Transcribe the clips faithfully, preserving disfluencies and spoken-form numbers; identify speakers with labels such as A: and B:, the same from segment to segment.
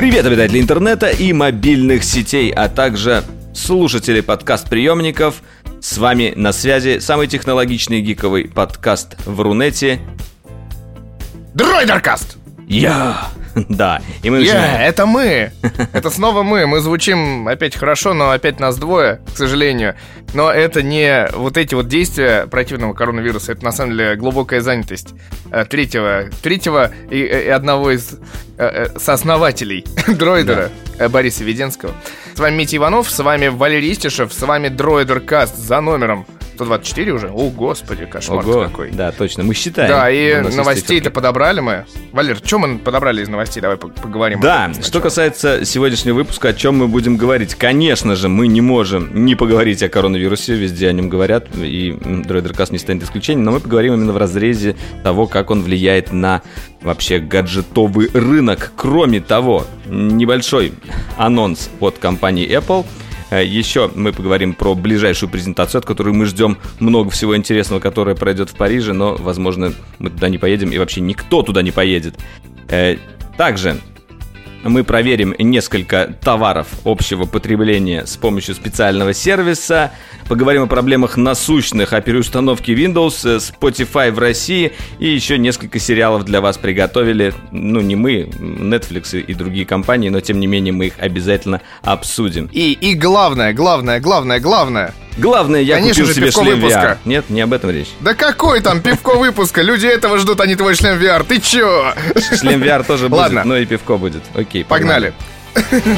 A: Привет, обитатели интернета и мобильных сетей, а также слушатели подкаст-приемников. С вами на связи самый технологичный гиковый подкаст в Рунете.
B: Дроидеркаст!
A: Я! Да, и мы
B: Я,
A: начинаем.
B: это мы! Это снова мы. Мы звучим опять хорошо, но опять нас двое, к сожалению. Но это не вот эти вот действия противного коронавируса. Это на самом деле глубокая занятость э, третьего, третьего и, и одного из э, э, сооснователей дроидера, да. э, Бориса Веденского. С вами Митя Иванов, с вами Валерий Истишев, с вами Дроидеркаст за номером сто двадцать четыре уже? О, господи, кошмар какой.
A: Да, точно, мы считаем.
B: Да, и новостей-то подобрали мы. Валер, что мы подобрали из новостей? Давай поговорим.
A: Да, что касается сегодняшнего выпуска, о чем мы будем говорить. Конечно же, мы не можем не поговорить о коронавирусе, везде о нем говорят, и Дроидеркаст не станет исключением, но мы поговорим именно в разрезе того, как он влияет на вообще гаджетовый рынок. Кроме того, небольшой анонс от компании Apple. Еще мы поговорим про ближайшую презентацию, от которой мы ждем много всего интересного, которая пройдет в Париже, но, возможно, мы туда не поедем, и вообще никто туда не поедет. Также мы проверим несколько товаров общего потребления с помощью специального сервиса. Поговорим о проблемах насущных, о переустановке Windows, Spotify в России. И еще несколько сериалов для вас приготовили. Ну, не мы, Netflix и другие компании, но тем не менее мы их обязательно обсудим.
B: И, и главное, главное, главное, главное.
A: Главное, я
B: Конечно
A: купил
B: же,
A: себе шлем
B: выпуска.
A: ви ар. Нет, не об этом речь.
B: Да какой там пивко выпуска? Люди этого ждут, а не твой шлем ви ар. Ты чё?
A: Шлем ви ар тоже будет,
B: Ладно.
A: но и пивко будет. Окей,
B: погнали. Погнали.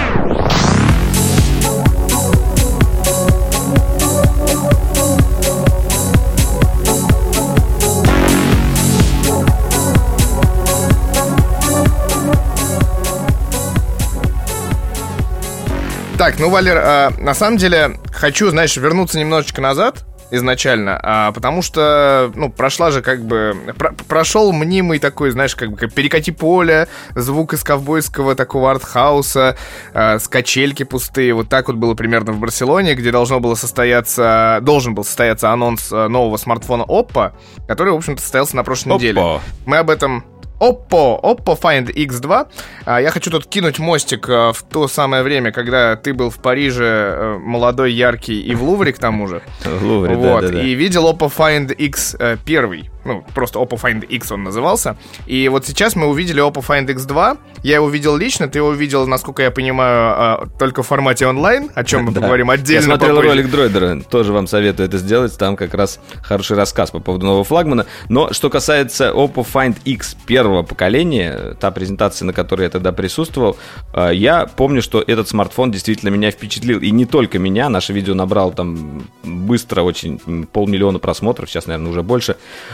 B: Так, ну, Валер, а, на самом деле, хочу, знаешь, вернуться немножечко назад изначально, а, потому что, ну, прошла же как бы... Про- прошел мнимый такой, знаешь, как бы как перекати поле, звук из ковбойского такого артхауса, а, скачельки пустые. Вот так вот было примерно в Барселоне, где должно было состояться... Должен был состояться анонс нового смартфона Oppo, который, в общем-то, состоялся на прошлой
A: Oppo.
B: неделе. Мы об этом... Oppo, Oppo Find икс два. а, Я хочу тут кинуть мостик а, в то самое время, когда ты был в Париже, а, молодой, яркий и в Лувре, к тому же.
A: В Лувре,
B: вот,
A: да, да, да.
B: И видел Oppo Find X один. Ну, просто Oppo Find X он назывался. И вот сейчас мы увидели Oppo Find икс два. Я его видел лично, ты его видел, насколько я понимаю, а, только в формате онлайн, о чем мы
A: Да.
B: поговорим отдельно.
A: Я смотрел
B: попозже.
A: ролик Дроидера, тоже вам советую это сделать. Там как раз хороший рассказ по поводу нового флагмана. Но что касается Oppo Find X первого поколения, та презентация, на которой я тогда присутствовал, я помню, что этот смартфон действительно меня впечатлил. И не только меня, наше видео набрало там быстро очень полмиллиона просмотров, сейчас, наверное, уже больше.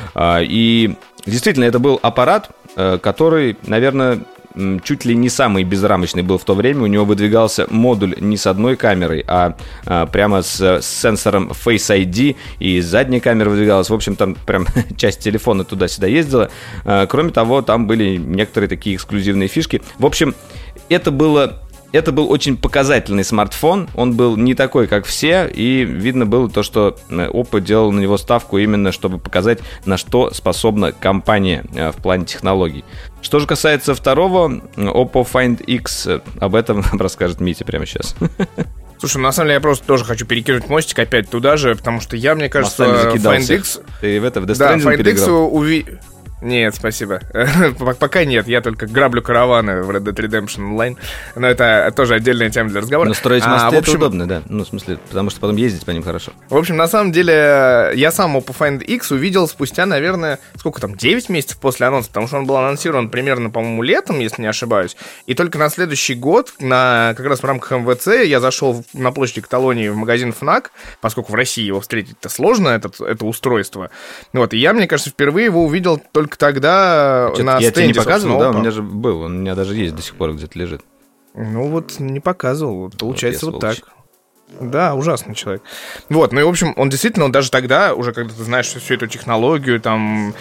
A: И действительно, это был аппарат, который, наверное, чуть ли не самый безрамочный был в то время. У него выдвигался модуль не с одной камерой, а, а прямо с, с сенсором Face ай ди, и задняя камера выдвигалась. В общем, там прям часть телефона туда-сюда ездила. А, кроме того, там были некоторые такие эксклюзивные фишки. В общем, это было... Это был очень показательный смартфон, он был не такой, как все, и видно было то, что Oppo делал на него ставку именно, чтобы показать, на что способна компания в плане технологий. Что же касается второго, Oppo Find X, об этом расскажет Митя прямо сейчас.
B: Слушай, на самом деле я просто тоже хочу перекинуть мостик опять туда же, потому что я, мне кажется, Find X...
A: Ты в это, в Death
B: Да,
A: Stranding
B: Find X
A: переиграл?
B: уви... Нет, спасибо. Пока нет, я только граблю караваны в Red Dead Redemption Online. Но это тоже отдельная тема для разговора.
A: Но строить мосты
B: а,
A: это
B: общем...
A: удобно, да. Ну, в смысле, потому что потом ездить по ним хорошо.
B: В общем, на самом деле, я сам Oppo Find X увидел спустя, наверное, сколько там, девять месяцев после анонса, потому что он был анонсирован примерно, по-моему, летом, если не ошибаюсь. И только на следующий год, на, как раз в рамках эм вэ цэ, я зашел на площади Каталонии в магазин Fnac, поскольку в России его встретить-то сложно, этот, это устройство. Вот, и я, мне кажется, впервые его увидел только тогда на
A: я
B: стенде.
A: тебе не показывал, да?
B: Oppo.
A: У меня же был, он у меня даже есть до сих пор, где-то лежит.
B: Ну вот, не показывал, получается,
A: вот,
B: вот так. Да, ужасный человек. Вот, ну и, в общем, он действительно, он даже тогда, уже когда ты знаешь всю эту технологию, там,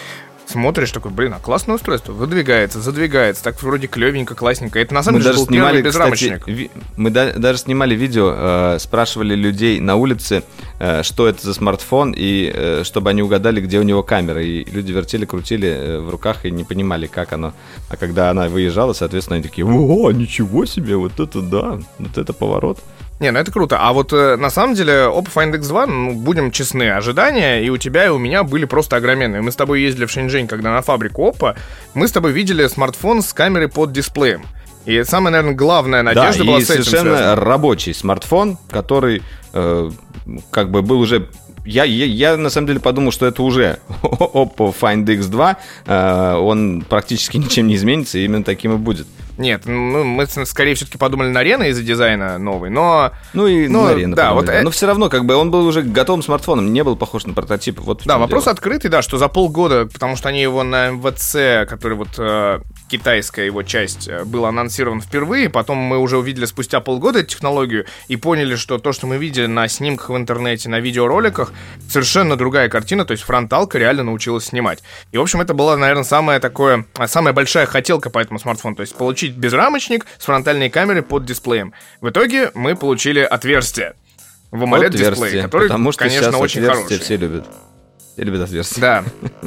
B: смотришь такой, блин, а классное устройство, выдвигается, задвигается, так вроде клевенько, классненько. Это на самом
A: мы
B: деле
A: даже
B: был
A: снимали,
B: первый безрамочник.
A: Кстати, ви- мы да- даже снимали видео, э, спрашивали людей на улице, э, что это за смартфон, и э, чтобы они угадали, где у него камера. И люди вертели, крутили э, в руках и не понимали, как оно. А когда она выезжала, соответственно, они такие, о, ничего себе, вот это да, вот это поворот.
B: Не, ну это круто. А вот э, на самом деле Oppo Find икс два, ну, будем честны, ожидания и у тебя, и у меня были просто огроменные. Мы с тобой ездили в Шэньчжэнь, когда на фабрику Oppo, мы с тобой видели смартфон с камерой под дисплеем. И самая, наверное, главная надежда
A: да,
B: была
A: и
B: с этим
A: совершенно
B: связана.
A: рабочий смартфон, который э, как бы был уже... Я, я, я на самом деле подумал, что это уже Oppo Find икс два, э, он практически ничем не изменится, и именно таким и будет.
B: Нет, ну, мы скорее все-таки подумали на Рено из-за дизайна новый, но...
A: Ну и
B: но,
A: на Рено
B: да, вот,
A: но
B: э...
A: все равно, как бы, он был уже готовым смартфоном, не был похож на прототип. Вот
B: да, вопрос
A: дело.
B: открытый, да, что за полгода, потому что они его на эм вэ цэ, который вот э, китайская его часть, э, был анонсирован впервые, потом мы уже увидели спустя полгода эту технологию и поняли, что то, что мы видели на снимках в интернете, на видеороликах, совершенно другая картина, то есть фронталка реально научилась снимать. И, в общем, это была, наверное, самая такое, самая большая хотелка по этому смартфону, то есть получить безрамочник с фронтальной камерой под дисплеем. В итоге мы получили отверстие в AMOLED-дисплее, который,
A: потому что
B: конечно, очень хороший.
A: Все любят. Все любят отверстия.
B: Да,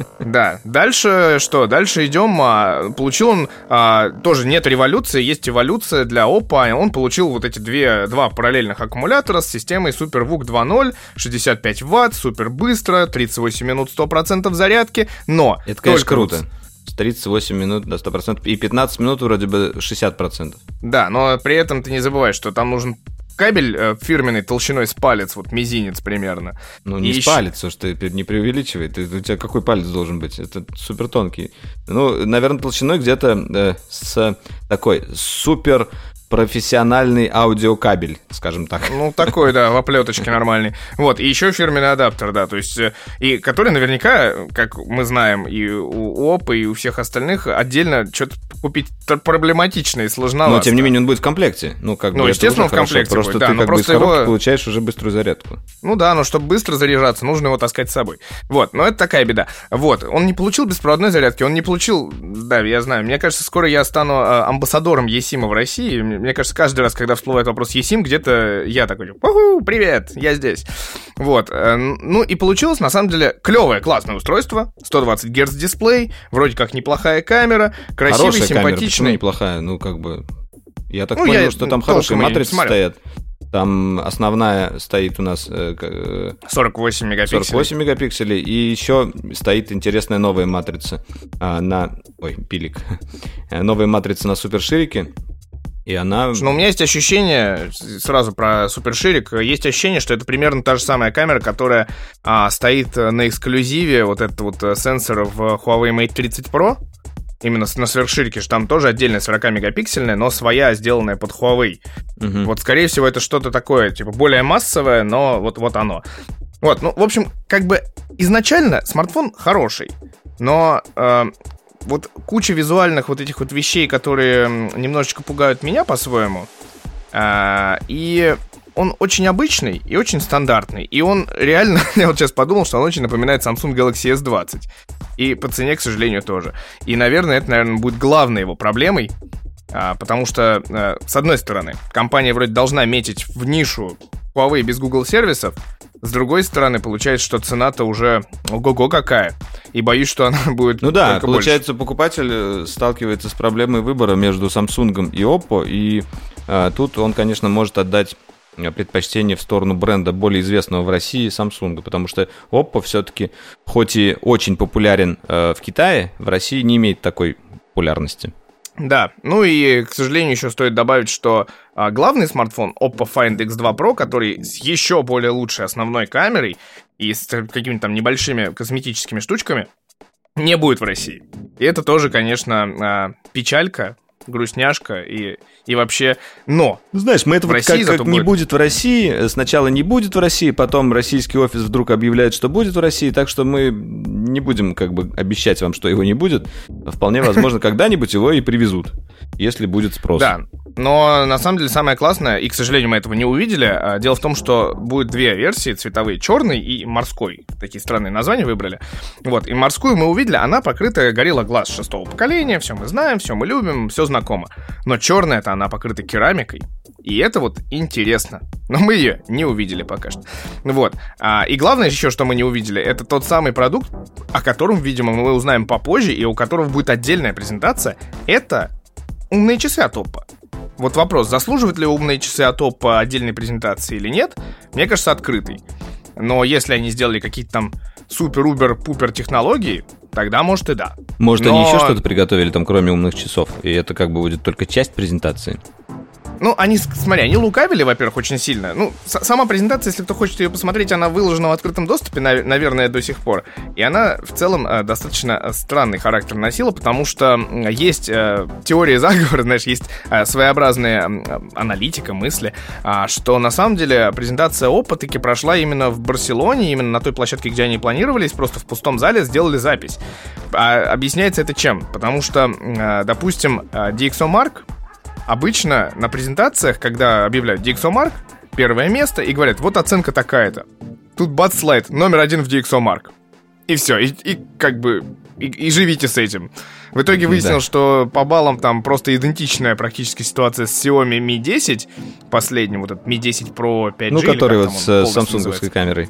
B: да. Дальше что? Дальше идем. А, получил он а, тоже нет революции, есть эволюция для Oppo. Он получил вот эти две, два параллельных аккумулятора с системой SuperVOOC два ноль, шестьдесят пять ватт, супер быстро, тридцать восемь минут, сто процентов зарядки. Но
A: это, конечно,
B: круто.
A: Вот тридцать восемь минут до сто процентов и пятнадцать минут вроде бы шестьдесят процентов.
B: Да, но при этом ты не забывай, что там нужен кабель э, фирменной толщиной с палец, вот мизинец примерно.
A: Ну, не
B: и
A: с
B: еще...
A: палец, что ты не преувеличивай. Ты, у тебя какой палец должен быть? Это супер тонкий. Ну, наверное, толщиной где-то э, с такой супер профессиональный аудиокабель, скажем так.
B: Ну, такой, да, в оплеточке нормальный. Вот, и еще фирменный адаптер, да, то есть, и который наверняка, как мы знаем, и у Oppo, и у всех остальных, отдельно что-то купить проблематично и сложновато.
A: Но, тем не менее, он будет в комплекте. Ну, как
B: ну
A: бы,
B: естественно,
A: это
B: в комплекте
A: просто
B: будет, да,
A: ты
B: но
A: как
B: просто
A: бы из коробки
B: его...
A: получаешь уже быструю зарядку.
B: Ну да, но чтобы быстро заряжаться, нужно его таскать с собой. Вот, но это такая беда. Вот, он не получил беспроводной зарядки, он не получил... Да, я знаю, мне кажется, скоро я стану э, амбассадором eSIM в России. Мне кажется, каждый раз, когда всплывает вопрос eSIM, где-то я такой, уху, привет, я здесь. Вот, э, ну и получилось, на самом деле, клевое, классное устройство, сто двадцать герц дисплей, вроде как неплохая камера, красивый,
A: хорошая
B: симпатичный.
A: Камера, почему неплохая? Ну, как бы... Я так
B: ну,
A: понял,
B: я
A: что там хорошие матрицы
B: смотрел.
A: стоят. Там основная стоит у нас э,
B: сорок восемь мегапикселей.
A: сорок восемь мегапикселей. И еще стоит интересная новая матрица а, на... Ой, пилик. Новая матрица на суперширике. И она...
B: Но у меня есть ощущение, сразу про суперширик, есть ощущение, что это примерно та же самая камера, которая а, стоит на эксклюзиве вот этого вот сенсора в Huawei Mate тридцать Pro. Именно на сверхширике, что там тоже отдельная сорок-мегапиксельная, но своя, сделанная под Huawei. Uh-huh. Вот, скорее всего, это что-то такое, типа, более массовое, но вот, вот оно. Вот, ну, в общем, как бы изначально смартфон хороший, но э, вот куча визуальных вот этих вот вещей, которые немножечко пугают меня по-своему, э, и... Он очень обычный и очень стандартный. И он реально, я вот сейчас подумал, что он очень напоминает Samsung Galaxy эс двадцать. И по цене, к сожалению, тоже. И, наверное, это, наверное, будет главной его проблемой. а, Потому что, а, с одной стороны, компания вроде должна метить в нишу Huawei без Google сервисов. С другой стороны, получается, что цена-то уже ого-го какая. И боюсь, что она будет
A: Ну да,
B: только
A: получается,
B: больше.
A: Покупатель сталкивается с проблемой выбора между Samsung и Oppo. И а, тут он, конечно, может отдать предпочтение в сторону бренда более известного в России Samsung, потому что Oppo все-таки, хоть и очень популярен э, в Китае, в России не имеет такой популярности.
B: Да, ну и, к сожалению, еще стоит добавить, что а, главный смартфон Oppo Find икс два Pro, который с еще более лучшей основной камерой и с какими-то там небольшими косметическими штучками, не будет в России. И это тоже, конечно, а, печалька, грустняшка и, и вообще, но
A: знаешь, мы это вот
B: России
A: как, как не
B: будет...
A: будет в России, сначала не будет в России, потом российский офис вдруг объявляет, что будет в России, так что мы не будем как бы обещать вам, что его не будет. Вполне возможно, когда-нибудь его и привезут, если будет спрос.
B: Да, Но на самом деле самое классное, и, к сожалению, мы этого не увидели, дело в том, что будет две версии цветовые, черный и морской. Такие странные названия выбрали. Вот, и морскую мы увидели, она покрыта Gorilla Glass шестого поколения, все мы знаем, все мы любим, все знакомо. Но черная-то она покрыта керамикой, и это вот интересно. Но мы ее не увидели пока что. Вот, а, и главное еще, что мы не увидели, это тот самый продукт, о котором, видимо, мы узнаем попозже, и у которого будет отдельная презентация, это умные часы от Oppo. Вот вопрос, заслуживают ли умные часы от Oppo отдельной презентации или нет, мне кажется, открытый. Но если они сделали какие-то там супер-убер-пупер технологии, тогда, может, и да.
A: Может,
B: Но...
A: они еще что-то приготовили там, кроме умных часов, и это как бы будет только часть презентации?
B: Ну, они, смотри, они лукавили, во-первых, очень сильно. Ну, с- сама презентация, если кто хочет ее посмотреть, она выложена в открытом доступе, нав- наверное, до сих пор. И она, в целом, э, достаточно странный характер носила, потому что э, есть э, теория заговора, знаешь, есть э, своеобразная э, аналитика, мысли, э, что, на самом деле, презентация Oppo таки прошла именно в Барселоне, именно на той площадке, где они планировались, просто в пустом зале сделали запись. А объясняется это чем? Потому что, э, допустим, э, ди экс о Mark... Обычно на презентациях, когда объявляют ди экс о Mark, первое место, и говорят, вот оценка такая-то. Тут бац слайд, номер один в ди экс о Mark. И все, и, и как бы, и, и живите с этим. В итоге выяснилось, да. что по баллам там просто идентичная практически ситуация с Xiaomi Mi десять, последним, вот этот Mi десять Pro пять джи.
A: Ну, который вот с самсунговской камерой.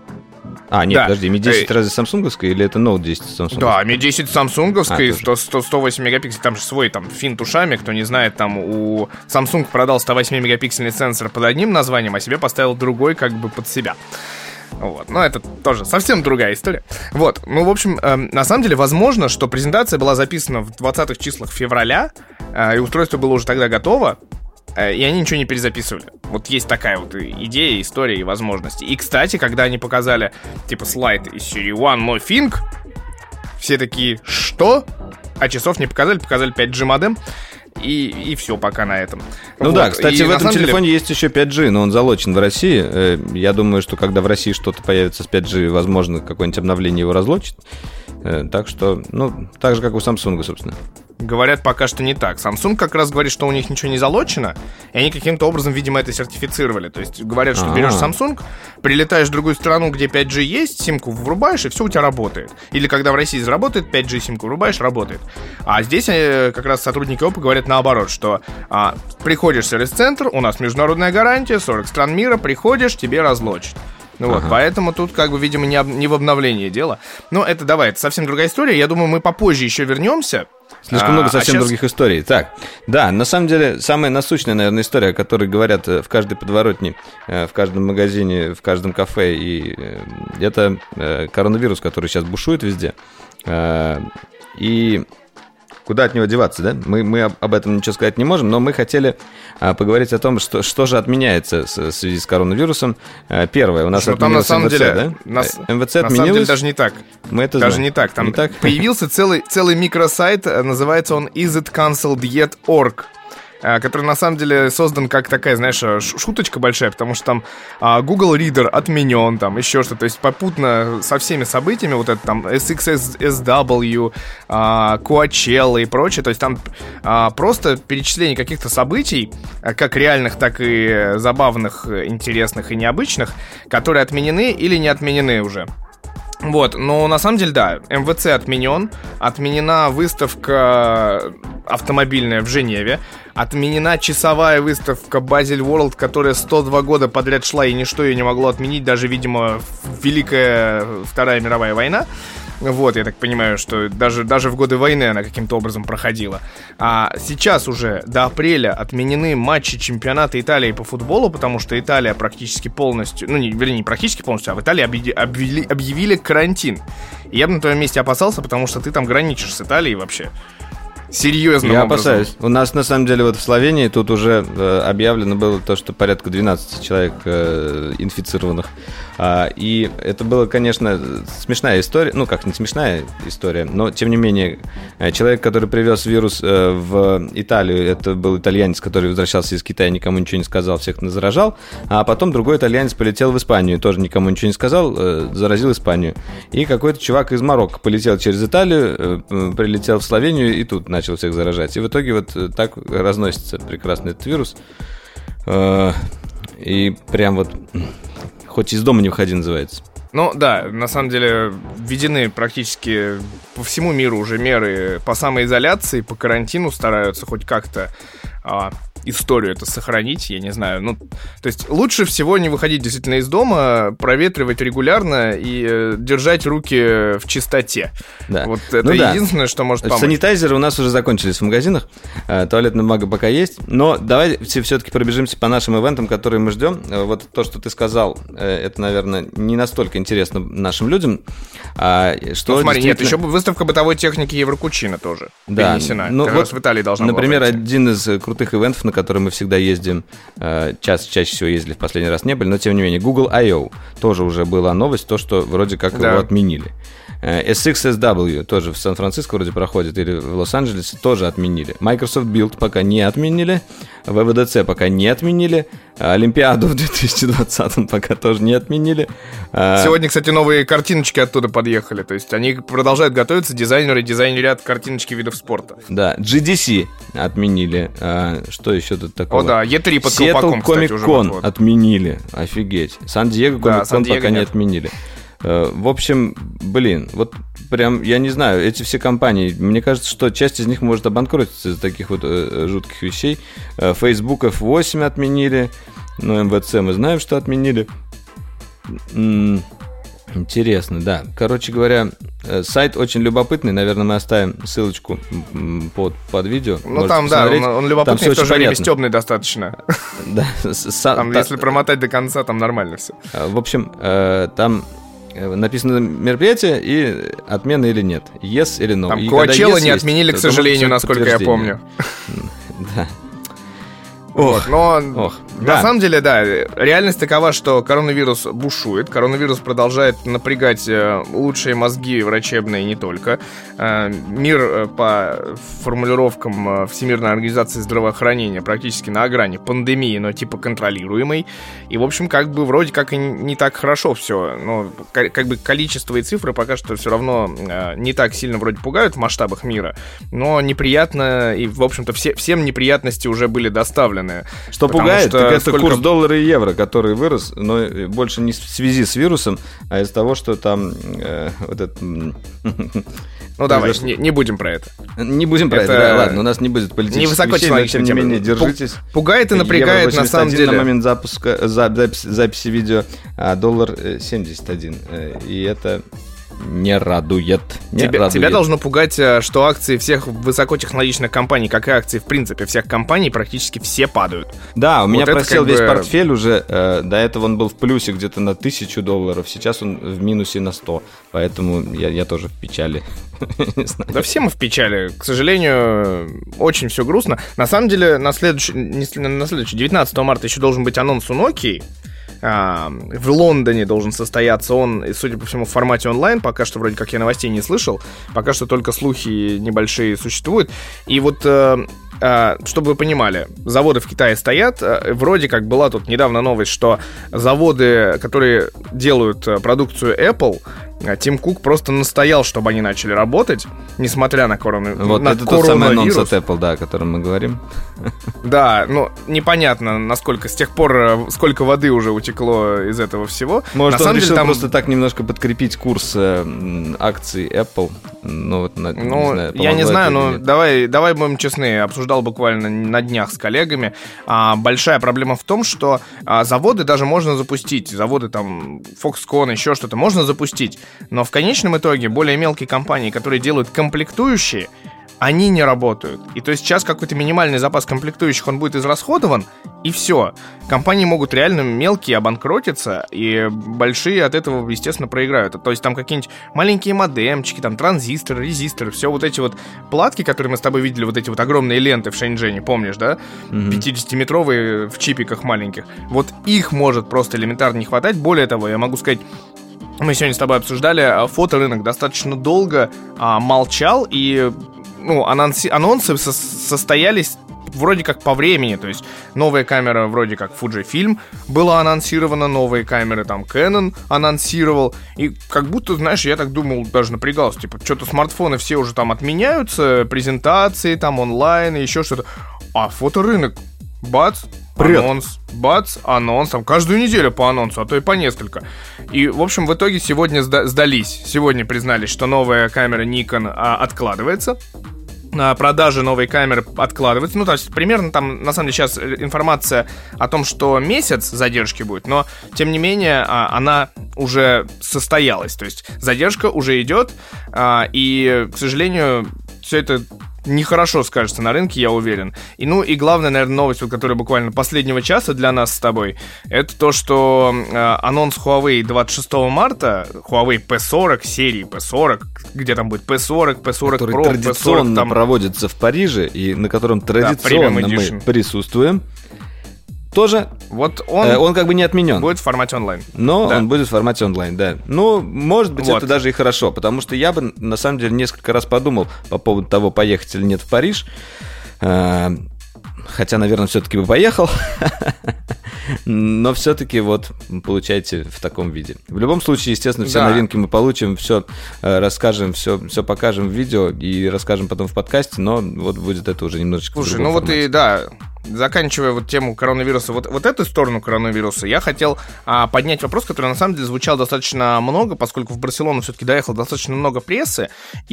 A: А, нет, да. подожди, Mi десять разве самсунговская или это Note десять самсунговская?
B: Да, Mi десять самсунговская, а, сто, сто восемь мегапикселей, там же свой там финт ушами, кто не знает, там у Samsung продал сто восемь мегапиксельный сенсор под одним названием, а себе поставил другой как бы под себя. Вот, но это тоже совсем другая история. Вот, ну, в общем, э, на самом деле, возможно, что презентация была записана в двадцатых числах февраля, э, и устройство было уже тогда готово, и они ничего не перезаписывали. Вот есть такая вот идея, история и возможности. И, кстати, когда они показали, типа, слайд из серии One More Thing, все такие, что? А часов не показали, показали пять джи модем. И, и все пока на этом.
A: Ну вот. Да, кстати, и в этом телефоне
B: деле...
A: есть еще пять джи, но он залочен в России. Я думаю, что когда в России что-то появится с пять джи, возможно, какое-нибудь обновление его разлочит. Так что, ну, так же, как у Samsung, собственно.
B: Говорят, пока что не так. Samsung как раз говорит, что у них ничего не залочено, и они каким-то образом, видимо, это сертифицировали. То есть говорят, что А-а-а. берешь Samsung, прилетаешь в другую страну, где пять джи есть, симку врубаешь, и все у тебя работает. Или когда в России заработает, пять джи симку врубаешь, работает. А здесь как раз сотрудники Oppo говорят наоборот, что а, приходишь в сервис-центр, у нас международная гарантия, сорок стран мира, приходишь, тебе разлочат. Ну ага. вот, поэтому тут, как бы, видимо, не, об, не в обновлении дело. Но это, давай, это совсем другая история. Я думаю, мы попозже еще вернемся.
A: Слишком а, много совсем а сейчас... других историй. Так, да, на самом деле, самая насущная, наверное, история, о которой говорят в каждой подворотне, в каждом магазине, в каждом кафе, и это коронавирус, который сейчас бушует везде. И... Куда от него деваться, да? Мы, мы об этом ничего сказать не можем, но мы хотели а, поговорить о том, что, что же отменяется с, в связи с коронавирусом. А, первое, у нас
B: что отменилось там на самом
A: эм вэ цэ,
B: деле,
A: да?
B: Нас,
A: эм вэ цэ
B: на
A: отменилось.
B: самом деле даже не так.
A: Мы это
B: даже
A: знаем.
B: не так. Там
A: не так?
B: Появился целый, целый микросайт, называется он is it cancelled yet точка орг, который на самом деле создан как такая, знаешь, шуточка большая, потому что там а, Google Reader отменен, там еще что-то, то есть попутно со всеми событиями, вот это там эс икс эс дабл ю, а, Coachella и прочее, то есть там а, просто перечисление каких-то событий, как реальных, так и забавных, интересных и необычных, которые отменены или не отменены уже. Вот, но на самом деле, да, эм вэ цэ отменен, отменена выставка автомобильная в Женеве, отменена часовая выставка Basel World, которая сто два года подряд шла, и ничто ее не могло отменить, даже, видимо, Великая Вторая мировая война. Вот, я так понимаю, что даже, даже в годы войны она каким-то образом проходила. А сейчас уже до апреля отменены матчи чемпионата Италии по футболу, потому что Италия практически полностью, ну, не, вернее, не практически полностью, а в Италии объяви, объявили, объявили карантин. И я бы на твоем месте опасался, потому что ты там граничишь с Италией вообще. Серьезно.
A: Я образом. опасаюсь. У нас, на самом деле, вот в Словении тут уже э, объявлено было то, что порядка двенадцать человек э, инфицированных. А, и это была, конечно, смешная история. Ну, как не смешная история, но, тем не менее, человек, который привез вирус э, в Италию, это был итальянец, который возвращался из Китая, никому ничего не сказал, всех заражал. А потом другой итальянец полетел в Испанию, тоже никому ничего не сказал, э, заразил Испанию. И какой-то чувак из Марокко полетел через Италию, э, прилетел в Словению и тут начал всех заражать. И в итоге вот так разносится прекрасный этот вирус. И прям вот хоть из дома не выходи называется.
B: Ну да, на самом деле введены практически по всему миру уже меры по самоизоляции, по карантину, стараются хоть как-то а, историю это сохранить, я не знаю. Ну, то есть лучше всего не выходить действительно из дома, проветривать регулярно и э, держать руки в чистоте. Да. Вот это ну, единственное, да. что может помочь.
A: Санитайзеры у нас уже закончились в магазинах, э, туалетная бумага пока есть, но давай все-таки пробежимся по нашим ивентам, которые мы ждем. Вот то, что ты сказал, э, это, наверное, не настолько интересно нашим людям. А, что
B: ну, смотри,
A: действительно...
B: нет, еще выставка бытовой техники Еврокучино тоже
A: да.
B: перенесена.
A: Ну,
B: как
A: вот,
B: раз в Италии должна
A: например,
B: была
A: Например, один из крутых ивентов, на который мы всегда ездим, э, ча- чаще всего ездили, в последний раз не были, но тем не менее, Google I O тоже уже была новость, то, что вроде как да. его отменили. Э, эс икс эс дабл ю тоже в Сан-Франциско вроде проходит, или в Лос-Анджелесе тоже отменили. Microsoft Build пока не отменили, дабл ю дабл ю ди си пока не отменили, Олимпиаду в две тысячи двадцатом пока тоже не отменили.
B: Сегодня, кстати, новые картиночки оттуда подъехали, то есть они продолжают готовиться, дизайнеры дизайнерят картиночки видов спорта.
A: Да, джи ди си отменили. А, что еще тут такого?
B: О да, и три под колпаком, кстати, уже
A: Comic Con отменили, офигеть. Сан-Диего Comic Con
B: да,
A: пока нет. не отменили. В общем, блин, вот прям, я не знаю, эти все компании, мне кажется, что часть из них может обанкротиться из-за таких вот э, жутких вещей. Facebook эф восемь отменили, но эм вэ цэ мы знаем, что отменили. М-м, интересно, да. Короче говоря, сайт очень любопытный, наверное, мы оставим ссылочку под, под видео.
B: Ну Можете там, посмотреть. Да, он, он любопытный, в то же время стёбный достаточно.
A: Да,
B: там, если промотать до конца, там нормально все.
A: В общем, там... написано мероприятие и отмена или нет, yes или no.
B: Там Коачелло yes не отменили, есть, к сожалению, насколько я помню.
A: Да.
B: Ох, но Ох, на да. самом деле, да, реальность такова, что коронавирус бушует, коронавирус продолжает напрягать лучшие мозги врачебные и не только. Мир по формулировкам Всемирной организации здравоохранения практически на грани пандемии, но типа контролируемой. И, в общем, как бы вроде как и не так хорошо все. Но как бы количество и цифры пока что все равно не так сильно вроде пугают в масштабах мира, но неприятно, и, в общем-то, все, всем неприятности уже были доставлены.
A: Что пугает, что так это сколько... курс доллара и евро, который вырос, но больше не в связи с вирусом, а из того, что там э, вот это...
B: Ну давай, не, не будем про это.
A: Не будем про это, это да, ладно, у нас не будет политических вещей, но тем не менее держитесь.
B: Пугает и напрягает на самом деле.
A: На момент запуска, записи, записи видео, а доллар семьдесят один, и это... не радует. Не
B: тебя,
A: радует.
B: Тебя должно пугать, что акции всех высокотехнологичных компаний, как и акции, в принципе, всех компаний, практически все падают.
A: Да, у вот меня просел весь бы... портфель уже. Э, до этого он был в плюсе где-то на тысячу долларов. Сейчас он в минусе на сто. Поэтому я, я тоже в печали.
B: Да все мы в печали. К сожалению, очень все грустно. На самом деле, на следующий, не на следующий, девятнадцатого марта еще должен быть анонс у Nokia. В Лондоне должен состояться он, судя по всему, в формате онлайн. Пока что вроде как я новостей не слышал. Пока что только слухи небольшие существуют. И вот, чтобы вы понимали, заводы в Китае стоят. Вроде как была тут недавно новость, что заводы, которые делают продукцию Apple, Тим Кук просто настоял, чтобы они начали работать, несмотря на, корона...
A: вот
B: на
A: это
B: коронавирус.
A: Вот это тот самый анонс от Apple, да, о котором мы говорим.
B: Да, ну, непонятно, насколько с тех пор, сколько воды уже утекло из этого всего.
A: Может,
B: на
A: он решил
B: деле, там...
A: просто так немножко подкрепить курс э, акций Apple. Ну, вот, на,
B: ну
A: не знаю,
B: я не знаю, но давай, давай будем честны. Обсуждал буквально на днях с коллегами. А, большая проблема в том, что а, заводы даже можно запустить. Заводы там Foxconn, еще что-то можно запустить. Но в конечном итоге более мелкие компании, которые делают комплектующие, они не работают. И то есть сейчас какой-то минимальный запас комплектующих, он будет израсходован, и все. Компании могут реально мелкие обанкротиться, и большие от этого, естественно, проиграют. То есть там какие-нибудь маленькие модемчики, там транзисторы, резисторы, все вот эти вот платки, которые мы с тобой видели, вот эти вот огромные ленты в Шэньчжэне, помнишь, да? Mm-hmm. пятидесятиметровые в чипиках маленьких. Вот их может просто элементарно не хватать. Более того, я могу сказать... Мы сегодня с тобой обсуждали, фоторынок достаточно долго а, молчал, и ну, анонси, анонсы со- состоялись вроде как по времени, то есть новая камера вроде как Fujifilm была анонсирована, новые камеры там Canon анонсировал, и как будто, знаешь, я так думал, даже напрягался, типа, что-то смартфоны все уже там отменяются, презентации там онлайн и еще что-то, а фоторынок, бац,
A: Привет.
B: Анонс, бац, анонс, там каждую неделю по анонсу, а то и по несколько. И, в общем, в итоге сегодня сда- сдались. Сегодня признались, что новая камера Nikon а, откладывается. А, продажи новой камеры откладываются. Ну, то есть, примерно там, на самом деле, сейчас информация о том, что месяц задержки будет, но, тем не менее, а, она уже состоялась. То есть, задержка уже идет, а, и, к сожалению, все это нехорошо скажется на рынке, я уверен. И, ну, и главная, наверное, новость, вот, которая буквально последнего часа для нас с тобой, это то, что э, анонс Huawei двадцать шестого марта, Huawei пи сорок, серии пи сорок, где там будет пи сорок, пи сорок
A: который
B: Pro,
A: традиционно
B: пи сорок, там...
A: проводится в Париже, и на котором традиционно
B: да,
A: мы присутствуем, тоже
B: вот он,
A: э, он как бы не отменен.
B: Будет в формате онлайн.
A: Но
B: да.
A: он будет в формате онлайн, да. Ну, может быть, вот. Это даже и хорошо, потому что я бы, на самом деле, несколько раз подумал по поводу того, поехать или нет в Париж. Хотя, наверное, все-таки бы поехал. Но все-таки вот получаете в таком виде. В любом случае, естественно, все да. новинки мы получим, все расскажем, все, все покажем в видео и расскажем потом в подкасте, но вот будет это уже немножечко.
B: Слушай, ну формате. Вот и да. Заканчивая вот тему коронавируса, вот, вот эту сторону коронавируса, я хотел а, поднять вопрос, который на самом деле звучал достаточно много, поскольку в Барселону все-таки доехало достаточно много прессы,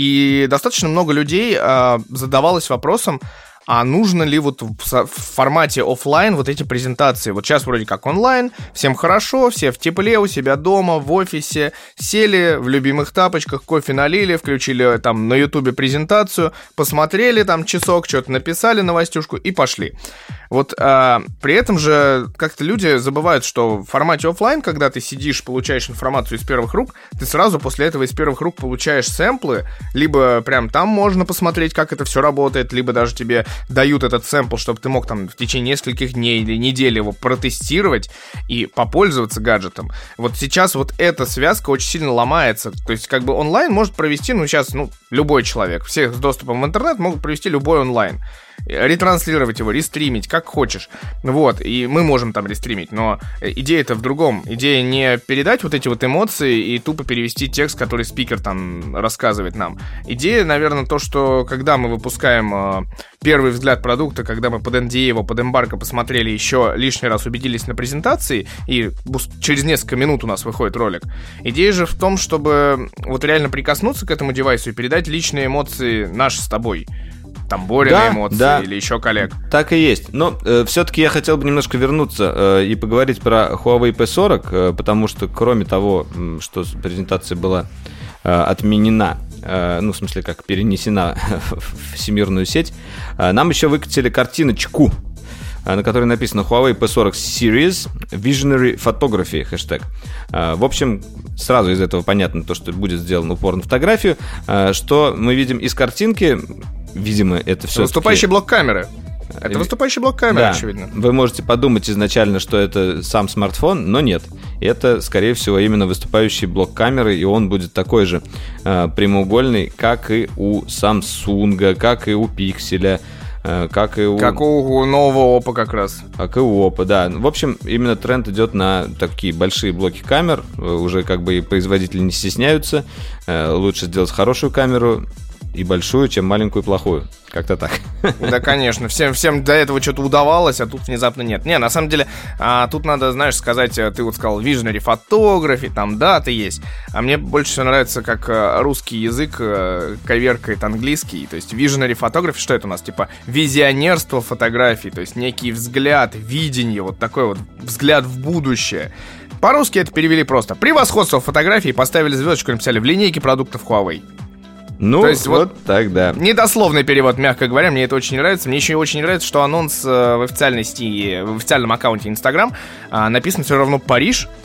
B: и достаточно много людей а, задавалось вопросом, а нужно ли вот в формате офлайн вот эти презентации? Вот сейчас вроде как онлайн, всем хорошо, все в тепле, у себя дома, в офисе, сели в любимых тапочках, кофе налили, включили там на ютубе презентацию, посмотрели там часок, что-то написали, новостюшку и пошли. Вот а, при этом же как-то люди забывают, что в формате офлайн, когда ты сидишь, получаешь информацию из первых рук, ты сразу после этого из первых рук получаешь сэмплы, либо прям там можно посмотреть, как это все работает, либо даже тебе дают этот сэмпл, чтобы ты мог там в течение нескольких дней или недели его протестировать и попользоваться гаджетом. Вот сейчас вот эта связка очень сильно ломается. То есть как бы онлайн может провести, ну сейчас, ну, любой человек. Все с доступом в интернет могут провести любой онлайн. Ретранслировать его, рестримить, как хочешь. Вот, и мы можем там рестримить, но идея-то в другом. Идея не передать вот эти вот эмоции и тупо перевести текст, который спикер там рассказывает нам. Идея, наверное, то, что когда мы выпускаем э, первый взгляд продукта, когда мы под эн ди эй его, под эмбарго посмотрели, еще лишний раз убедились на презентации, и через несколько минут у нас выходит ролик. Идея же в том, чтобы вот реально прикоснуться к этому девайсу и передать личные эмоции наши с тобой. Там Борины да, эмоции да, или еще коллег.
A: Так и есть. Но э, все-таки я хотел бы немножко вернуться э, и поговорить про Huawei пи сорок, э, потому что кроме того, что презентация была э, отменена, э, ну, в смысле, как перенесена в всемирную сеть, э, нам еще выкатили картиночку, э, на которой написано Huawei пи сорок Series Visionary Photography, хэштег. Э, в общем, сразу из этого понятно то, что будет сделан упор на фотографию, э, что мы видим из картинки. Видимо, это все.
B: Выступающий блок камеры. Это выступающий блок камеры,
A: да.
B: очевидно.
A: Вы можете подумать изначально, что это сам смартфон, но нет. Это, скорее всего, именно выступающий блок камеры, и он будет такой же э, прямоугольный, как и у Samsung, как и у Pixel, э, как и у...
B: Как у нового Oppo как раз.
A: Как и у Oppo, да. В общем, именно тренд идет на такие большие блоки камер. Уже как бы и производители не стесняются. Э, лучше сделать хорошую камеру и большую, чем маленькую и плохую. Как-то так.
B: Да, конечно. Всем, всем до этого что-то удавалось, а тут внезапно нет. Не, на самом деле, а, тут надо, знаешь, сказать, ты вот сказал Visionary Photography, там даты есть. А мне больше всего нравится, как русский язык коверкает английский. То есть Visionary Photography, что это у нас? Типа визионерство фотографий, то есть некий взгляд, видение, вот такой вот взгляд в будущее. По-русски это перевели просто. Превосходство фотографий, поставили звездочку, написали в линейке продуктов Huawei.
A: Ну, то есть, вот, вот так, да.
B: Недословный перевод, мягко говоря, мне это очень нравится. Мне еще очень нравится, что анонс в, официальной стии, в официальном аккаунте Instagram написан все равно Париж.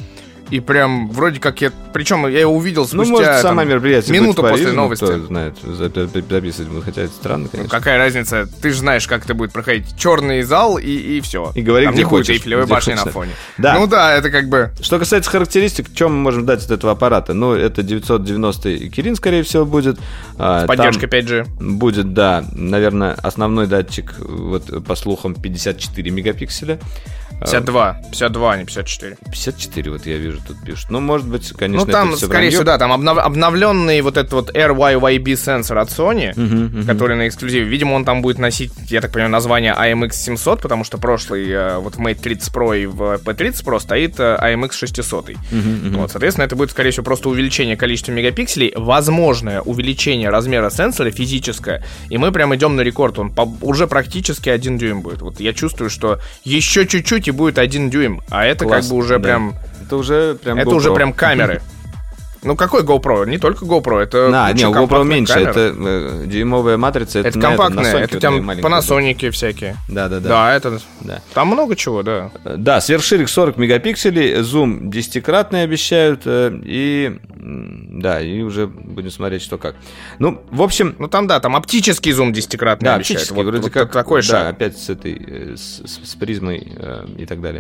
B: И прям вроде как я... Причем я его увидел спустя...
A: Ну, может,
B: там,
A: сама мероприятие
B: минуту
A: будет в Париже,
B: после новости.
A: Кто знает, записывать будет, хотя это странно, конечно.
B: Ну, какая разница? Ты же знаешь, как это будет проходить. Черный зал и, и все.
A: И говори,
B: там
A: где
B: не
A: хочешь.
B: будет Эйфелевой башни на фоне.
A: Да.
B: Ну да, это как бы...
A: Что касается характеристик, что мы можем дать от этого аппарата? Ну, это девятьсот девяностый Kirin, скорее всего, будет.
B: С поддержкой пять джи.
A: Будет, да, наверное, основной датчик, вот по слухам, пятьдесят четыре мегапикселя.
B: пятьдесят два, пятьдесят два, а не пятьдесят четыре.
A: пятьдесят четыре, вот я вижу, тут пишут. Ну, может быть, конечно,
B: ну, там,
A: это все
B: скорее
A: вранье.
B: всего, да, там обнов... обновленный вот этот вот эр уай уай би сенсор от Sony,
A: uh-huh, uh-huh.
B: который на эксклюзиве. Видимо, он там будет носить, я так понимаю, название ай эм икс семьсот, потому что прошлый э, вот в Mate тридцать Pro и в пи тридцать Pro стоит э, ай эм икс шестьсот. Uh-huh, uh-huh. Вот, соответственно, это будет, скорее всего, просто увеличение количества мегапикселей, возможное увеличение размера сенсора физическое, и мы прям идем на рекорд. Он по... уже практически один дюйм будет. Вот я чувствую, что еще чуть-чуть и будет один дюйм, а это
A: Класс,
B: как бы уже
A: да.
B: прям...
A: Это уже прям
B: Это
A: GoPro.
B: уже прям камеры. Ну, какой GoPro? Не только GoPro, это...
A: Да, не, у GoPro меньше,
B: камера.
A: это э, дюймовая матрица. Это,
B: Это
A: на
B: компактная,
A: этом, на
B: это
A: Sony
B: там
A: вот
B: Panasonic всякие.
A: Да, да, да.
B: Да, это...
A: Да.
B: Там много чего, да.
A: Да, сверхширик сорок мегапикселей, зум десятикратный обещают, э, и... Да, и уже будем смотреть, что как. Ну, в общем...
B: Ну, там, да, там оптический зум десятикратный
A: Да,
B: обещают.
A: оптический,
B: Вот,
A: вроде
B: вот
A: как...
B: такой
A: да,
B: шаг.
A: опять с этой... э, С, с- с призмой э, и так далее.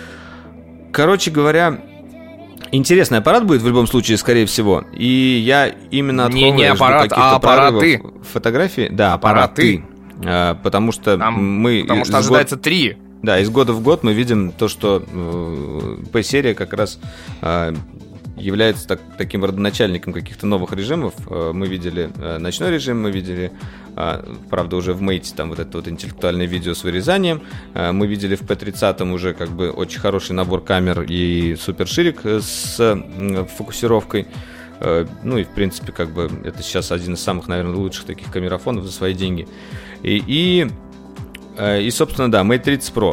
A: Короче говоря... Интересный аппарат будет в любом случае, скорее всего. И я именно от
B: Не-
A: Huawei
B: не
A: жду
B: аппарат,
A: каких-то
B: а аппараты.
A: прорывов в фотографии. Да,
B: Аппараты.
A: аппараты. А, потому что
B: Там-
A: мы...
B: Потому что
A: из
B: ожидается
A: год-
B: три.
A: Да, из года в год мы видим то, что э, P-серия как раз э, является так- таким родоначальником каких-то новых режимов. Э, мы видели э, ночной режим, мы видели, э, правда, уже в Mate там вот это вот интеллектуальное видео с вырезанием. Э, мы видели в пи тридцать уже как бы очень хороший набор камер и суперширик с э, фокусировкой. Э, ну и, в принципе, как бы это сейчас один из самых, наверное, лучших таких камерафонов за свои деньги. И... и И, собственно, да, Mate тридцать Pro.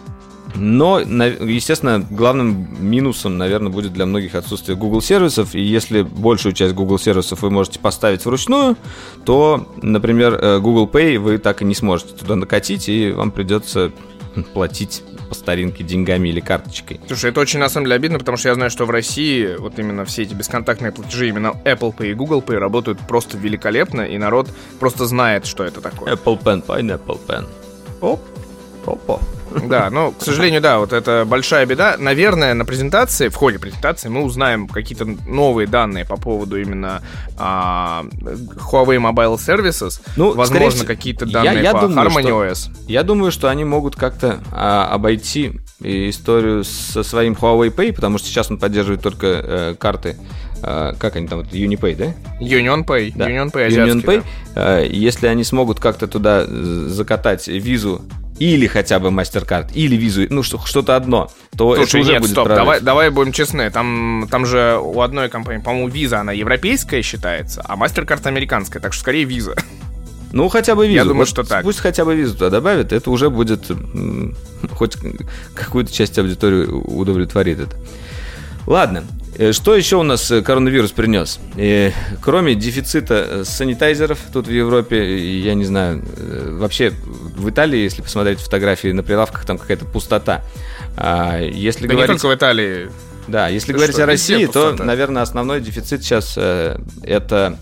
A: Но, естественно, главным минусом, наверное, будет для многих отсутствие Google сервисов. И если большую часть Google сервисов вы можете поставить вручную, то, например, Google Pay вы так и не сможете туда накатить, и вам придется платить по старинке деньгами или карточкой.
B: Слушай, это очень, на самом деле, обидно, потому что я знаю, что в России вот именно все эти бесконтактные платежи, именно Apple Pay и Google Pay работают просто великолепно, и народ просто знает, что это такое.
A: Apple Pen, Pineapple Pen. Оп, опа.
B: Да, но, к сожалению, да, вот это большая беда. Наверное, на презентации, в ходе презентации мы узнаем какие-то новые данные по поводу именно а, Huawei Mobile Services.
A: Ну,
B: возможно,
A: всего,
B: какие-то данные
A: я, я
B: по
A: думаю,
B: Harmony
A: что,
B: о эс.
A: Я думаю, что они могут как-то а, обойти историю со своим Huawei Pay, потому что сейчас он поддерживает только э, карты. Э, как они там, вот, UniPay, да?
B: Union Pay,
A: Да.
B: Union Pay азиатский,
A: Union Pay.
B: да.
A: Э, если они смогут как-то туда закатать визу или хотя бы MasterCard, или визу, ну что, что-то одно, то
B: Слушай,
A: это уже
B: нет,
A: будет
B: стоп,
A: прорыв.
B: давай, давай будем честны. Там, там же у одной компании, по-моему, виза, она европейская считается, а MasterCard американская, так что скорее виза.
A: Ну, хотя бы визу.
B: Я думаю,
A: Вот
B: что так.
A: Пусть хотя бы визу туда добавят, это уже будет м, хоть какую-то часть аудитории удовлетворит это. Ладно, что еще у нас коронавирус принес? И, кроме дефицита санитайзеров тут в Европе, я не знаю, вообще в Италии, если посмотреть фотографии на прилавках, там какая-то пустота. А если
B: Да
A: говорить...
B: не только в Италии.
A: Да, если
B: Ты
A: говорить
B: что,
A: о России,
B: везде
A: то,
B: пустота.
A: наверное, основной дефицит сейчас э, это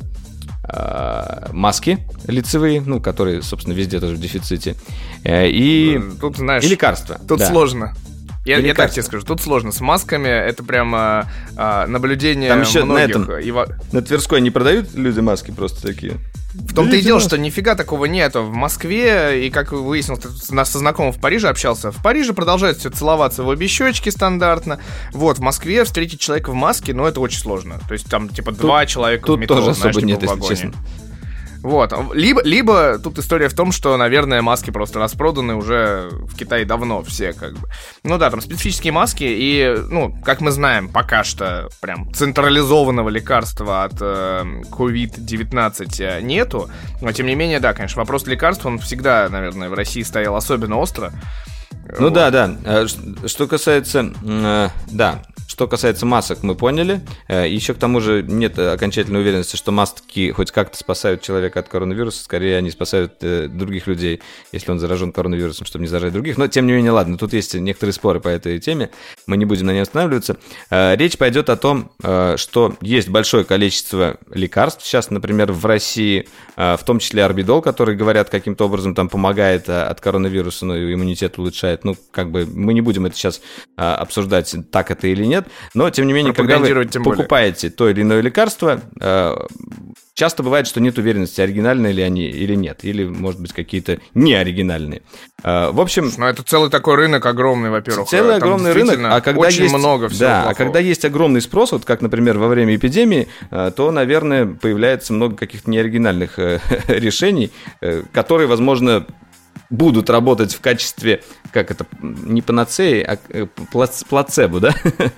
A: э, маски лицевые, ну, которые, собственно, везде тоже в дефиците, э, и,
B: Тут, знаешь,
A: и лекарства.
B: тут
A: да.
B: сложно. Я,
A: И
B: я так
A: лекарства.
B: тебе скажу, тут сложно. С масками это прямо а, наблюдение
A: Там еще на
B: многих.
A: этом-
B: И во-
A: На Тверской не продают люди маски просто такие?
B: В том-то и дело, что нифига такого нету. В Москве, и как выяснилось, нас со знакомым в Париже общался, в Париже продолжают все целоваться в обе щечки стандартно. Вот, в Москве встретить человека в маске, ну, это очень сложно. То есть там, типа, два человека
A: Тут
B: в метро,
A: тоже
B: знаешь,
A: особо
B: типа,
A: нет,
B: в
A: если
B: вагоне.
A: честно.
B: Вот, либо, либо тут история в том, что, наверное, маски просто распроданы уже в Китае давно все, как бы. Ну да, там специфические маски, и, ну, как мы знаем, пока что прям централизованного лекарства от э, ковид девятнадцать нету, но, тем не менее, да, конечно, вопрос лекарств, он всегда, наверное, в России стоял особенно остро.
A: Ну
B: Вот.
A: да, да. А ш- Что касается, э, да, Что касается масок, мы поняли. Еще к тому же нет окончательной уверенности, что маски хоть как-то спасают человека от коронавируса. Скорее, они спасают других людей, если он заражен коронавирусом, чтобы не заражать других. Но, тем не менее, ладно, тут есть некоторые споры по этой теме. Мы не будем на ней останавливаться. Речь пойдет о том, что есть большое количество лекарств. Сейчас, например, в России, в том числе орбидол, который, говорят, каким-то образом там помогает от коронавируса, но и иммунитет улучшает. Ну, как бы мы не будем это сейчас обсуждать, так это или нет. Но, тем не менее, когда вы покупаете то или иное лекарство, часто бывает, что нет уверенности, оригинальные ли они или нет. Или, может быть, какие-то неоригинальные. В общем...
B: Ну, это целый такой рынок огромный, во-первых.
A: Целый Там огромный рынок, а когда
B: очень
A: есть...
B: много всего
A: Да,
B: плохого.
A: А когда есть огромный спрос, вот как, например, во время эпидемии, то, наверное, появляется много каких-то неоригинальных решений, которые, возможно, будут работать в качестве, как это, не панацеи, а плацебо, да?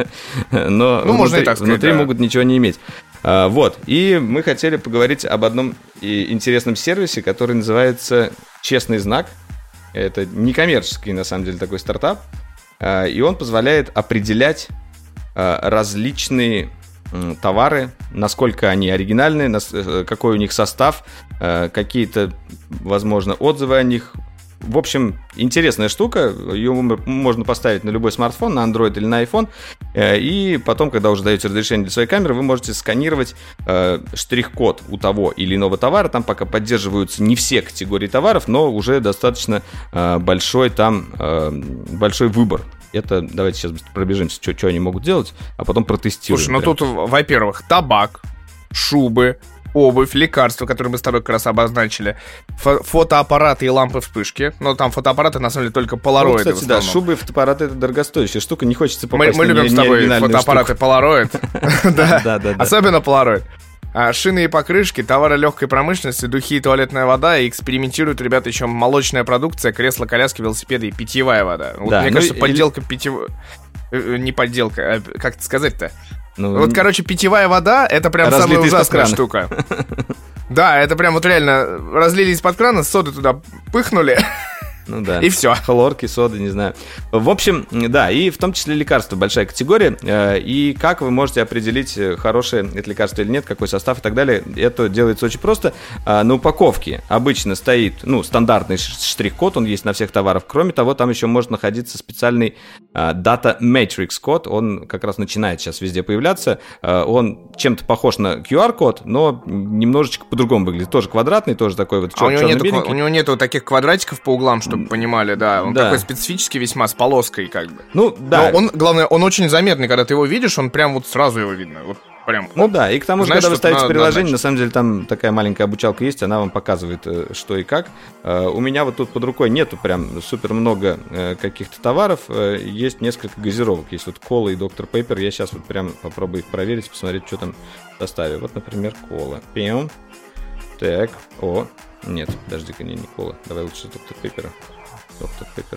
A: Но
B: ну, можно
A: внутри,
B: и так сказать,
A: внутри
B: да.
A: могут ничего не иметь. Вот, и мы хотели поговорить об одном интересном сервисе, который называется «Честный знак». Это некоммерческий, на самом деле, такой стартап. И он позволяет определять различные товары, насколько они оригинальные, какой у них состав, какие-то, возможно, отзывы о них. В общем, интересная штука, ее можно поставить на любой смартфон, на Android или на iPhone, и потом, когда уже даете разрешение для своей камеры, вы можете сканировать штрих-код у того или иного товара. Там пока поддерживаются не все категории товаров, но уже достаточно большой там большой выбор. Это давайте сейчас пробежимся, что, что они могут делать, а потом протестируем.
B: Слушай, ну
A: прям.
B: тут, во-первых, табак, шубы, обувь, лекарства, которые мы с тобой как раз обозначили, фо- фотоаппараты и лампы вспышки. Но там фотоаппараты, на самом деле, только полароиды.
A: Ну, кстати, да, шубы и фотоаппараты — это дорогостоящая штука, не хочется
B: Мы,
A: попасть
B: мы
A: на
B: любим
A: не-
B: с тобой
A: неоригинальную
B: фотоаппараты
A: штуку.
B: Polaroid. Да,
A: Да, да, да.
B: особенно Polaroid. А, шины и покрышки, товары легкой промышленности, духи и туалетная вода. И экспериментируют ребята еще молочная продукция, кресла, коляски, велосипеды и питьевая вода. Вот,
A: Да,
B: мне
A: ну
B: кажется,
A: или-
B: подделка питьевой... Не подделка, а как это сказать-то?
A: Ну,
B: Вот, короче, питьевая вода — это прям самая
A: Разлитая из-под
B: ужасная
A: крана.
B: штука. Да, это прям вот реально разлили из-под крана, соды туда пыхнули,
A: Ну да.
B: и все.
A: Хлорки, соды, не знаю. В общем, да, и в том числе лекарства большая категория. э, И как вы можете определить, э, хорошее это лекарство или нет, какой состав и так далее, это делается очень просто. А, На упаковке обычно стоит, ну, стандартный ш- штрих-код, он есть на всех товарах. Кроме того, там еще может находиться специальный а, Data Matrix код, он как раз начинает сейчас везде появляться. А, Он чем-то похож на ку ар-код, но немножечко по-другому выглядит. Тоже квадратный, тоже такой вот
B: А у него, нету,
A: черно-беленький.
B: у него нету таких квадратиков по углам, чтобы понимали, да. Он
A: Да.
B: такой специфический весьма, с полоской как бы.
A: Ну, да.
B: Но он, главное, он очень заметный, когда ты его видишь, он прям вот сразу его видно. Вот прям.
A: Ну да, и к тому же,
B: Знаешь,
A: когда вы
B: что
A: ставите
B: надо
A: приложение,
B: назначить.
A: на самом деле там такая маленькая обучалка есть, она вам показывает, э, что и как. Э, У меня вот тут под рукой нету прям супер много э, каких-то товаров, э, есть несколько газировок, есть вот кола и доктор Пеппер, я сейчас вот прям попробую их проверить, посмотреть, что там в составе. Вот, например, кола. Пьем. Так, о, нет, подожди-ка, не, не кола, давай лучше доктор Пеппера. Доктор Пеппер.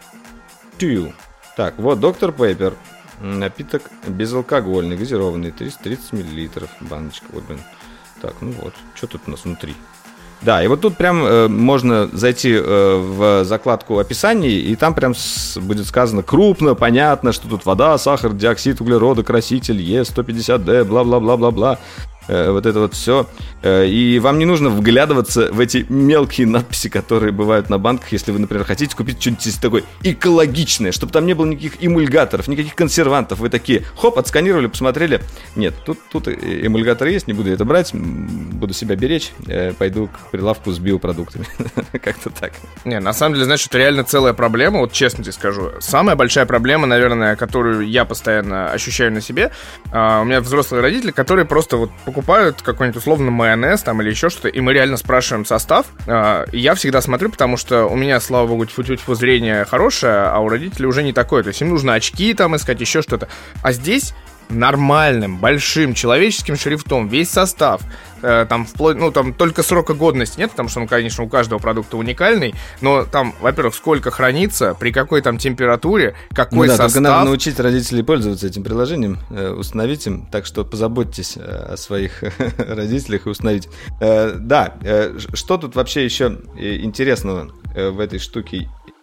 A: Тю. Так, вот доктор Пеппер. Напиток безалкогольный, газированный, триста тридцать миллилитров, баночка, вот, блин. Так, ну вот, что тут у нас внутри? Да, и вот тут прям э, можно зайти э, в закладку описаний, и там прям с, будет сказано крупно, понятно, что тут вода, сахар, диоксид углерода, краситель, Е сто пятьдесят дэ, бла-бла-бла-бла-бла. Э, вот это вот все. Э, и вам не нужно вглядываться в эти мелкие надписи, которые бывают на банках, если вы, например, хотите купить что-нибудь такое экологичное, чтобы там не было никаких эмульгаторов, никаких консервантов. Вы такие, хоп, отсканировали, посмотрели. Нет, тут, тут эмульгаторы есть, не буду это брать, буду себя беречь, э, пойду к прилавку с биопродуктами. Как-то так.
B: Не, на самом деле, знаешь, это реально целая проблема, вот честно тебе скажу. Самая большая проблема, наверное, которую я постоянно ощущаю на себе, а, у меня взрослые родители, которые просто вот покупают какой-нибудь условно майонез там или еще что-то, и мы реально спрашиваем состав. А, и я всегда смотрю, потому что у меня, слава богу, тьфу-тьфу-тьфу, зрение хорошее, а у родителей уже не такое. То есть им нужно очки там искать, еще что-то. А здесь нормальным, большим, человеческим шрифтом весь состав, э, там вплоть, ну там только срока годности нет, потому что он, конечно, у каждого продукта уникальный, но там, во-первых, сколько хранится, при какой там температуре, какой
A: Ну да,
B: состав.
A: только надо научить родителей пользоваться этим приложением, э, установить им, так что позаботьтесь э, о своих родителях и установите. Э, да, э, что тут вообще еще интересного э, в этой штуке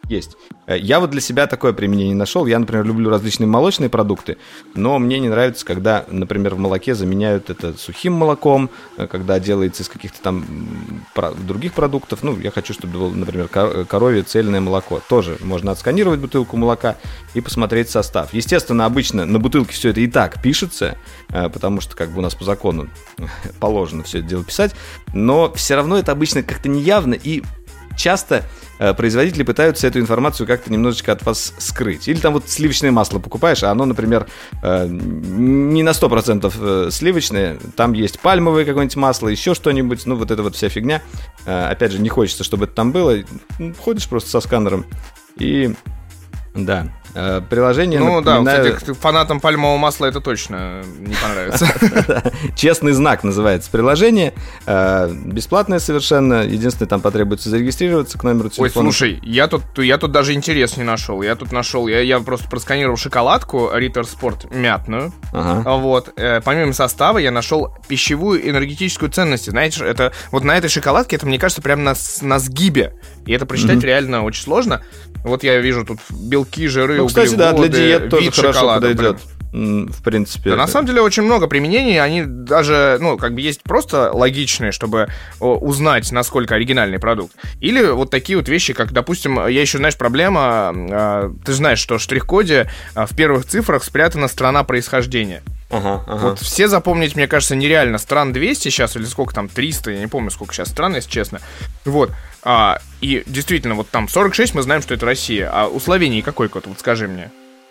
A: Есть. Я вот для себя такое применение нашел. Я, например, люблю различные молочные продукты, но мне не нравится, когда, например, в молоке заменяют это сухим молоком, когда делается из каких-то там других продуктов. Ну, я хочу, чтобы было, например, коровье цельное молоко. Тоже можно отсканировать бутылку молока и посмотреть состав. Естественно, обычно на бутылке все это и так пишется, потому что как бы у нас по закону положено все это дело писать, но все равно это обычно как-то неявно, и часто э, производители пытаются эту информацию как-то немножечко от вас скрыть. Или там вот сливочное масло покупаешь, а оно, например, э, не на сто процентов э, сливочное. Там есть пальмовое какое-нибудь масло, еще что-нибудь. Ну, вот эта вот вся фигня. Э, опять же, не хочется, чтобы это там было. Ходишь просто со сканером и... Да, приложение,
B: ну
A: напоминаю...
B: да, кстати, фанатам пальмового масла это точно не понравится.
A: Честный знак называется приложение. Бесплатное совершенно. Единственное, там потребуется зарегистрироваться к номеру телефона.
B: Ой, слушай, я тут, я тут даже интерес не нашел. Я тут нашел, я, я просто просканировал шоколадку Ritter Sport мятную. Ага. Вот. Помимо состава я нашел пищевую энергетическую ценность. Знаете, это вот на этой шоколадке, это, мне кажется, прямо на, на сгибе. И это прочитать mm-hmm. реально очень сложно. Вот я вижу тут белки, жиры, ну, кстати,
A: углеводы,
B: да,
A: для диет тоже хорошо подойдет.
B: Блин.
A: В принципе.
B: Да, на самом деле очень много применений. Они даже, ну, как бы есть просто логичные, чтобы узнать, насколько оригинальный продукт. Или вот такие вот вещи, как, допустим, я еще, знаешь, проблема. Ты знаешь, что в штрих-коде в первых цифрах спрятана страна происхождения.
A: Ага, ага.
B: Вот все запомнить, мне кажется, нереально. Стран двести сейчас, или сколько там, триста, я не помню, сколько сейчас стран, если честно. Вот. А, и действительно, вот там сорок шесть, мы знаем, что это Россия. А у Словении какой код? Вот скажи мне.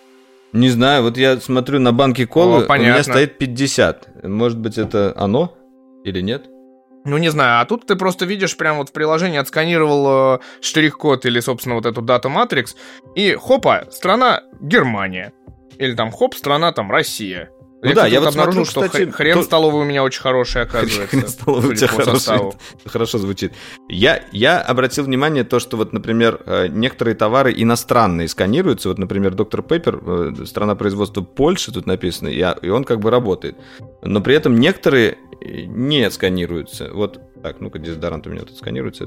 A: Не знаю, вот я смотрю на банке колы,
B: О,
A: у меня стоит пятьдесят. Может быть, это оно или нет?
B: Ну, не знаю, а тут ты просто видишь, прям вот в приложении отсканировал э, штрих-код или, собственно, вот эту дату Matrix, и хопа, страна Германия. Или там хоп, страна там Россия.
A: Ну
B: я,
A: да, я вот
B: обнаружил,
A: смотрю,
B: что
A: кстати,
B: хрен
A: то...
B: столовый у меня очень хороший, оказывается.
A: Хрен столовый у тебя хороший, хорошо звучит. Я, я обратил внимание то, что вот, например, некоторые товары иностранные сканируются. Вот, например, доктор Пеппер, страна производства Польши, тут написано, и он как бы работает. Но при этом некоторые не сканируются. Вот, так, ну-ка, дезодорант у меня тут сканируется.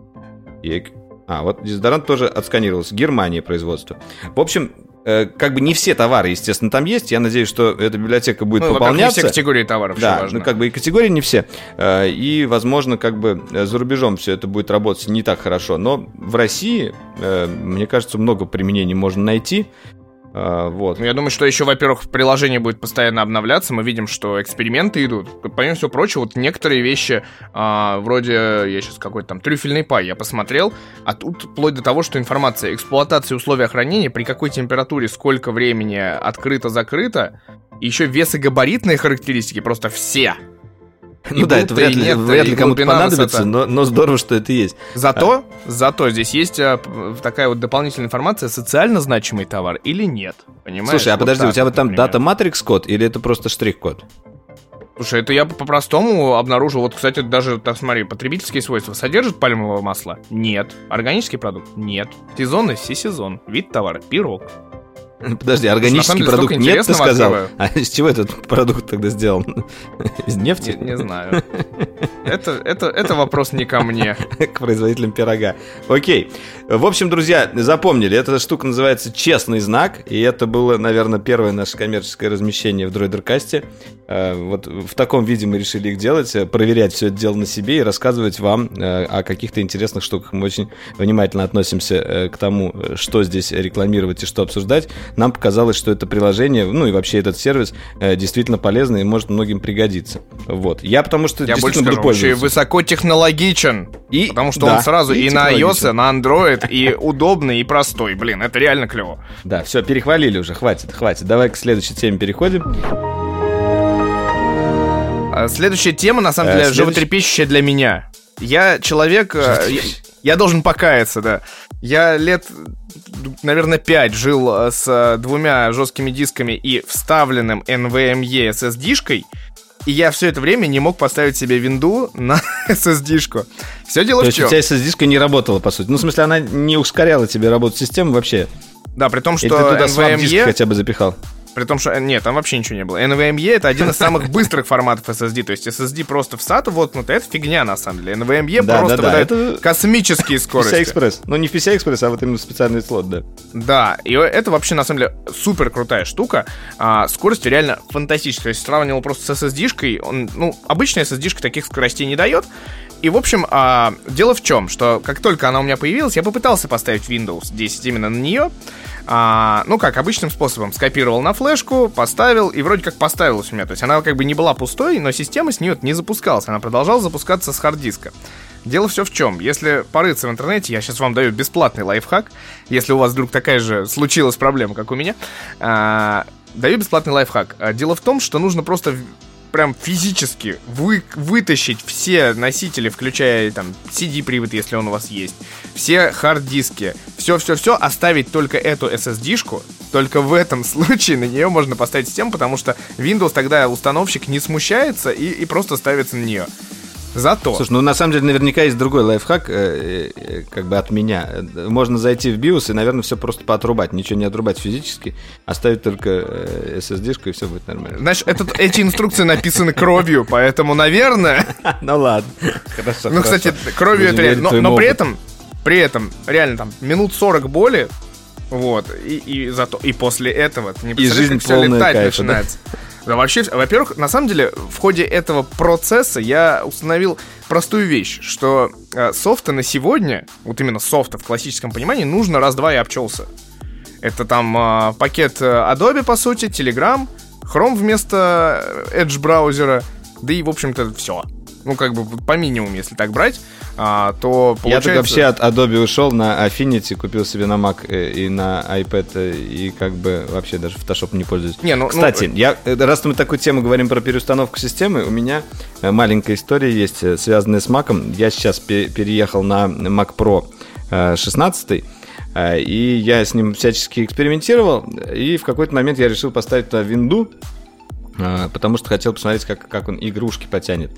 A: И... А, вот дезодорант тоже отсканировался. Германия производство. В общем... Как бы не все товары, естественно, там есть. Я надеюсь, что эта библиотека будет ну, пополняться.
B: Не все категории товаров,
A: да,
B: важно.
A: Ну, как бы и категории не все. И, возможно, как бы за рубежом все это будет работать не так хорошо. Но в России, мне кажется, много применений можно найти. Вот.
B: Ну, я думаю, что еще, во-первых, приложение будет постоянно обновляться. Мы видим, что эксперименты идут. Помимо всего прочего, вот некоторые вещи, а, вроде, я сейчас какой-то там трюфельный пай я посмотрел, а тут вплоть до того, что информация эксплуатации условия хранения, при какой температуре, сколько времени открыто-закрыто, и еще весогабаритные характеристики, просто все.
A: Ну да, это вряд ли, нет, вряд ли кому-то понадобится, но, но здорово, что это есть.
B: Зато, а. зато здесь есть а, такая вот дополнительная информация, социально значимый товар или нет, понимаешь?
A: Слушай, а вот подожди,
B: так,
A: у тебя вот там
B: например.
A: дата Matrix код или это просто штрих-код?
B: Слушай, это я по-простому обнаружил. Вот, кстати, даже, так смотри, потребительские свойства содержат пальмовое масло? Нет. Органический продукт? Нет. Сезонный? Всесезон. Вид товара? Пирог.
A: Подожди, органический деле, продукт нет, ты сказал? Открываю. А из чего этот продукт тогда сделан? Из нефти?
B: Не, не знаю. Это, это, это вопрос не ко мне.
A: К производителям пирога. Окей. В общем, друзья, запомнили, эта штука называется «Честный знак», и это было, наверное, первое наше коммерческое размещение в Дроидеркасте. Вот в таком виде мы решили их делать, проверять все это дело на себе и рассказывать вам о каких-то интересных штуках. Мы очень внимательно относимся к тому, что здесь рекламировать и что обсуждать. Нам показалось, что это приложение, ну и вообще этот сервис действительно полезный и может многим пригодиться. Вот. Я потому что
B: Я
A: действительно
B: больше
A: буду пользоваться.
B: еще и высокотехнологичен. И, потому что
A: да,
B: он сразу и, и на iOS, и на Android, и удобный, и простой. Блин, это реально клево.
A: Да, все, перехвалили уже, хватит, хватит. Давай к следующей теме переходим.
B: Следующая тема, на самом деле, а, животрепещущая для меня. Я человек... Я, я должен покаяться, да. Я лет, наверное, пять жил с двумя жесткими дисками и вставленным эн ви эм и эс эс ди-шкой, и я все это время не мог поставить себе винду на эс эс ди-шку. Все дело
A: То
B: в чем?
A: у тебя эс эс ди-шка не работала, по сути. Ну, в смысле, она не ускоряла тебе работу системы вообще.
B: Да, при том, что
A: Или ты туда
B: эн ви эм и...
A: свап-диск хотя бы запихал?
B: При том, что... Нет, там вообще ничего не было. эн ви эм и — это один из самых быстрых форматов эс эс ди. То есть эс эс ди просто в сату воткнуто. Это фигня, на самом деле. эн ви эм и
A: да,
B: просто
A: да, да.
B: выдает
A: это...
B: космические скорости.
A: пи си ай-экспресс. Ну, не пи си ай-экспресс, а вот именно специальный слот, да.
B: Да, и это вообще, на самом деле, супер крутая штука. А, скорость реально фантастическая. То есть сравнивал просто с эс эс ди-шкой. Он, ну, обычная эс эс ди-шка таких скоростей не дает. И, в общем, а, дело в чем, что как только она у меня появилась, я попытался поставить Windows десять именно на нее. А, ну как, обычным способом. Скопировал на флешку, поставил, и вроде как поставилась у меня. То есть она как бы не была пустой, но система с нее не запускалась. Она продолжала запускаться с хард-диска. Дело все в чем. Если порыться в интернете, я сейчас вам даю бесплатный лайфхак. Если у вас вдруг такая же случилась проблема, как у меня, а, даю бесплатный лайфхак. А, дело в том, что нужно просто прям физически вы, вытащить все носители, включая там си ди-привод, если он у вас есть, все хард-диски, все-все-все, оставить только эту эс эс ди-шку. Только в этом случае на нее можно поставить систему, потому что Windows тогда установщик не смущается и, и просто ставится на нее. Зато...
A: Слушай, ну на самом деле наверняка есть другой лайфхак, э, э, как бы от меня. Можно зайти в BIOS и, наверное, все просто поотрубать. Ничего не отрубать физически, оставить только э, эс эс ди-шку, и все будет нормально.
B: Знаешь, это, эти инструкции написаны кровью, поэтому, наверное...
A: Ну ладно, хорошо.
B: Ну, кстати, кровью это реально... Но при этом, при этом, реально, там, минут сорок боли, вот, и, и, зато, и после этого ты не представляешь, как все летать начинается. Да, вообще, во-первых, на самом деле, в ходе этого процесса я установил простую вещь, что э, софта на сегодня, вот именно софта в классическом понимании, нужно раз-два и обчелся. Это там э, пакет Adobe, по сути, Telegram, Chrome вместо Edge браузера, да и, в общем-то, все. Ну, как бы по минимуму, если так брать, а, то получается...
A: Я так вообще от Adobe ушел на Affinity, купил себе на Mac и на iPad, и как бы вообще даже Photoshop не пользуюсь. Не, ну, Кстати, ну... Я, раз мы такую тему говорим про переустановку системы, у меня маленькая история есть, связанная с Mac. Я сейчас переехал на Mac Pro шестнадцать, и я с ним всячески экспериментировал, и в какой-то момент я решил поставить туда винду, потому что хотел посмотреть, как, как он игрушки потянет.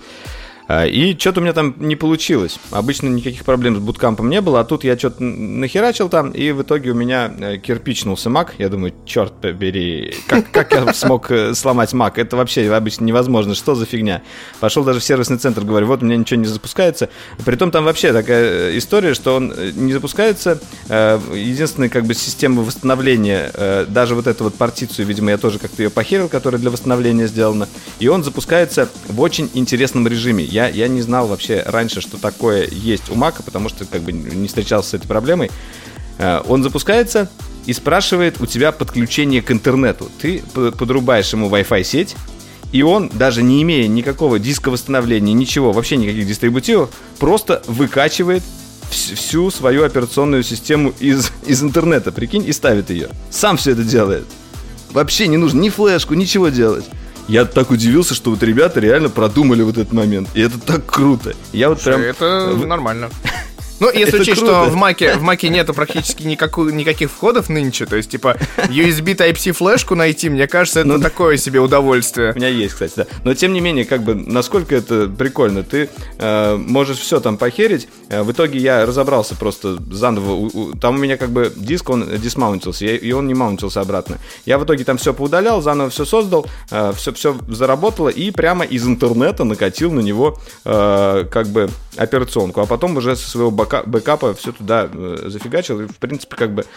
A: И что-то у меня там не получилось. Обычно никаких проблем с буткампом не было, а тут я что-то нахерачил там, и в итоге у меня кирпичнулся Mac. Я думаю, черт побери, как, как я смог сломать Mac? Это вообще обычно невозможно, что за фигня? Пошел даже в сервисный центр, говорю, вот у меня ничего не запускается. Притом там вообще такая история, что он не запускается. Единственная как бы система восстановления, даже вот эту вот партицию, видимо, я тоже как-то ее похерил, которая для восстановления сделана, и он запускается в очень интересном режиме. Я Я, я не знал вообще раньше, что такое есть у Мака, потому что как бы не встречался с этой проблемой. Он запускается и спрашивает у тебя подключение к интернету. Ты подрубаешь ему Wi-Fi сеть, и он, даже не имея никакого диска восстановления, ничего, вообще никаких дистрибутивов, просто выкачивает всю свою операционную систему из, из интернета, прикинь, и ставит ее. Сам все это делает. Вообще не нужно ни флешку, ничего делать. Я так удивился, что вот ребята реально продумали вот этот момент. И это так круто. Я вот прям...
B: Это нормально. Ну, если учесть, что в Маке, в Маке нету практически никакой, никаких входов нынче, то есть, типа, ю эс би Type-C флешку найти, мне кажется, это ну, такое себе удовольствие.
A: У меня есть, кстати, да. Но, тем не менее, как бы, насколько это прикольно. Ты э, можешь все там похерить. В итоге я разобрался просто заново. У, у, там у меня, как бы, диск, он дисмаунтился, и он не маунтился обратно. Я в итоге там все поудалял, заново все создал, э, все, все заработало, и прямо из интернета накатил на него, э, как бы, операционку. А потом уже со своего бока бэкапа все туда э, зафигачил. И, в принципе, как бы,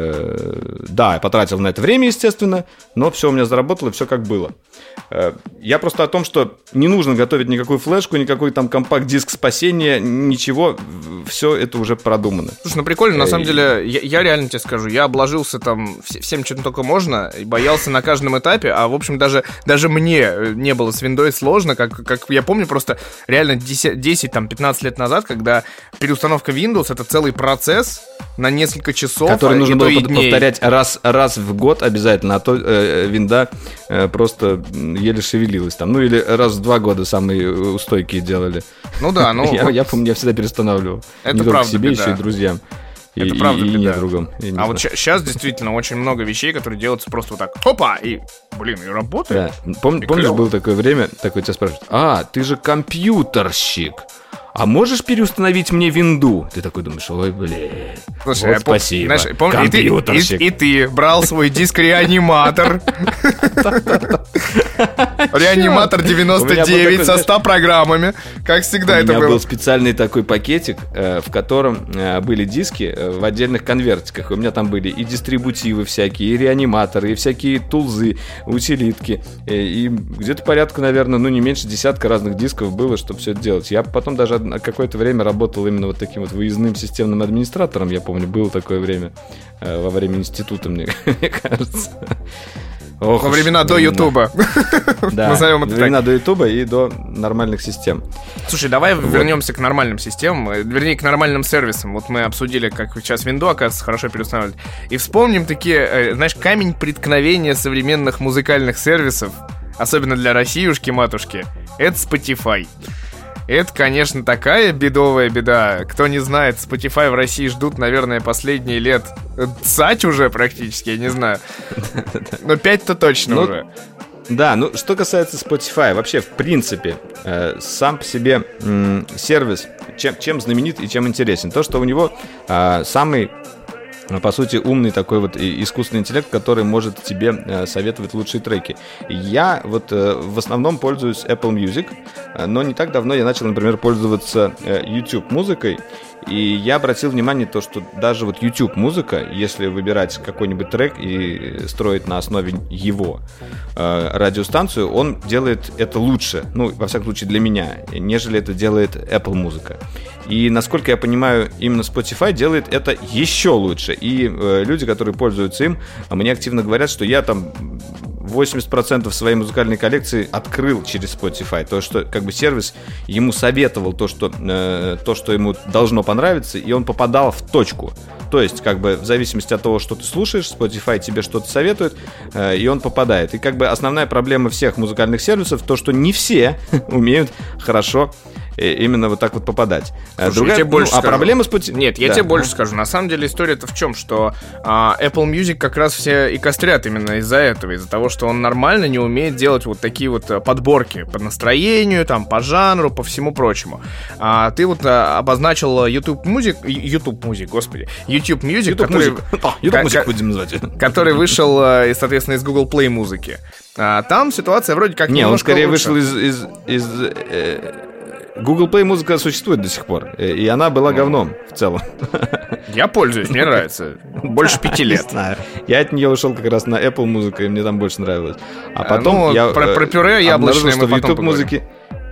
A: э, да, я потратил на это время, естественно, но все у меня заработало, все как было. Э, я просто о том, что не нужно готовить никакую флешку, никакой там компакт-диск спасения, ничего, все это уже продумано.
B: Слушай, ну прикольно, на самом деле, я, я реально тебе скажу, я обложился там всем, чем только можно, и боялся на каждом этапе, а, в общем, даже, даже мне не было с Windows сложно, как, как я помню, просто реально десять-пятнадцать лет назад, когда переустановка Windows — это целый процесс на несколько часов,
A: который нужно было
B: под,
A: повторять раз, раз в год обязательно, а то э, винда э, просто еле шевелилась там. Ну или раз в два года самые устойкие делали.
B: Ну да, ну...
A: я, я помню, я всегда перестанавливал.
B: Это
A: не
B: правда
A: только себе,
B: беда.
A: еще и друзьям. И,
B: это правда
A: и, и
B: беда.
A: не другом.
B: А знаю. Вот сейчас действительно очень много вещей, которые делаются просто вот так. Опа! И, блин, и работает.
A: Да. Пом, помнишь, было такое время, такой тебя спрашивают: а, ты же компьютерщик. а можешь переустановить мне винду? Ты такой думаешь, ой, блин,
B: Слушай,
A: вот
B: я
A: спасибо,
B: знаешь, помню, и, ты,
A: компьютерщик.
B: и, и ты брал свой диск-реаниматор. Реаниматор девяносто девять со ста программами. Как всегда это было.
A: У меня был специальный такой пакетик, в котором были диски в отдельных конвертиках. У меня там были и дистрибутивы всякие, и реаниматоры, и всякие тулзы, утилитки. И где-то порядка, наверное, ну не меньше десятка разных дисков было, чтобы все это делать. Я потом даже какое-то время работал именно вот таким вот выездным системным администратором. Я помню, было такое время во время института, мне, мне кажется. Ох,
B: во времена до Ютуба.
A: Да, во времена до Ютуба и до нормальных систем.
B: Слушай, давай вот. вернемся к нормальным системам, вернее, к нормальным сервисам. Вот мы обсудили, как сейчас Windows, оказывается, хорошо переустанавливать. И вспомним такие, знаешь, камень преткновения современных музыкальных сервисов, особенно для Россиюшки-матушки, это Spotify. Это, конечно, такая бедовая беда. Кто не знает, Spotify в России ждут, наверное, последние лет цать уже практически, я не знаю. Но пять-то точно ну, уже.
A: Да, ну что касается Spotify, вообще, в принципе, э, сам по себе э, сервис, чем, чем знаменит и чем интересен. То, что у него э, самый... по сути, умный такой вот искусственный интеллект, который может тебе э, советовать лучшие треки. Я вот э, в основном пользуюсь Apple Music, но не так давно я начал, например, пользоваться э, YouTube музыкой. И я обратил внимание на то, что даже вот YouTube музыка, если выбирать какой-нибудь трек и строить на основе его э, радиостанцию, он делает это лучше, ну, во всяком случае для меня, нежели это делает Apple музыка. И, насколько я понимаю, именно Spotify делает это еще лучше. И э, люди, которые пользуются им, мне активно говорят, что я там восемьдесят процентов своей музыкальной коллекции открыл через Spotify. То, что как бы сервис ему советовал то, что, э, то, что ему должно понравиться, и он попадал в точку. То есть, как бы, в зависимости от того, что ты слушаешь, Spotify тебе что-то советует, э, и он попадает. И, как бы, основная проблема всех музыкальных сервисов, то, что не все умеют хорошо именно вот так вот попадать.
B: Слушай, Другая, я тебе больше
A: ну,
B: скажу.
A: А проблема Spotify...
B: Нет, я
A: да.
B: тебе больше скажу. На самом деле история-то в чем, что а, Apple Music как раз все и кострят именно из-за этого, из-за того, что он нормально не умеет делать вот такие вот подборки по настроению, там, по жанру, по всему прочему. А, ты вот а, обозначил YouTube Music, YouTube Music, господи, YouTube Music,
A: YouTube
B: который,
A: Music. YouTube Music будем называть.
B: Который вышел, соответственно, из Google Play музыки. А, там ситуация вроде как
A: не,
B: немножко
A: он скорее
B: лучше.
A: вышел из... из, из э... Google Play музыка существует до сих пор, и она была говном в целом.
B: Я пользуюсь, мне нравится. Больше пяти лет.
A: Не знаю. Я от нее ушел как раз на Apple музыку, и мне там больше нравилось. А потом
B: ну,
A: я
B: про, про пюре яблочное мы
A: что в YouTube музыке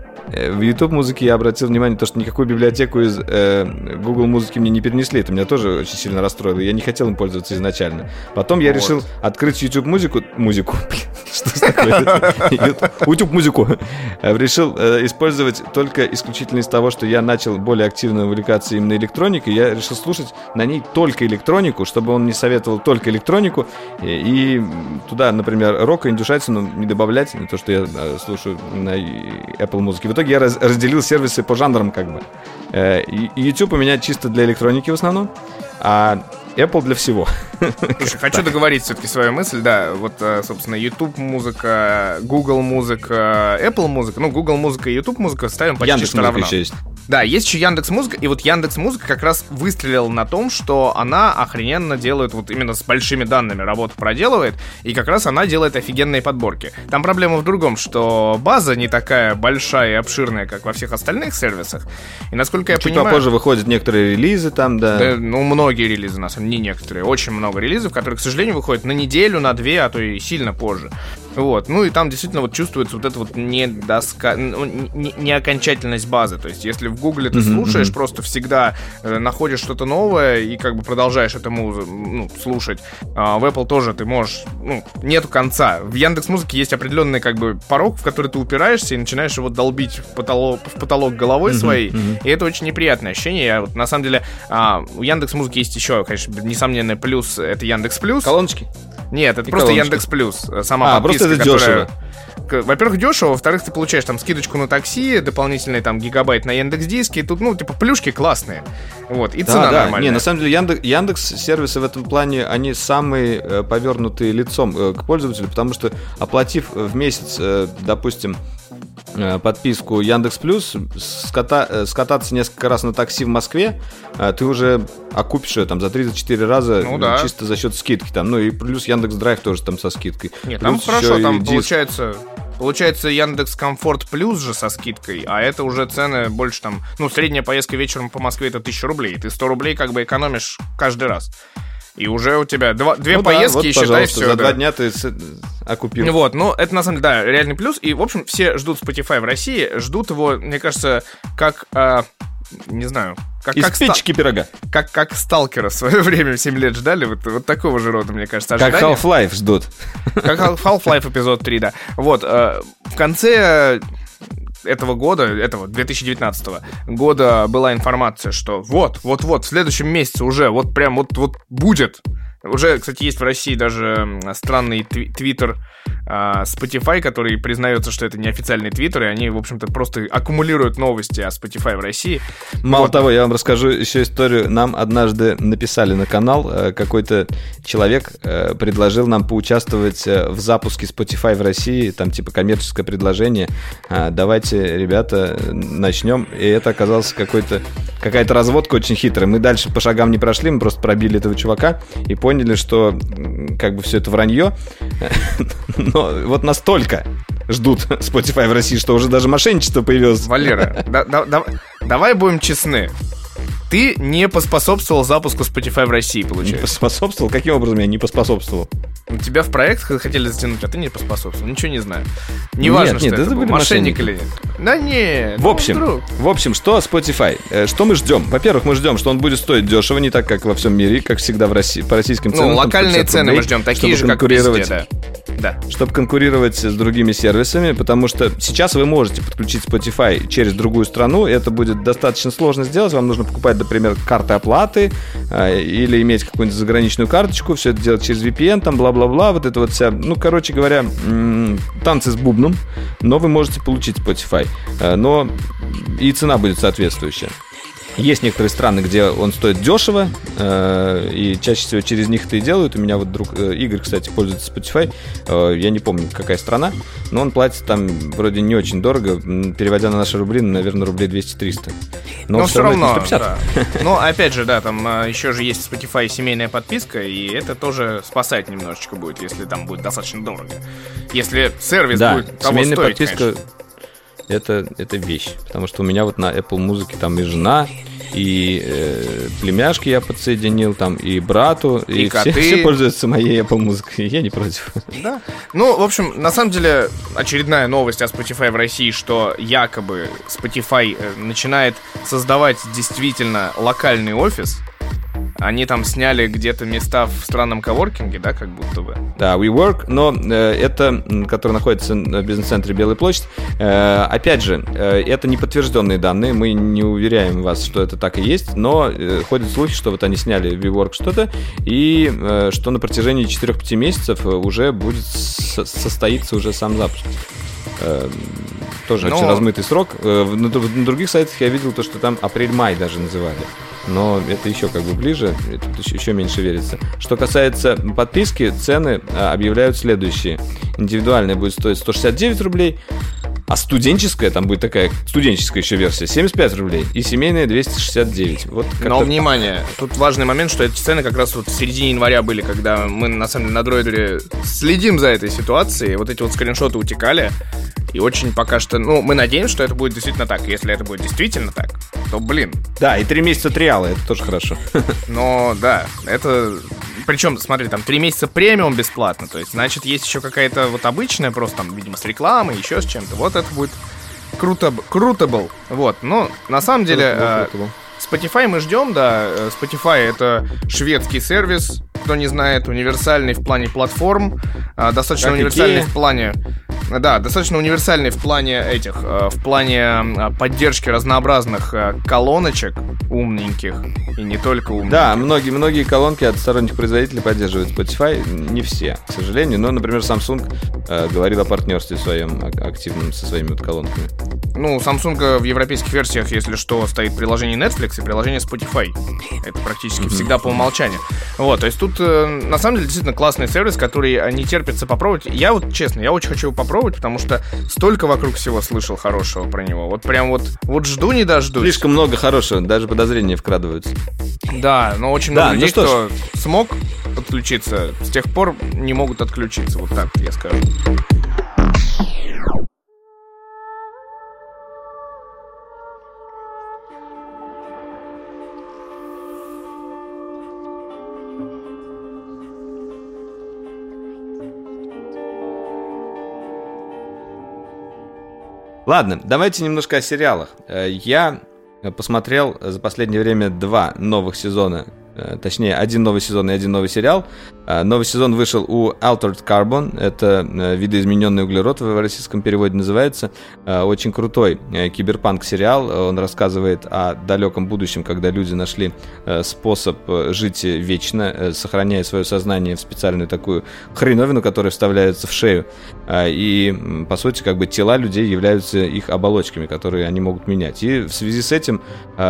A: В YouTube музыке я обратил внимание на то, что никакую библиотеку из э, Google музыки мне не перенесли. Это меня тоже очень сильно расстроило. Я не хотел им пользоваться изначально. Потом я вот. решил открыть YouTube музыку. Музыку. Что такое? YouTube музыку. Решил использовать только исключительно из того, что я начал более активно увлекаться именно электроникой. Я решил слушать на ней только электронику, чтобы он мне советовал только электронику. И туда, например, рока, индюшатину не добавлять. То, что я слушаю на Apple музыке. В итоге я раз, разделил сервисы по жанрам как бы. Э, YouTube у меня чисто для электроники в основном, а Apple для всего.
B: Слушай, хочу договорить все-таки свою мысль. Да, вот, собственно, YouTube музыка, Google музыка, Apple музыка. Ну, Google музыка и YouTube музыка ставим почти
A: Яндекс
B: что равно.
A: Еще есть.
B: Да, есть еще Яндекс Музыка, и вот Яндекс Музыка как раз выстрелила на том, что она охрененно делает, вот именно с большими данными работу проделывает, и как раз она делает офигенные подборки. Там проблема в другом, что база не такая большая и обширная, как во всех остальных сервисах, и насколько я
A: Чуть
B: понимаю...
A: попозже выходят некоторые релизы там, да.
B: да. Ну, многие релизы, на самом деле, не некоторые, очень много релизов, которые, к сожалению, выходят на неделю, на две, а то и сильно позже. Вот, ну и там действительно вот чувствуется вот эта вот недоска... не, не окончательность базы, то есть если в Гугле ты mm-hmm, слушаешь, mm-hmm. просто всегда э, находишь что-то новое и как бы продолжаешь это музы... ну, слушать, а в Apple тоже ты можешь, ну, нету конца. В Яндекс.Музыке есть определенный как бы порог, в который ты упираешься и начинаешь его долбить в потолок, в потолок головой mm-hmm, своей, mm-hmm. и это очень неприятное ощущение. Я вот на самом деле а, у Яндекс.Музыки есть еще, конечно, несомненный плюс, это Яндекс Плюс.
A: Колоночки?
B: Нет, это
A: и
B: просто
A: колоночки.
B: Яндекс Плюс, сама
A: а,
B: подписка,
A: просто это
B: которая...
A: дешево.
B: Во-первых, дешево, во-вторых, ты получаешь там скидочку на такси, дополнительный там гигабайт на Яндекс.Диске, тут, ну, типа, плюшки классные. Вот, и
A: да,
B: цена
A: да.
B: нормальная.
A: Не, на самом деле, Яндекс, Яндекс сервисы в этом плане, они самые э, повернутые лицом э, к пользователю, потому что, оплатив в месяц, э, допустим, подписку Яндекс Плюс, ската, скататься несколько раз на такси в Москве, ты уже окупишь ее там за три-четыре раза, ну, да. чисто за счет скидки там. Ну и плюс Яндекс Драйв тоже там со скидкой.
B: Нет, там хорошо, там получается... Получается, Яндекс Комфорт Плюс же со скидкой, а это уже цены больше там... Ну, средняя поездка вечером по Москве — это тысяча рублей. Ты сто рублей как бы экономишь каждый раз. И уже у тебя два, две ну поездки, да, вот, и считай, все.
A: За
B: да.
A: два дня ты окупил.
B: Вот, ну, это на самом деле, да, реальный плюс. И, в общем, все ждут Spotify в России, ждут его, мне кажется, как... А, не знаю... Как,
A: Из
B: как
A: печки ста- пирога.
B: Как, как Сталкера в свое время в семь лет ждали. Вот, вот такого же рода, мне кажется, ожидания.
A: Как Half-Life ждут.
B: Как Half-Life эпизод три, да. Вот, э, в конце этого года, этого две тысячи девятнадцатого года была информация, что вот, вот-вот, в следующем месяце уже, вот прям вот, вот будет. Уже, кстати, есть в России даже странный твиттер uh, Spotify, который признается, что это не официальный твиттер, и они, в общем-то, просто аккумулируют новости о Spotify в России.
A: Мало
B: вот.
A: того, я вам расскажу еще историю. Нам однажды написали на канал, какой-то человек предложил нам поучаствовать в запуске Spotify в России, там типа коммерческое предложение. Давайте, ребята, начнем. И это оказалось какой-то, какая-то разводка очень хитрая. Мы дальше по шагам не прошли, мы просто пробили этого чувака и поняли, что как бы все это вранье. Но вот настолько ждут Spotify в России, что уже даже мошенничество появилось.
B: Валера, да, да, да, давай будем честны. Ты не поспособствовал запуску Spotify в России, получается.
A: Не поспособствовал? Каким образом я не поспособствовал?
B: Тебя в проект хотели затянуть, а ты не поспособствовал. Ничего не знаю. Неважно,
A: нет,
B: что
A: нет,
B: это, это был мошенник или нет. Да нет.
A: В общем, ну, в общем, что Spotify? Что мы ждем? Во-первых, мы ждем, что он будет стоить дешево, не так, как во всем мире, как всегда в России, по российским ценам.
B: Ну, локальные цены
A: рублей,
B: мы ждем, такие же, как везде, да.
A: Да. Чтобы конкурировать с другими сервисами, потому что сейчас вы можете подключить Spotify через другую страну, это будет достаточно сложно сделать, вам нужно покупать, например, карты оплаты э, или иметь какую-нибудь заграничную карточку, все это делать через ви пи эн, там бла-бла-бла, вот это вот вся, ну, короче говоря, м- танцы с бубном, но вы можете получить Spotify, э, но и цена будет соответствующая. Есть некоторые страны, где он стоит дешево, э, и чаще всего через них это и делают. У меня вот друг э, Игорь, кстати, пользуется Spotify. Э, я не помню, какая страна, но он платит там вроде не очень дорого. Переводя на наши рубли, наверное, рублей двести-триста. Но, но все, все равно, равно сто пятьдесят. Да.
B: Но опять же, да, там еще же есть в Spotify семейная подписка, и это тоже спасать немножечко будет, если там будет достаточно дорого. Если сервис
A: да,
B: будет того
A: семейная
B: стоить,
A: подписка.
B: Конечно.
A: Это, это вещь, потому что у меня вот на Apple Музыке там и жена, и э, племяшки я подсоединил, там и брату, и, и все, все пользуются моей Apple Музыкой, я не против.
B: Да. Ну, в общем, на самом деле, очередная новость о Spotify в России, что якобы Spotify начинает создавать действительно локальный офис. Они там сняли где-то места в странном коворкинге, да, как будто бы.
A: Да, WeWork, но э, это, который находится в бизнес-центре Белая площадь, э, опять же, э, это не подтвержденные данные, мы не уверяем вас, что это так и есть, но э, ходят слухи, что вот они сняли в WeWork что-то, и э, что на протяжении четыре-пять месяцев уже будет со- состоится уже сам запуск. Э, тоже но... очень размытый срок. Э, на, на других сайтах я видел то, что там апрель-май даже называли. Но это еще как бы ближе, тут еще, еще меньше верится. Что касается подписки, цены а, объявляют следующие. Индивидуальная будет стоить сто шестьдесят девять рублей, а студенческая, там будет такая студенческая еще версия, семьдесят пять рублей, и семейная двести шестьдесят девять. Вот
B: но, внимание, тут важный момент, что эти цены как раз вот в середине января были, когда мы, на самом деле, на Дроидере следим за этой ситуацией, вот эти вот скриншоты утекали, и очень пока что, ну, мы надеемся, что это будет действительно так. Если это будет действительно так, то, блин.
A: Да, и три месяца триала, это тоже хорошо.
B: Но, да, это... Причем, смотри, там три месяца премиум бесплатно, то есть, значит, есть еще какая-то вот обычная, просто там, видимо, с рекламой, еще с чем-то. Вот это будет круто, круто был. Вот, но на самом деле э, Spotify мы ждем, да. Spotify — это шведский сервис, кто не знает, универсальный в плане платформ, э, достаточно как универсальный в плане... Да, достаточно универсальный в плане этих, в плане поддержки разнообразных колоночек умненьких и не только умненьких.
A: Да, многие, многие колонки от сторонних производителей поддерживают Spotify, не все, к сожалению. Но, например, Samsung э, говорил о партнерстве своем активном со своими вот колонками.
B: Ну, у Samsung в европейских версиях, если что, стоит приложение Netflix и приложение Spotify. Это практически mm-hmm. всегда по умолчанию. Вот, то есть тут, на самом деле, действительно классный сервис, который не терпится попробовать. Я вот, честно, я очень хочу его попробовать, потому что столько вокруг всего слышал хорошего про него. Вот прям вот, вот жду не дождусь.
A: Слишком много хорошего, даже подозрения вкрадываются.
B: Да, но очень
A: да,
B: много людей,
A: ну
B: кто смог подключиться, с тех пор не могут отключиться. Вот так я скажу.
A: Ладно, давайте немножко о сериалах. Я посмотрел за последнее время два новых сезона, точнее, один новый сезон и один новый сериал. Новый сезон вышел у Altered Carbon, это видоизмененный углерод в российском переводе называется. Очень крутой киберпанк-сериал, он рассказывает о далеком будущем, когда люди нашли способ жить вечно, сохраняя свое сознание в специальную такую хреновину, которая вставляется в шею. И, по сути, как бы тела людей являются их оболочками, которые они могут менять. И в связи с этим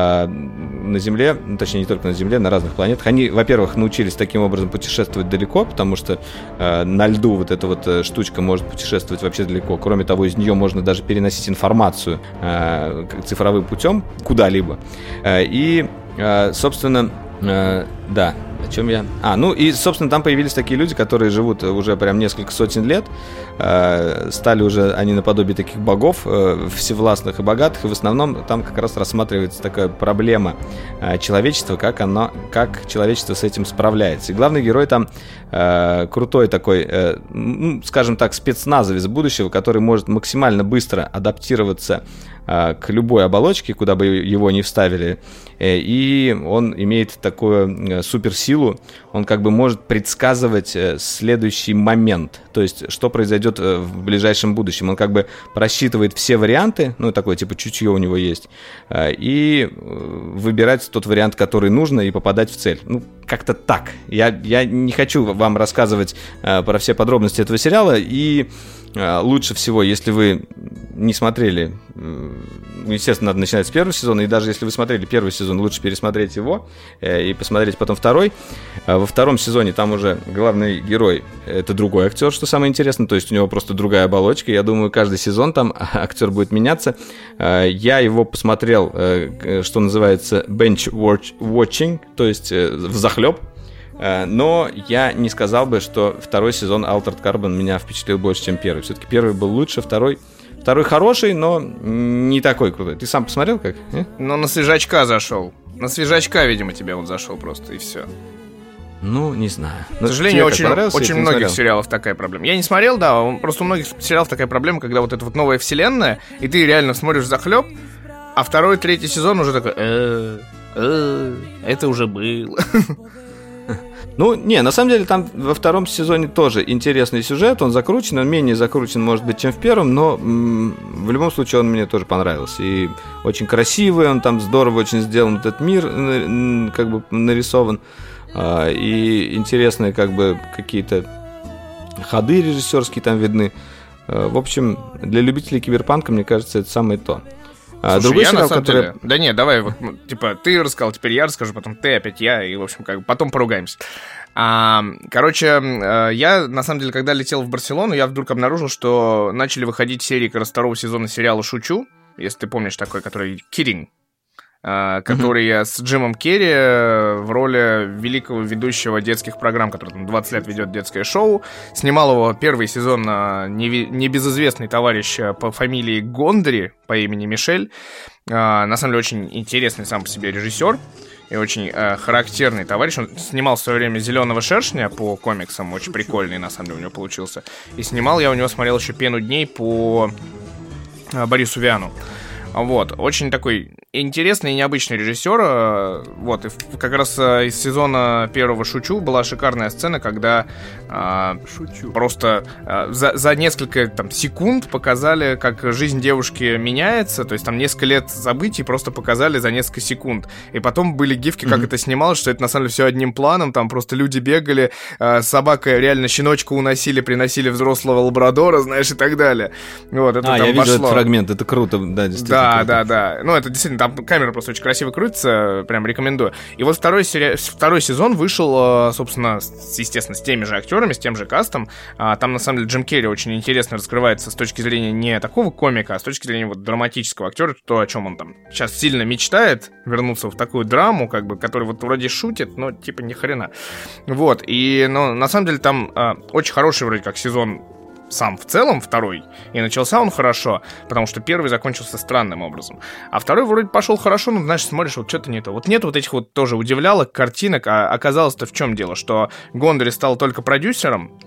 A: на Земле, ну, точнее, не только на Земле, на разных планетах, они, во-первых, научились таким образом путешествовать далеко, потому что э, на льду вот эта вот э, штучка может путешествовать вообще далеко. Кроме того, из нее можно даже переносить информацию э, цифровым путем куда-либо. Э, и, э, собственно, э, да, о чем я... А, ну и, собственно, там появились такие люди, которые живут уже прям несколько сотен лет, э, стали уже они наподобие таких богов, э, всевластных и богатых, и в основном там как раз рассматривается такая проблема э, человечества, как оно, как человечество с этим справляется. И главный герой там э, крутой такой, э, ну, скажем так, спецназовец будущего, который может максимально быстро адаптироваться э, к любой оболочке, куда бы его ни вставили, э, и он имеет такую э, суперсилу, он как бы может предсказывать следующий момент, то есть что произойдет в ближайшем будущем. Он как бы просчитывает все варианты, ну такое типа чутье у него есть, и выбирать тот вариант, который нужно, и попадать в цель. Ну как-то так. Я, я не хочу вам рассказывать про все подробности этого сериала, и лучше всего, если вы не смотрели, естественно, надо начинать с первого сезона, и даже если вы смотрели первый сезон, лучше пересмотреть его и посмотреть потом второй. Во втором сезоне там уже главный герой — это другой актер, что самое интересное, то есть у него просто другая оболочка. Я думаю, каждый сезон там актер будет меняться. Я его посмотрел, что называется, bench watching, то есть взахлеб. Но я не сказал бы, что второй сезон Altered Carbon меня впечатлил больше, чем первый. Все-таки первый был лучше, второй... Второй хороший, но не такой крутой. Ты сам посмотрел как? Э?
B: Ну, на свежачка зашел. На свежачка, видимо, тебе он зашел просто, и все.
A: Ну, не знаю.
B: К сожалению, очень, очень многих сериалов такая проблема. Я не смотрел, да, просто у многих сериалов такая проблема, когда вот эта вот новая вселенная, и ты реально смотришь захлеб, а второй, третий сезон уже такой... Это уже было...
A: Ну, не, на самом деле там во втором сезоне тоже интересный сюжет, он закручен, он менее закручен, может быть, чем в первом, но м- в любом случае он мне тоже понравился. И очень красивый, он там здорово очень сделан, этот мир н- как бы нарисован, а, и интересные как бы какие-то ходы режиссерские там видны. А, в общем, для любителей киберпанка, мне кажется, это самое то.
B: А, Слушай, другой я сериал, на самом который... деле... Да нет, давай, вот, типа, ты рассказал, теперь я расскажу, потом ты, опять я, и, в общем, как бы потом поругаемся. А, короче, я, на самом деле, когда летел в Барселону, я вдруг обнаружил, что начали выходить серии как раз второго сезона сериала «Шучу», если ты помнишь такой, который «Kidding», который mm-hmm. с Джимом Керри в роли великого ведущего детских программ, который там двадцать лет ведет детское шоу. Снимал его первый сезон небезызвестный товарищ по фамилии Гондри, по имени Мишель. На самом деле очень интересный сам по себе режиссер и очень характерный товарищ. Он снимал в свое время «Зеленого шершня» по комиксам, очень прикольный на самом деле у него получился. И снимал я у него, смотрел еще «Пену дней» по Борису Виану. Вот, очень такой интересный и необычный режиссер. Вот, и как раз из сезона первого «Шучу» была шикарная сцена, когда а, Шучу. просто а, за, за несколько там, секунд показали, как жизнь девушки меняется. То есть там несколько лет событий просто показали за несколько секунд. И потом были гифки, как mm-hmm. это снималось, что это на самом деле все одним планом. Там просто люди бегали, а, собака реально щеночка уносили, приносили взрослого лабрадора, знаешь, и так далее. Вот, это
A: а,
B: там
A: я
B: пошло.
A: видел этот фрагмент, это круто, да, действительно.
B: Да,
A: круто.
B: да, да. Ну, это действительно, там камера просто очень красиво крутится, прям рекомендую. И вот второй, сери... второй сезон вышел, собственно, с, естественно, с теми же актерами, с тем же кастом. Там, на самом деле, Джим Керри очень интересно раскрывается с точки зрения не такого комика, а с точки зрения вот драматического актера, то, о чем он там сейчас сильно мечтает, вернуться в такую драму, как бы, который вот вроде шутит, но типа ни хрена. Вот, и, ну, на самом деле, там а, очень хороший вроде как сезон сам в целом, второй, и начался он хорошо, потому что первый закончился странным образом. А второй вроде пошел хорошо, ну, знаешь, смотришь, вот что-то не то. Вот нет вот этих вот тоже удивлялок, картинок, а оказалось-то в чем дело, что Гондори стал только продюсером,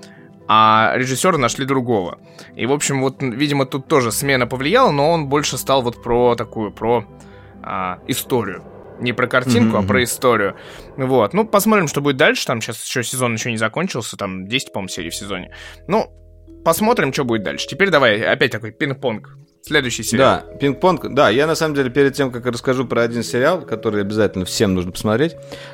B: а режиссера нашли другого. И, в общем, вот, видимо, тут тоже смена повлияла, но он больше стал вот про такую, про а, историю. Не про картинку, mm-hmm. а про историю. Вот, ну, посмотрим, что будет дальше. Там сейчас еще сезон еще не закончился, там десять, по-моему, серий в сезоне. Ну, посмотрим, что будет дальше. Теперь давай опять такой пинг-понг. Следующий сериал.
A: Да, пинг-понг. Да, я на самом деле перед тем, как расскажу про один сериал, который обязательно всем нужно посмотреть,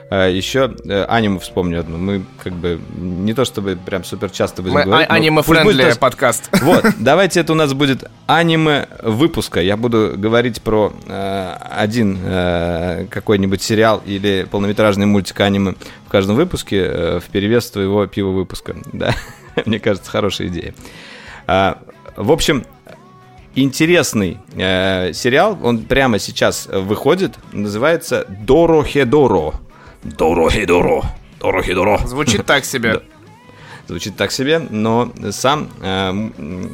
A: еще аниме вспомню одну. Мы как бы не то чтобы прям супер часто будем
B: Мы
A: говорить.
B: аниме-френдли подкаст.
A: Вот, давайте это у нас будет аниме выпуска. Я буду говорить про э, один э, какой-нибудь сериал или полнометражный мультик аниме в каждом выпуске э, вперевес твоего пива выпуска. Да, мне кажется, хорошая идея. А, в общем, интересный э, сериал, он прямо сейчас выходит, называется Дорохедоро. Дорохедоро. Дорохедоро.
B: Звучит так себе.
A: Звучит так себе, но сам, э,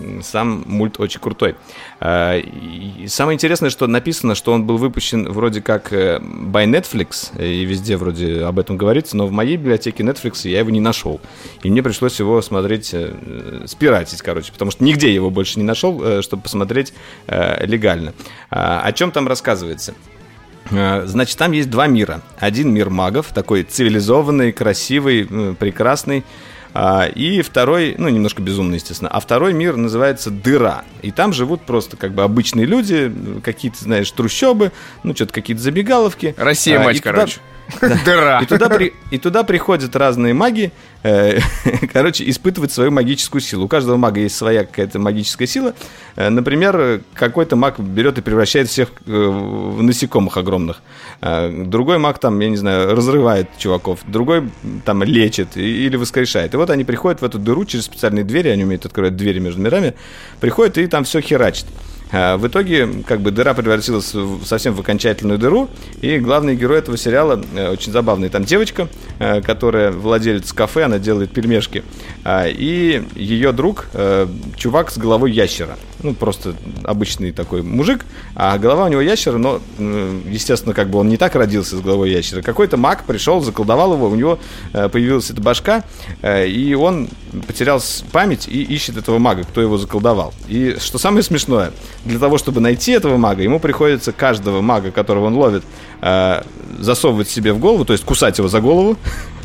A: сам мульт очень крутой. Э, и самое интересное, что написано, что он был выпущен вроде как э, by Netflix, и везде вроде об этом говорится, но в моей библиотеке Netflix я его не нашел. И мне пришлось его смотреть, э, спиратить, короче, потому что нигде я его больше не нашел, э, чтобы посмотреть э, легально. Э, о чем там рассказывается? Значит, там есть два мира. Один мир магов, такой цивилизованный, красивый, прекрасный. И второй, ну, немножко безумный, естественно. А второй мир называется Дыра. И там живут просто как бы обычные люди, какие-то, знаешь, трущобы, ну, что-то какие-то забегаловки.
B: Россия, мать,
A: и
B: короче.
A: Туда... Да. Дыра. И туда, при... и туда приходят разные маги, э, короче, испытывать свою магическую силу. У каждого мага есть своя какая-то магическая сила. Э, например, какой-то маг берет и превращает всех э, в насекомых огромных. Э, другой маг там, я не знаю, разрывает чуваков. Другой там лечит и, или воскрешает. И вот они приходят в эту дыру через специальные двери, они умеют открывать двери между мирами, приходят и там все херачат. В итоге, как бы, дыра превратилась в, совсем в окончательную дыру, и главный герой этого сериала э, очень забавный. Там девочка, э, которая владелец кафе, она делает пельмешки, э, и ее друг, э, чувак с головой ящера. Ну, просто обычный такой мужик, а голова у него ящера, но, э, естественно, как бы он не так родился с головой ящера. Какой-то маг пришел, заколдовал его, у него э, появилась эта башка, э, и он потерял память и ищет этого мага, кто его заколдовал. И что самое смешное, для того, чтобы найти этого мага, ему приходится каждого мага, которого он ловит, э, засовывать себе в голову, то есть кусать его за голову.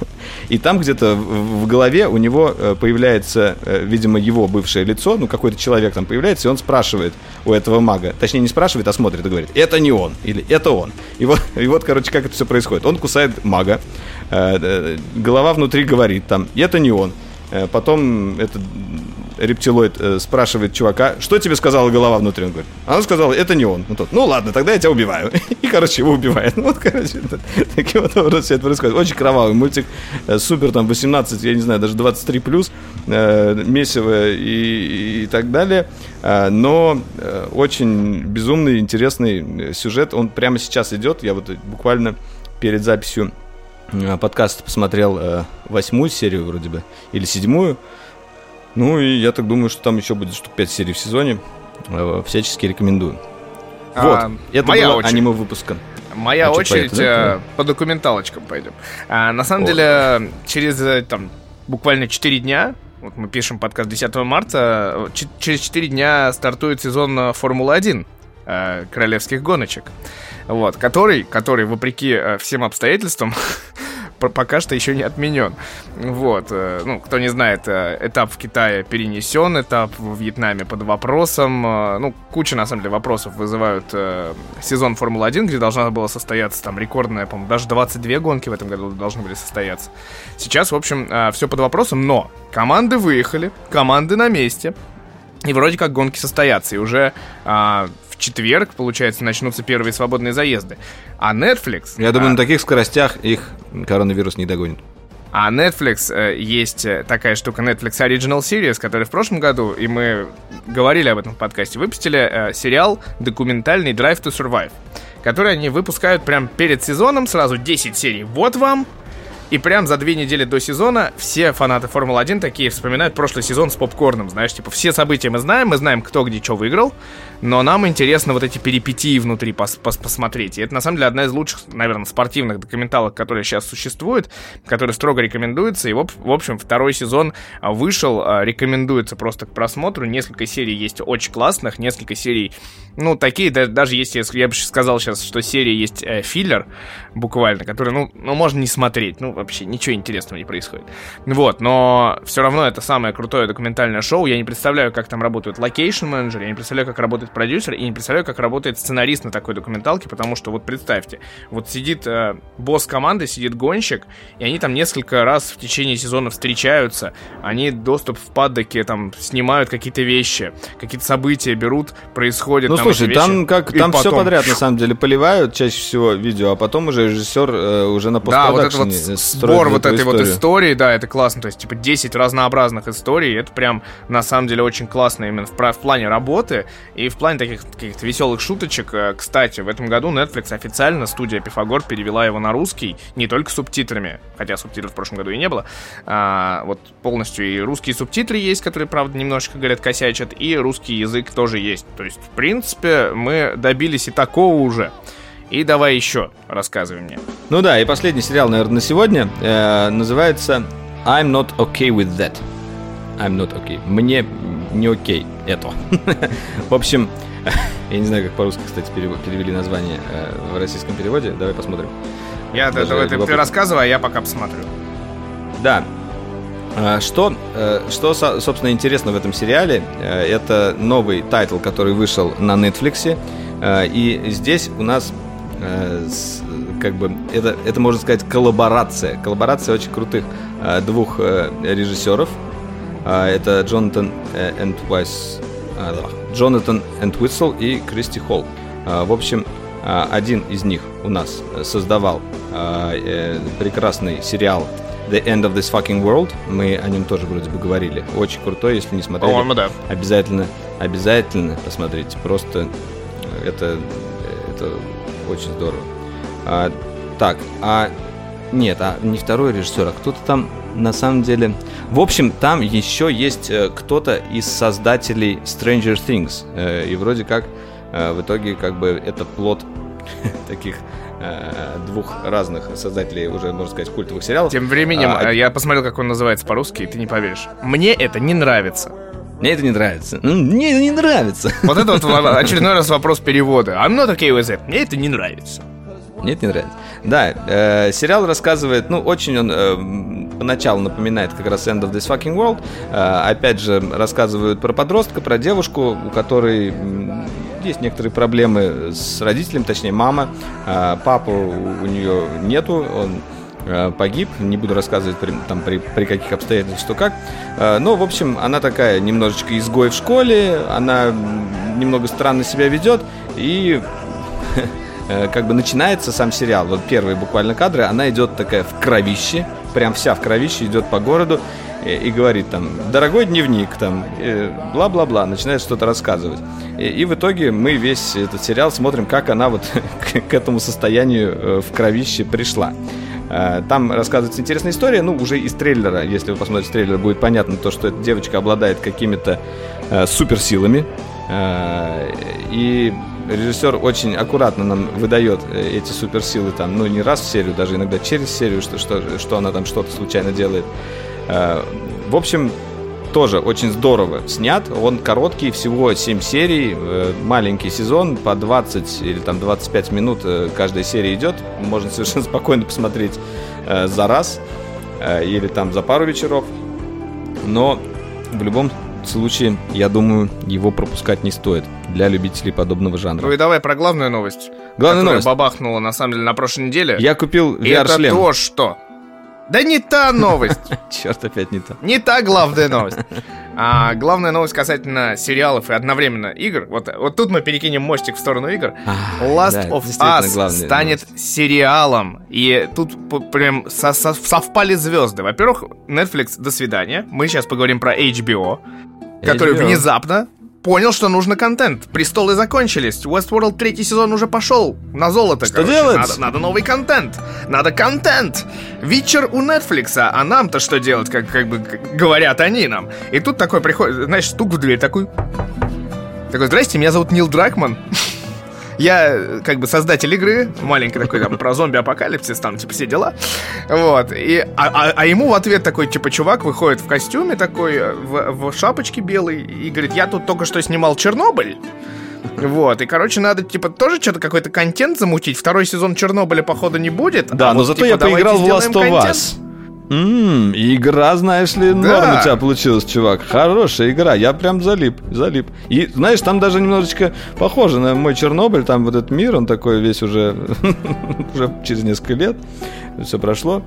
A: И там где-то в, в голове у него появляется, э, видимо, его бывшее лицо, ну, какой-то человек там появляется, и он спрашивает у этого мага, точнее, не спрашивает, а смотрит и говорит: это не он, или это он. И вот, и вот короче, как это все происходит. Он кусает мага, э, э, голова внутри говорит там: это не он. Э, потом этот рептилоид э, спрашивает чувака: что тебе сказала голова внутри? Он говорит: она сказала: это не он. Ну, тот: ну ладно, тогда я тебя убиваю. И, короче, его убивает. Ну, вот, короче, таким вот образом все это происходит. Очень кровавый мультик, э, супер, там, восемнадцать, я не знаю, даже двадцать три плюс, э, месиво и, и так далее. Э, но э, очень безумный, интересный сюжет. Он прямо сейчас идет. Я вот буквально перед записью э, подкаста посмотрел э, восьмую серию вроде бы, или седьмую. Ну, и я так думаю, что там еще будет штук пять серий в сезоне. Всячески рекомендую. А, вот, это было аниме выпуска.
B: Моя а очередь, поэтому, по документалочкам пойдем. А, на самом О. деле, через там, буквально четыре дня, вот мы пишем подкаст десятого марта, ч- через четыре дня стартует сезон Формулы один. э, королевских гоночек. Вот, который, который, вопреки э, всем обстоятельствам, пока что еще не отменен. Вот, э, ну, кто не знает, э, этап в Китае перенесен, этап в Вьетнаме под вопросом. Э, ну, куча, на самом деле, вопросов вызывают э, сезон Формулы один, где должна была состояться там рекордная, по-моему, даже двадцать две гонки в этом году должны были состояться. Сейчас, в общем, э, все под вопросом, но команды выехали, команды на месте, и вроде как гонки состоятся, и уже... Э, в четверг, получается, начнутся первые свободные заезды. А Netflix...
A: Я думаю,
B: а...
A: на таких скоростях их коронавирус не догонит.
B: А Netflix, э, есть такая штука Netflix Original Series, которая в прошлом году, и мы говорили об этом в подкасте, выпустили э, сериал документальный Drive to Survive, который они выпускают прям перед сезоном, сразу десять серий. Вот вам! И прям за две недели до сезона все фанаты Формулы один такие вспоминают прошлый сезон с попкорном, знаешь, типа все события мы знаем, мы знаем, кто где что выиграл, но нам интересно вот эти перипетии внутри пос- пос- посмотреть. И это, на самом деле, одна из лучших, наверное, спортивных документалок, которые сейчас существуют, которые строго рекомендуются. И, в, в общем, второй сезон вышел, рекомендуется просто к просмотру. Несколько серий есть очень классных, несколько серий, ну, такие, да, даже если я бы сказал сейчас, что серии есть э, филлер, буквально, который, ну, ну, можно не смотреть, ну, вообще ничего интересного не происходит. Вот, но все равно это самое крутое документальное шоу. Я не представляю, как там работают локейшн-менеджеры, я не представляю, как работает продюсер, и не представляю, как работает сценарист на такой документалке, потому что вот представьте, вот сидит э, босс команды, сидит гонщик, и они там несколько раз в течение сезона встречаются, они доступ в паддоке там снимают какие-то вещи, какие-то события берут, происходят.
A: Ну,
B: там
A: слушай,
B: эти вещи,
A: там, как, там
B: потом...
A: все подряд, на самом деле, поливают чаще всего видео, а потом уже режиссер э, уже на постпродакшене.
B: Да, вот это вот сбор вот этой историю. вот истории, да, это классно, то есть, типа, десять разнообразных историй, это прям, на самом деле, очень классно именно в, в плане работы и в плане таких каких-то веселых шуточек. Кстати, в этом году Netflix официально, студия Пифагор, перевела его на русский, не только субтитрами, хотя субтитров в прошлом году и не было, а, вот полностью и русские субтитры есть, которые, правда, немножечко, говорят, косячат, и русский язык тоже есть. То есть, в принципе, мы добились и такого уже. И давай еще рассказывай мне.
A: Ну да, и последний сериал, наверное, на сегодня э, называется I'm not okay with that. I'm not okay. Мне не окей это. В общем, я не знаю, как по-русски, кстати, перевели название э, в российском переводе. Давай посмотрим.
B: Я, да, давай, ты, ты рассказывай, а я пока посмотрю.
A: Да. Что, что, собственно, интересно в этом сериале, это новый тайтл, который вышел на Netflix. И здесь у нас как бы это, это можно сказать коллаборация. Коллаборация очень крутых двух режиссеров. Это Джонатан Энтвайс, Джонатан Энтвисл и Кристи Холл. В общем, один из них у нас создавал прекрасный сериал The End of This Fucking World. Мы о нем тоже вроде бы говорили. Очень крутой, если не смотрели.
B: По-моему, да.
A: Обязательно, обязательно посмотрите. Просто это, это очень здорово. А, так, а нет, а не второй режиссер, а кто-то там на самом деле... В общем, там еще есть кто-то из создателей Stranger Things. И вроде как в итоге как бы это плод таких двух разных создателей, уже, можно сказать, культовых сериалов.
B: Тем временем, а, я посмотрел, как он называется по-русски, и ты не поверишь. Мне это не нравится.
A: Мне это не нравится. Мне это не нравится.
B: Вот это вот очередной раз вопрос перевода. I'm not okay with it. Мне это не нравится.
A: Мне это не нравится. Да, э, сериал рассказывает, ну, очень он э, поначалу напоминает как раз End of This Fucking World. Э, опять же, рассказывают про подростка, про девушку, у которой э, есть некоторые проблемы с родителями, точнее, мама. Э, папу у нее нету, он э, погиб. Не буду рассказывать при, там, при, при каких обстоятельствах, что как. Э, но, в общем, она такая немножечко изгой в школе, она немного странно себя ведет, и... как бы начинается сам сериал, вот первые буквально кадры, она идет такая в кровище, прям вся в кровище, идет по городу и, и говорит там, дорогой дневник, там, бла-бла-бла, начинает что-то рассказывать. И, и в итоге мы весь этот сериал смотрим, как она вот к, к этому состоянию в кровище пришла. Там рассказывается интересная история, ну, уже из трейлера, если вы посмотрите трейлер, будет понятно то, что эта девочка обладает какими-то э, суперсилами, э, и режиссер очень аккуратно нам выдает эти суперсилы, там, ну, не раз в серию, даже иногда через серию, что, что, что она там что-то случайно делает. В общем, тоже очень здорово снят. Он короткий, всего семь серий, э, маленький сезон, по двадцать или там двадцать пять минут э, каждая серия идет. Можно совершенно спокойно посмотреть э, за раз э, или там за пару вечеров. Но в любом случае, я думаю, его пропускать не стоит для любителей подобного жанра.
B: Ну и давай про главную новость.
A: Главная
B: которая
A: новость.
B: бабахнула, на самом деле, на прошлой неделе.
A: Я купил ви ар-шлем.
B: Это то, что... Да не та новость.
A: Черт, опять не та.
B: Не та главная новость. А главная новость касательно сериалов и одновременно игр. Вот, вот тут мы перекинем мостик в сторону игр.
A: А,
B: Last
A: да,
B: of
A: действительно
B: Us
A: главная
B: станет
A: новость.
B: сериалом. И тут п- прям со- со- совпали звезды. Во-первых, Netflix, до свидания. Мы сейчас поговорим про эйч би о, который
A: эйч би о.
B: внезапно понял, что нужно контент. Престолы закончились. Westworld третий сезон уже пошел на золото.
A: Что
B: короче.
A: делать?
B: Надо, надо новый контент. Надо контент. Витчер у Netflix, а нам-то что делать, как, как бы как говорят они нам. И тут такой приходит, знаешь, стук в дверь такой. Такой, здрасте, меня зовут Нил Дракман. Я, как бы, создатель игры, маленький такой, там, про зомби-апокалипсис, там, типа, все дела. Вот, и, а, а, а ему в ответ такой, типа, чувак выходит в костюме такой, в, в шапочке белой, и говорит, я тут только что снимал Чернобыль. Вот, и, короче, надо, типа, тоже что-то, какой-то контент замутить. Второй сезон Чернобыля, походу, не будет.
A: Да,
B: а
A: но
B: вот,
A: зато
B: типа,
A: я поиграл в
B: давайте
A: Last
B: сделаем
A: of
B: контент.
A: Us. Ммм, игра, знаешь ли, норм
B: Да.
A: у тебя получилась, чувак. Хорошая игра, я прям залип, залип. И, знаешь, там даже немножечко похоже на мой Чернобыль. Там вот этот мир, он такой весь уже, уже через несколько лет. Все прошло.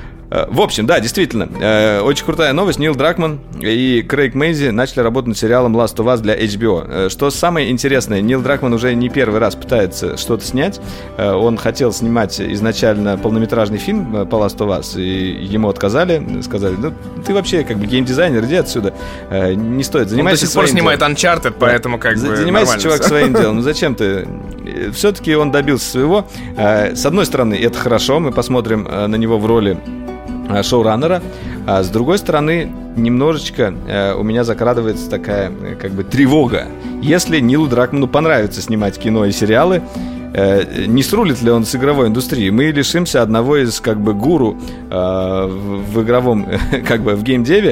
A: В общем, да, действительно, э, очень крутая новость. Нил Дракман и Крейг Мейзи начали работать над сериалом Last of Us для эйч би о. Э, Что самое интересное, Нил Дракман уже не первый раз пытается что-то снять. Э, Он хотел снимать изначально полнометражный фильм э, по Last of Us, и ему отказали. Сказали, ну, ты вообще как бы геймдизайнер, иди отсюда. Э, Не стоит, занимайся
B: Он до сих пор
A: своим
B: снимает
A: делом.
B: Uncharted, поэтому как бы
A: Занимайся,
B: нормально
A: чувак,
B: всё.
A: своим делом. Ну зачем ты? Все-таки он добился своего. Э, С одной стороны, это хорошо. Мы посмотрим э, на него в роли э, шоураннера. А с другой стороны, немножечко э, у меня закрадывается такая э, как бы тревога. Если Нилу Дракману понравится снимать кино и сериалы, э, не срулит ли он с игровой индустрией? Мы лишимся одного из как бы гуру э, в, в игровом, как бы в геймдеве.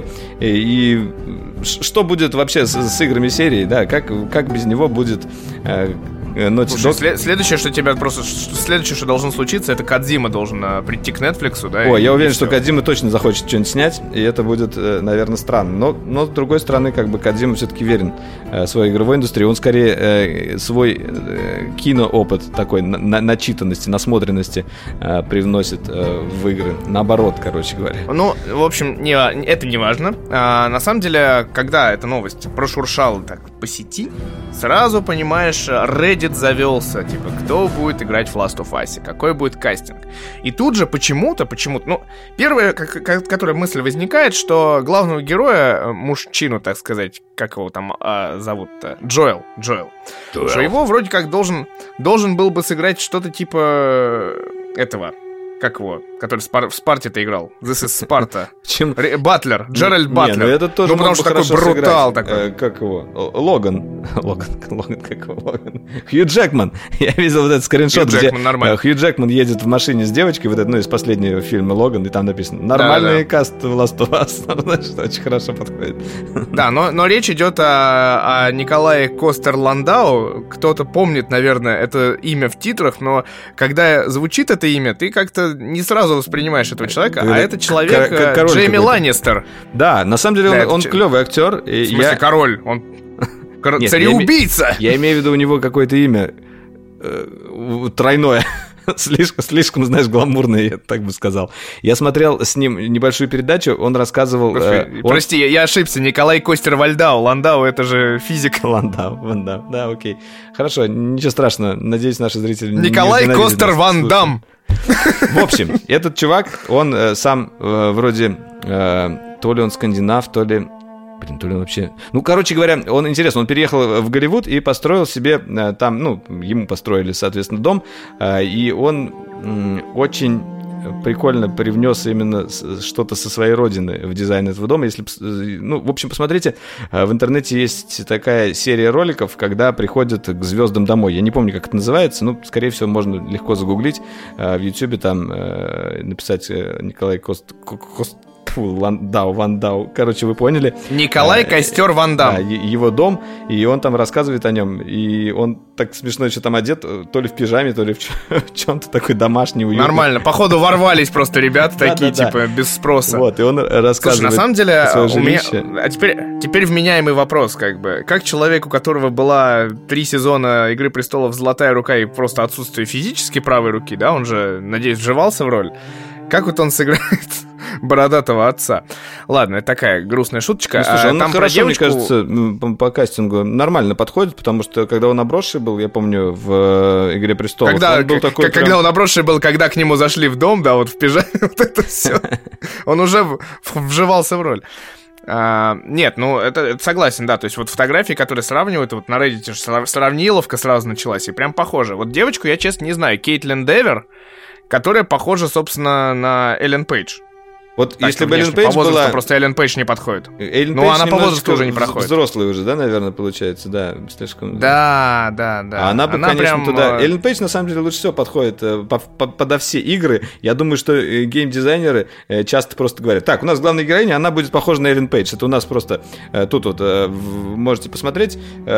A: И, и что будет вообще с, с играми серии? Да, как, как без него будет э, Naughty
B: Слушай,
A: Dog?
B: след- следующее, что тебя просто... ш- Следующее, что должно случиться, это Кодзима должен а, прийти к Netflix, да?
A: Ой,
B: и-
A: я
B: и
A: уверен,
B: всё.
A: что Кодзима точно захочет что-нибудь снять, и это будет, э, наверное, странно. Но, но с другой стороны, как бы Кодзима все-таки верен э, своей игровой индустрии. Он скорее э, свой э, киноопыт такой на- на- начитанности, насмотренности э, привносит э, в игры. Наоборот, короче говоря.
B: Ну, в общем, не, это не важно. А, на самом деле, когда эта новость прошуршала так по сети, сразу, понимаешь, Reddit завелся. Типа, кто будет играть в Last of Us? Какой будет кастинг? И тут же почему-то, почему-то... Ну, первая, как, как- которая мысль возникает, что главного героя, мужчину, так сказать, как его там а, зовут-то? Джоэл. Джоэл. Что его вроде как должен, должен был бы сыграть что-то типа этого... Как его? Который в Спар- в Спарте-то играл. This is Sparta.
A: Чем...
B: Ре- Батлер. Джеральд
A: Не,
B: Батлер.
A: ну это тоже
B: Ну, потому
A: мог
B: что
A: бы
B: такой
A: хорошо
B: брутал
A: сыграть.
B: такой.
A: Э, как его? Л- Логан. Логан, Логан, как его? Логан. Хью Джекман. Я видел вот этот скриншот,
B: Хью
A: где
B: Джекман, нормально.
A: э, Хью Джекман едет в машине с девочкой, вот это, ну, из последнего фильма Логан, и там написано «Нормальный
B: Да-да-да.
A: каст в Last of Us». Значит, очень хорошо подходит.
B: Да, но, но речь идет о, о Николае Костер-Ландау. Кто-то помнит, наверное, это имя в титрах, но когда звучит это имя, ты как-то не сразу воспринимаешь этого человека, а
A: Это
B: это человек
A: к- к-
B: э,
A: король
B: Джейми
A: какой-то.
B: Ланнистер.
A: Да, на самом деле
B: Да,
A: он,
B: это
A: он
B: че-
A: клевый актер. И
B: В смысле,
A: я,
B: король. Он кор-
A: Нет,
B: цареубийца.
A: я имею в виду у него какое-то имя э, тройное. Слишком, слишком, знаешь, гламурное, я так бы сказал. Я смотрел с ним небольшую передачу, он рассказывал... э,
B: Господи,
A: он-
B: Прости, я, я ошибся. Николай Костер-Вальдау. Ландау — это же физик.
A: Ландау, Вандау, да, окей. Хорошо, ничего страшного, надеюсь, наши зрители не
B: Николай
A: возненавидят нас,
B: Костер-Ван
A: слушай.
B: Дам.
A: В общем, этот чувак, он э, сам э, вроде э, то ли он скандинав, то ли... Блин, то ли он вообще... Ну, короче говоря, он интересно, он переехал в Голливуд и построил себе э, там, ну, ему построили, соответственно, дом, э, и он м, очень прикольно привнес именно с- что-то со своей родины в дизайн этого дома. Если, пос- ну, в общем, посмотрите, э, в интернете есть такая серия роликов, когда приходят к звездам домой. Я не помню, как это называется, ну, скорее всего, можно легко загуглить. Э, в Ютубе там э, написать э, Николай Кост... Ко- Кост... Фу, Ландау, Вандау. Короче, вы поняли.
B: Николай Костер Ван Дам.
A: Да, его дом, и он там рассказывает о нем. И он так смешно еще там одет, то ли в пижаме, то ли в чем-то такой домашний, уютный.
B: Нормально, походу ворвались просто ребята такие, типа, без спроса.
A: Вот, и он рассказывает.
B: Слушай, на самом деле, у меня... А теперь, теперь вменяемый вопрос, как бы. Как человек, у которого была три сезона «Игры престолов», «Золотая рука» и просто отсутствие физически правой руки, да, он же, надеюсь, вживался в роль. Как вот он сыграет бородатого отца? Ладно, это такая грустная шуточка.
A: Ну, слушай, он
B: там
A: хорошо,
B: девочку...
A: мне кажется, по, по кастингу нормально подходит, потому что когда он обросший был, я помню, в «Игре престолов»,
B: когда,
A: он был
B: к-
A: такой
B: Когда
A: прям...
B: он обросший был, когда к нему зашли в дом, да, вот в пижаме, вот это все. Он уже вживался в роль. А, нет, ну, это, это согласен, да. То есть вот фотографии, которые сравнивают, вот на Reddit сравниловка сразу началась, и прям похоже. Вот девочку я, честно, не знаю. Кейтлин Девер, которая похожа, собственно, на Эллен Пейдж.
A: Вот
B: Так,
A: если бы Эллен
B: по
A: Пейдж
B: возрасту
A: была...
B: просто Эллен Пейдж не подходит.
A: Эллен
B: Ну,
A: Пейдж
B: она по возрасту
A: немножечко
B: уже не проходит.
A: Взрослая уже, да, наверное, получается, да, слишком...
B: Да, да, да.
A: А она бы,
B: она
A: конечно,
B: прям...
A: туда... Эллен Пейдж, на самом деле, лучше всего подходит э, по, по, подо все игры. Я думаю, что э, геймдизайнеры э, часто просто говорят: так, у нас главная героиня, она будет похожа на Эллен Пейдж. Это у нас просто э, тут вот э, в, можете посмотреть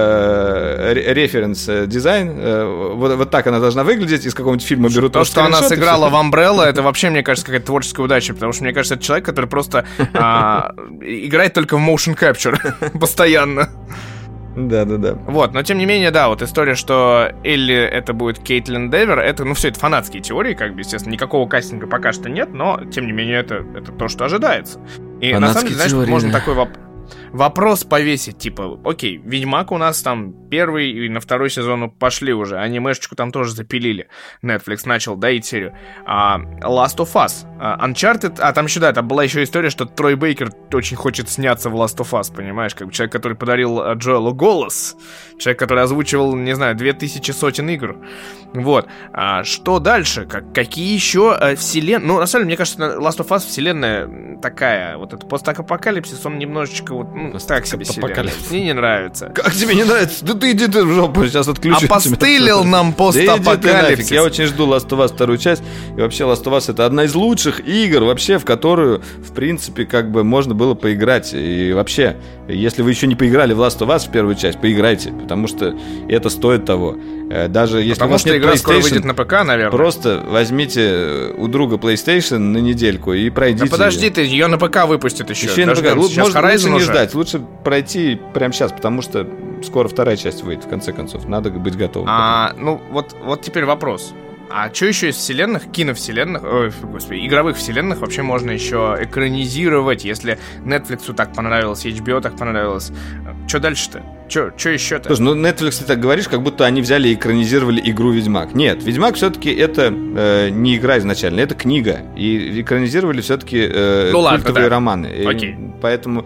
A: э, референс э, дизайн. Э, вот, вот так она должна выглядеть. Из какого-нибудь фильма берут...
B: То, что она сыграла в Umbrella, это вообще, мне кажется, какая-то творческая удача, потому что, мне кажется, это человек, который просто а, играет только в motion capture постоянно.
A: Да-да-да.
B: Вот, но тем не менее, да, вот история, что Элли это будет Кейтлин Девер, это, ну, все это фанатские теории, как бы, естественно, никакого кастинга пока что нет, но, тем не менее, это, это то, что ожидается. И фанатские на самом деле, знаешь, теории, можно да. такой вопрос... Вопрос повесить, типа, окей, Ведьмак у нас там первый и на второй сезон пошли уже, анимешечку там тоже запилили, Netflix начал доить серию. А, Last of Us, а, Uncharted, а там еще, да, там была еще история, что Трой Бейкер очень хочет сняться в Last of Us, понимаешь, как бы человек, который подарил Джоэлу голос, человек, который озвучивал, не знаю, две тысячи сотен игр, вот. А, что дальше, как, какие еще а, вселенные, ну, на самом деле, мне кажется, Last of Us вселенная такая, вот это постапокалипсис, он немножечко вот, ну, так себе вселенная. Мне не нравится.
A: Как тебе не нравится? Да ты иди ты в жопу, сейчас отключу.
B: Опостылил нам постапокалипсис.
A: Да я очень жду Last of Us вторую часть. И вообще Last of Us это одна из лучших игр вообще, в которую, в принципе, как бы можно было поиграть. И вообще, если вы еще не поиграли в Last of Us в первую часть, поиграйте, потому что это стоит того. Даже если
B: потому
A: у вас
B: что
A: нет
B: игра
A: PlayStation,
B: скоро выйдет на ПК, наверное.
A: Просто возьмите у друга PlayStation на недельку и пройдите.
B: Да подожди
A: ее.
B: ты, ее на ПК выпустят еще.
A: Еще и на ПК. Лучше,
B: может,
A: лучше не
B: уже.
A: ждать, лучше пройти прямо сейчас, потому что скоро вторая часть выйдет, в конце концов. Надо быть готовым.
B: А, ну, вот, вот теперь вопрос. А что еще из вселенных, киновселенных, ой, господи, игровых вселенных вообще можно еще экранизировать, если Netflixу так понравилось, эйч би о так понравилось? Что дальше-то? Что еще-то?
A: Слушай, ну Netflix ты так говоришь, как будто они взяли и экранизировали игру «Ведьмак». Нет, «Ведьмак» все-таки это э, не игра изначально, это книга. И экранизировали все-таки э,
B: ну,
A: культовые
B: ладно, да.
A: романы.
B: Окей.
A: И поэтому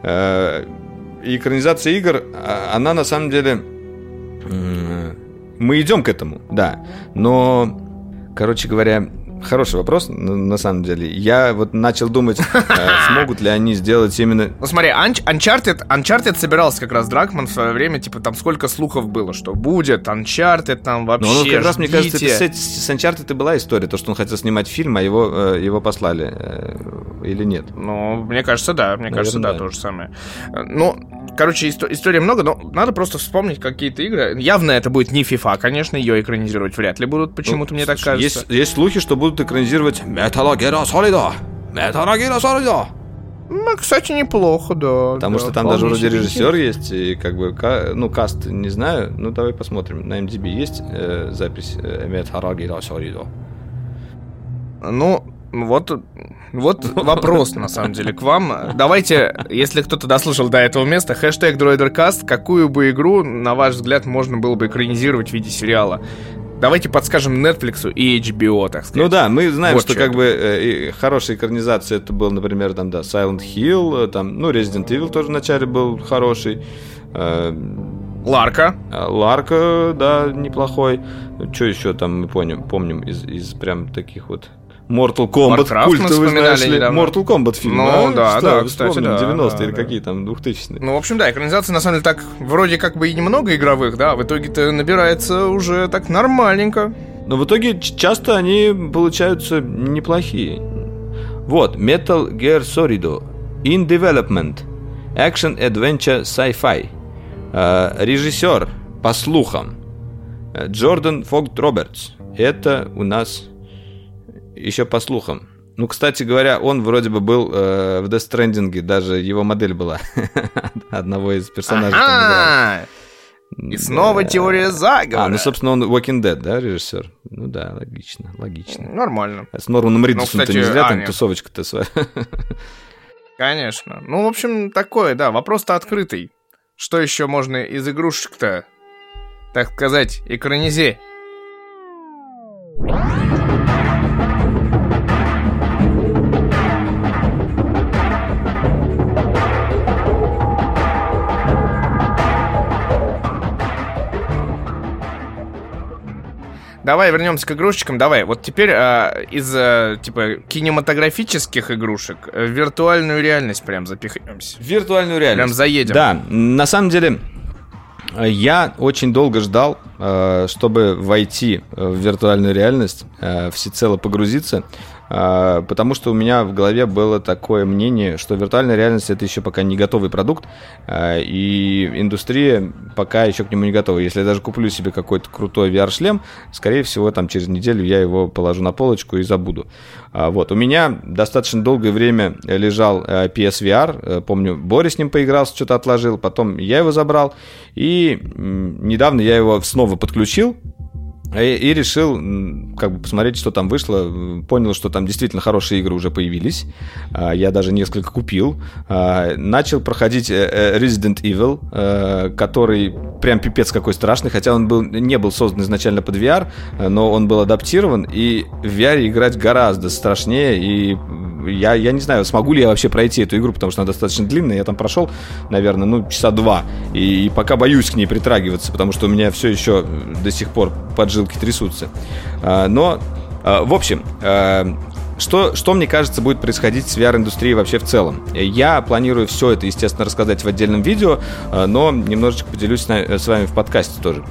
A: э, экранизация игр, она на самом деле... Э, мы идем к этому, да. Но, короче говоря... Хороший вопрос, на самом деле. Я вот начал думать, смогут ли они сделать именно...
B: Ну смотри, Uncharted, Uncharted собирался как раз Дракман в свое время, типа там сколько слухов было, что будет Uncharted, там вообще
A: Ну, как раз,
B: ждите.
A: мне кажется, это, с Uncharted и была история, то, что он хотел снимать фильм, а его, его послали. Или нет?
B: Ну, мне кажется, да, мне
A: Наверное,
B: кажется, да,
A: да,
B: то же самое. Ну, короче, исто- истории много, но надо просто вспомнить какие-то игры. Явно это будет не FIFA, конечно, ее экранизировать вряд ли будут, почему-то ну, мне слушай, так кажется.
A: Есть, есть слухи, что будут экранизировать Metal Gear Solid. Metal Gear Solid.
B: Ну, кстати, неплохо, да.
A: Потому
B: да,
A: что там даже вроде режиссер есть, и как бы, ну, каст, не знаю, ну, давай посмотрим. На эм ди би есть э, запись э, Metal Gear Solid?
B: Ну, вот, вот вопрос, на самом деле, к вам. Давайте, если кто-то дослушал до этого места, хэштег DroiderCast, какую бы игру, на ваш взгляд, можно было бы экранизировать в виде сериала? Давайте подскажем Netflix и эйч би о, так сказать.
A: Ну да, мы знаем,
B: вот
A: что, что как бы э, хорошая экранизация это был, например, там, да, Silent Hill, там, ну, Resident Evil тоже вначале был хороший. Э,
B: Ларка.
A: Ларка, да, неплохой. Что еще там мы помним, помним из, из прям таких вот... Mortal Kombat, культовый, знаешь ли, Mortal Kombat фильм.
B: Ну,
A: а?
B: да,
A: что,
B: да, кстати, да.
A: девяностые
B: да,
A: или
B: да.
A: какие там, двухтысячные.
B: Ну, в общем, да, экранизация, на самом деле, так, вроде как бы и немного игровых, да, в итоге-то набирается уже так нормальненько.
A: Но в итоге часто они получаются неплохие. Вот, Metal Gear Solid in Development. Action Adventure Sci-Fi. Uh, режиссер, по слухам, Джордан Фогт Робертс. Это у нас еще по слухам. Ну, кстати говоря, он вроде бы был э, в Death Stranding, даже его модель была одного из персонажей.
B: Ага! И снова теория заговора.
A: А, ну, собственно, он Walking Dead, да, режиссер? Ну да, логично, логично.
B: Нормально.
A: С Норманом Ридусом-то не зря там тусовочка-то своя.
B: Конечно. Ну, в общем, такое, да, вопрос-то открытый. Что еще можно из игрушек-то, так сказать, экранизировать? Давай вернемся к игрушечкам. Давай, вот теперь э, из э, типа кинематографических игрушек в виртуальную реальность прям запихнемся.
A: В виртуальную реальность.
B: Прям заедем.
A: Да, на самом деле я очень долго ждал, э, чтобы войти в виртуальную реальность, э, всецело погрузиться. Потому что у меня в голове было такое мнение, что виртуальная реальность — это еще пока не готовый продукт, и индустрия пока еще к нему не готова. Если я даже куплю себе какой-то крутой ви ар-шлем, скорее всего, там через неделю я его положу на полочку и забуду. Вот. У меня достаточно долгое время лежал пи эс ви ар, помню, Боря с ним поигрался, что-то отложил, потом я его забрал, и недавно я его снова подключил, И, и решил как бы посмотреть, что там вышло. Понял, что там действительно хорошие игры уже появились. Я даже несколько купил. Начал проходить Resident Evil, который прям пипец какой страшный. Хотя он был, не был создан изначально под ви ар, но он был адаптирован. И в ви ар играть гораздо страшнее. И я, я не знаю, смогу ли я вообще пройти эту игру, потому что она достаточно длинная. Я там прошел, наверное, ну, часа два. И, и пока боюсь к ней притрагиваться, потому что у меня все еще до сих пор поджилки трясутся. Но, в общем, что, что, мне кажется, будет происходить с ви ар-индустрией вообще в целом? Я планирую все это, естественно, рассказать в отдельном видео, но немножечко поделюсь с вами в подкасте тоже.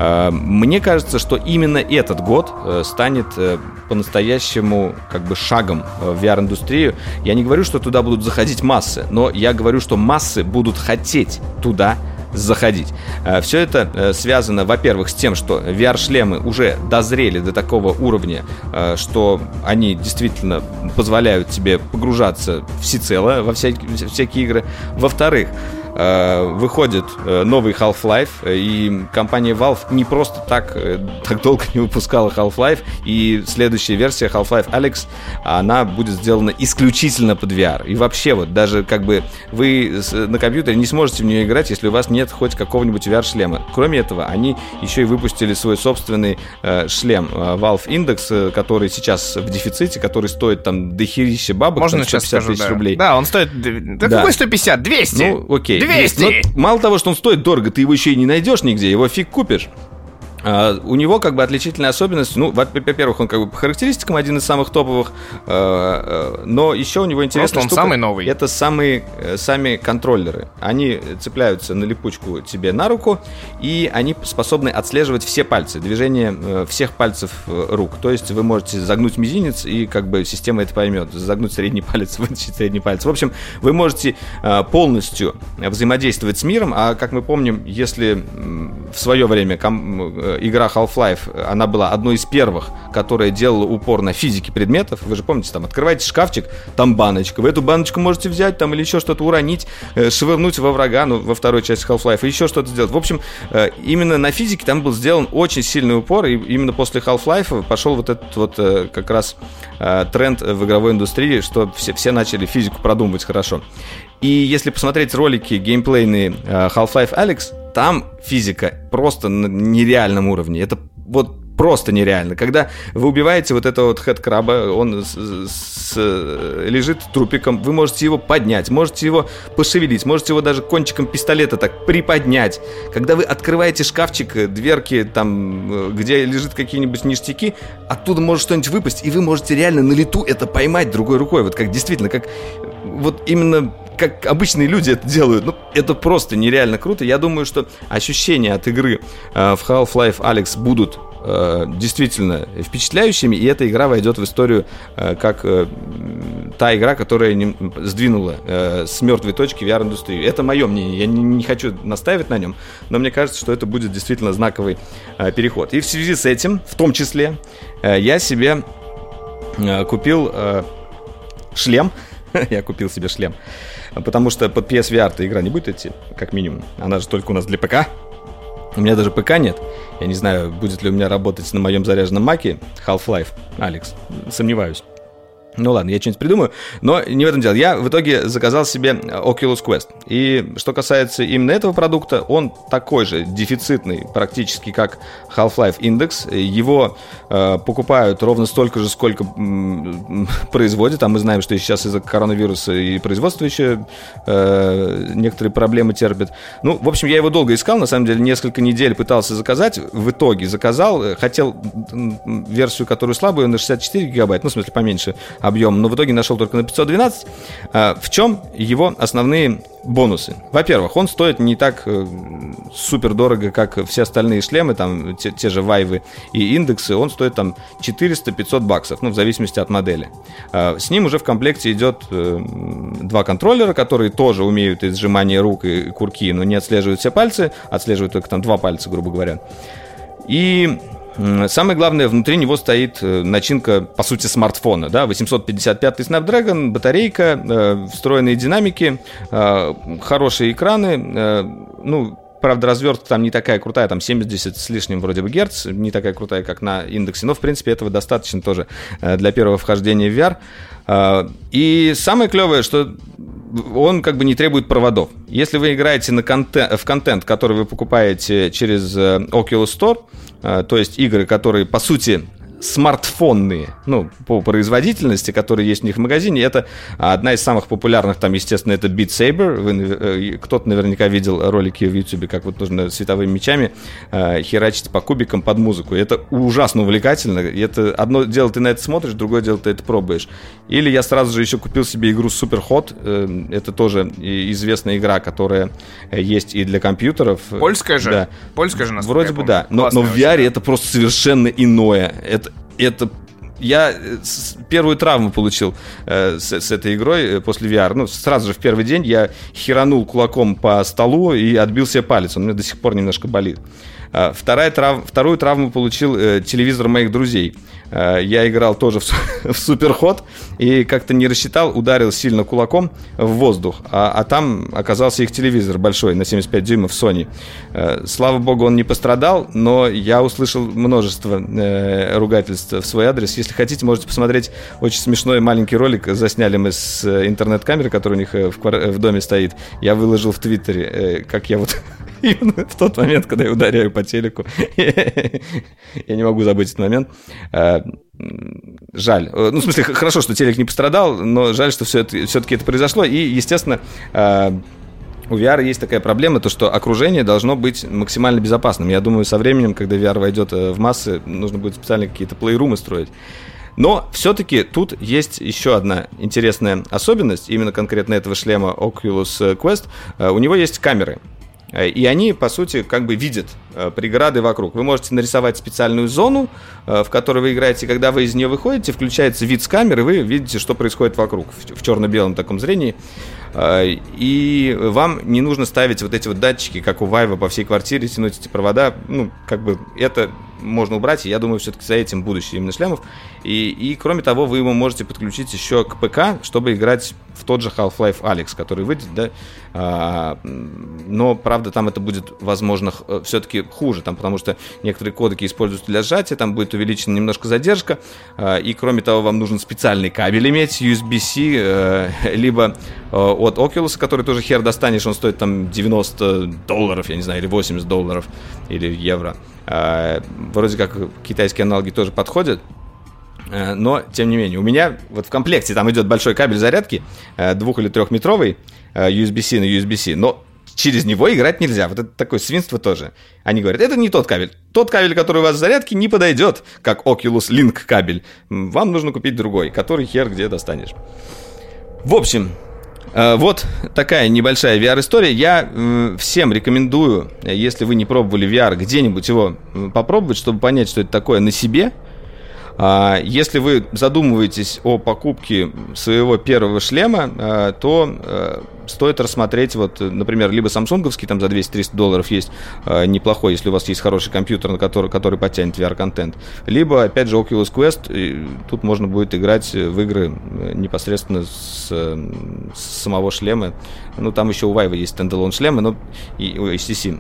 A: Мне кажется, что именно этот год станет по-настоящему как бы шагом в ви ар-индустрию. Я не говорю, что туда будут заходить массы, но я говорю, что массы будут хотеть туда заходить. Все это связано, во-первых, с тем, что ви ар-шлемы уже дозрели до такого уровня, что они действительно позволяют тебе погружаться всецело во всякие, всякие игры. Во-вторых, выходит новый Half-Life, и компания Valve не просто так, так долго не выпускала Half-Life, и следующая версия Half-Life Alyx, она будет сделана исключительно под ви ар. И вообще вот даже как бы вы на компьютере не сможете в нее играть, если у вас нет хоть какого-нибудь ви ар-шлема. Кроме этого, они еще и выпустили свой собственный э, шлем э, Valve Index, который сейчас в дефиците, который стоит там дохерища бабок.
B: Можно сейчас скажу,
A: тысяч
B: да.
A: рублей.
B: Да, он стоит... Да, да. Какой сто пятьдесят? двести!
A: Ну, окей.
B: двести!
A: Но мало того, что он стоит дорого, ты его еще и не найдешь нигде, его фиг купишь. Uh, у него как бы отличительная особенность. Ну, во-первых, он как бы по характеристикам один из самых топовых, uh, uh, но еще у него интересная штука.
B: Он самый новый.
A: Это самые, uh, сами контроллеры. Они цепляются на липучку тебе на руку, и они способны отслеживать все пальцы, движение uh, всех пальцев uh, рук. То есть вы можете загнуть мизинец, и как бы система это поймет. Загнуть средний палец, вытащить средний палец. В общем, вы можете uh, полностью взаимодействовать с миром, а как мы помним, если в свое время ком- игра Half-Life, она была одной из первых, которая делала упор на физике предметов. Вы же помните, там, открываете шкафчик, там баночка. Вы эту баночку можете взять, там, или еще что-то уронить, э, швырнуть во врага, ну, во второй части Half-Life, и еще что-то сделать. В общем, э, именно на физике там был сделан очень сильный упор, и именно после Half-Life пошел вот этот вот э, как раз э, тренд в игровой индустрии, что все, все начали физику продумывать хорошо. И если посмотреть ролики геймплейные э, Half-Life Alyx, там физика просто на нереальном уровне. Это вот просто нереально. Когда вы убиваете вот этого вот хэдкраба, он с, с, лежит трупиком, вы можете его поднять, можете его пошевелить, можете его даже кончиком пистолета так приподнять. Когда вы открываете шкафчик, дверки, там, где лежат какие-нибудь ништяки, оттуда может что-нибудь выпасть, и вы можете реально на лету это поймать другой рукой. Вот как действительно, как вот именно... как обычные люди это делают. Ну, это просто нереально круто. Я думаю, что ощущения от игры э, в Half-Life Alyx будут э, действительно впечатляющими, и эта игра войдет в историю э, как э, та игра, которая не, сдвинула э, с мертвой точки ви ар-индустрию. Это мое мнение, я не, не хочу настаивать на нем, но мне кажется, что это будет действительно знаковый э, переход. И в связи с этим, в том числе, э, я себе э, купил э, шлем. Я купил себе шлем, потому что под пи эс ви ар-то игра не будет идти, как минимум. Она же только у нас для ПК. У меня даже ПК нет. Я не знаю, будет ли у меня работать на моем заряженном маке Half-Life, Алекс. Сомневаюсь. Ну ладно, я что-нибудь придумаю, но не в этом дело. Я в итоге заказал себе Oculus Quest. И что касается именно этого продукта, он такой же дефицитный практически, как Half-Life Index. Его э, покупают ровно столько же, сколько м- производят. А мы знаем, что сейчас из-за коронавируса и производство еще э, некоторые проблемы терпит. Ну, в общем, я его долго искал. На самом деле, несколько недель пытался заказать. В итоге заказал. Хотел версию, которую слабую, на шестьдесят четыре гигабайта. Ну, в смысле, поменьше объем, но в итоге нашел только на пятьсот двенадцать. В чем его основные бонусы? Во-первых, он стоит не так супер дорого, как все остальные шлемы, там те, те же Вайвы и индексы. Он стоит там четыреста-пятьсот баксов, ну, в зависимости от модели. С ним уже в комплекте идет два контроллера, которые тоже умеют и сжимание рук, и курки, но не отслеживают все пальцы, отслеживают только там два пальца, грубо говоря. И самое главное, внутри него стоит начинка, по сути, смартфона, да, восемьсот пятьдесят пятый Snapdragon, батарейка, э, встроенные динамики, э, хорошие экраны, э, ну, правда, развертка там не такая крутая, там семьдесят с лишним вроде бы герц, не такая крутая, как на индексе, но, в принципе, этого достаточно тоже для первого вхождения в ви ар. И самое клевое, что он как бы не требует проводов. Если вы играете на контент, в контент, который вы покупаете через Oculus Store, то есть игры, которые, по сути, смартфонные, ну, по производительности, которые есть у них в магазине, это одна из самых популярных, там, естественно, это Beat Saber. Вы, кто-то наверняка видел ролики в YouTube, как вот нужно световыми мечами э, херачить по кубикам под музыку. И это ужасно увлекательно. И это одно дело, ты на это смотришь, другое дело, ты это пробуешь. Или я сразу же еще купил себе игру Super Hot. Э, это тоже известная игра, которая есть и для компьютеров.
B: Польская же?
A: Да.
B: Польская же, насколько
A: Вроде
B: я
A: бы
B: помню.
A: да. Но, но в ви ар это просто совершенно иное. Это Это я первую травму получил э, с, с этой игрой после ви ар. Ну, сразу же в первый день я херанул кулаком по столу и отбил себе палец. Он у меня до сих пор немножко болит. Э, вторая трав... Вторую травму получил э, телевизор моих друзей. Э, я играл тоже в, в Суперход и как-то не рассчитал, ударил сильно кулаком в воздух. А, а там оказался их телевизор большой на семьдесят пять дюймов Sony. Э, слава богу, он не пострадал, но я услышал множество э, ругательств в свой адрес. Если хотите, можете посмотреть очень смешной маленький ролик. Засняли мы с интернет-камеры, которая у них в, в доме стоит. Я выложил в Твиттере, как я вот именно в тот момент, когда я ударяю по телеку. Я не могу забыть этот момент. Жаль. Ну, в смысле, хорошо, что телек не пострадал, но жаль, что все это, все-таки это произошло. И, естественно, у ви ар есть такая проблема, то что окружение должно быть максимально безопасным. Я думаю, со временем, когда ви ар войдет в массы, нужно будет специально какие-то плейрумы строить. Но все-таки тут есть еще одна интересная особенность, именно конкретно этого шлема Oculus Quest. У него есть камеры. И они, по сути, как бы видят преграды вокруг. Вы можете нарисовать специальную зону, в которой вы играете. Когда вы из нее выходите, включается вид с камеры, вы видите, что происходит вокруг в черно-белом таком зрении. И вам не нужно ставить вот эти вот датчики, как у Vive, по всей квартире, тянуть эти провода. Ну, как бы это можно убрать, и я думаю, все-таки за этим будущее именно шлемов. И, и кроме того, вы его можете подключить еще к ПК, чтобы играть в тот же Half-Life Alyx, который выйдет, да. А, но, правда, там это будет, возможно, все-таки хуже, там, потому что некоторые кодеки используются для сжатия, там будет увеличена немножко задержка, а, и, кроме того, вам нужен специальный кабель иметь, ю эс би-C, а, либо а, от Oculus, который тоже хер достанешь, он стоит там девяносто долларов, я не знаю, или восемьдесят долларов, или евро. А, вроде как китайские аналоги тоже подходят. Но, тем не менее, у меня вот в комплекте там идет большой кабель зарядки, двух- или трехметровый, ю эс би-C на ю эс би-C, но через него играть нельзя. Вот это такое свинство тоже. Они говорят, это не тот кабель. Тот кабель, который у вас в зарядке, не подойдет, как Oculus Link кабель. Вам нужно купить другой, который хер где достанешь. В общем, вот такая небольшая ви ар-история. Я всем рекомендую, если вы не пробовали ви ар, где-нибудь его попробовать, чтобы понять, что это такое на себе. Если вы задумываетесь о покупке своего первого шлема, то стоит рассмотреть, вот, например, либо самсунговский, там за двести-триста долларов есть неплохой, если у вас есть хороший компьютер, на который, который потянет ви ар-контент, либо, опять же, Oculus Quest, и тут можно будет играть в игры непосредственно с, с самого шлема. Ну, там еще у Vive есть стендалон шлемы, но и, у эйч ти си.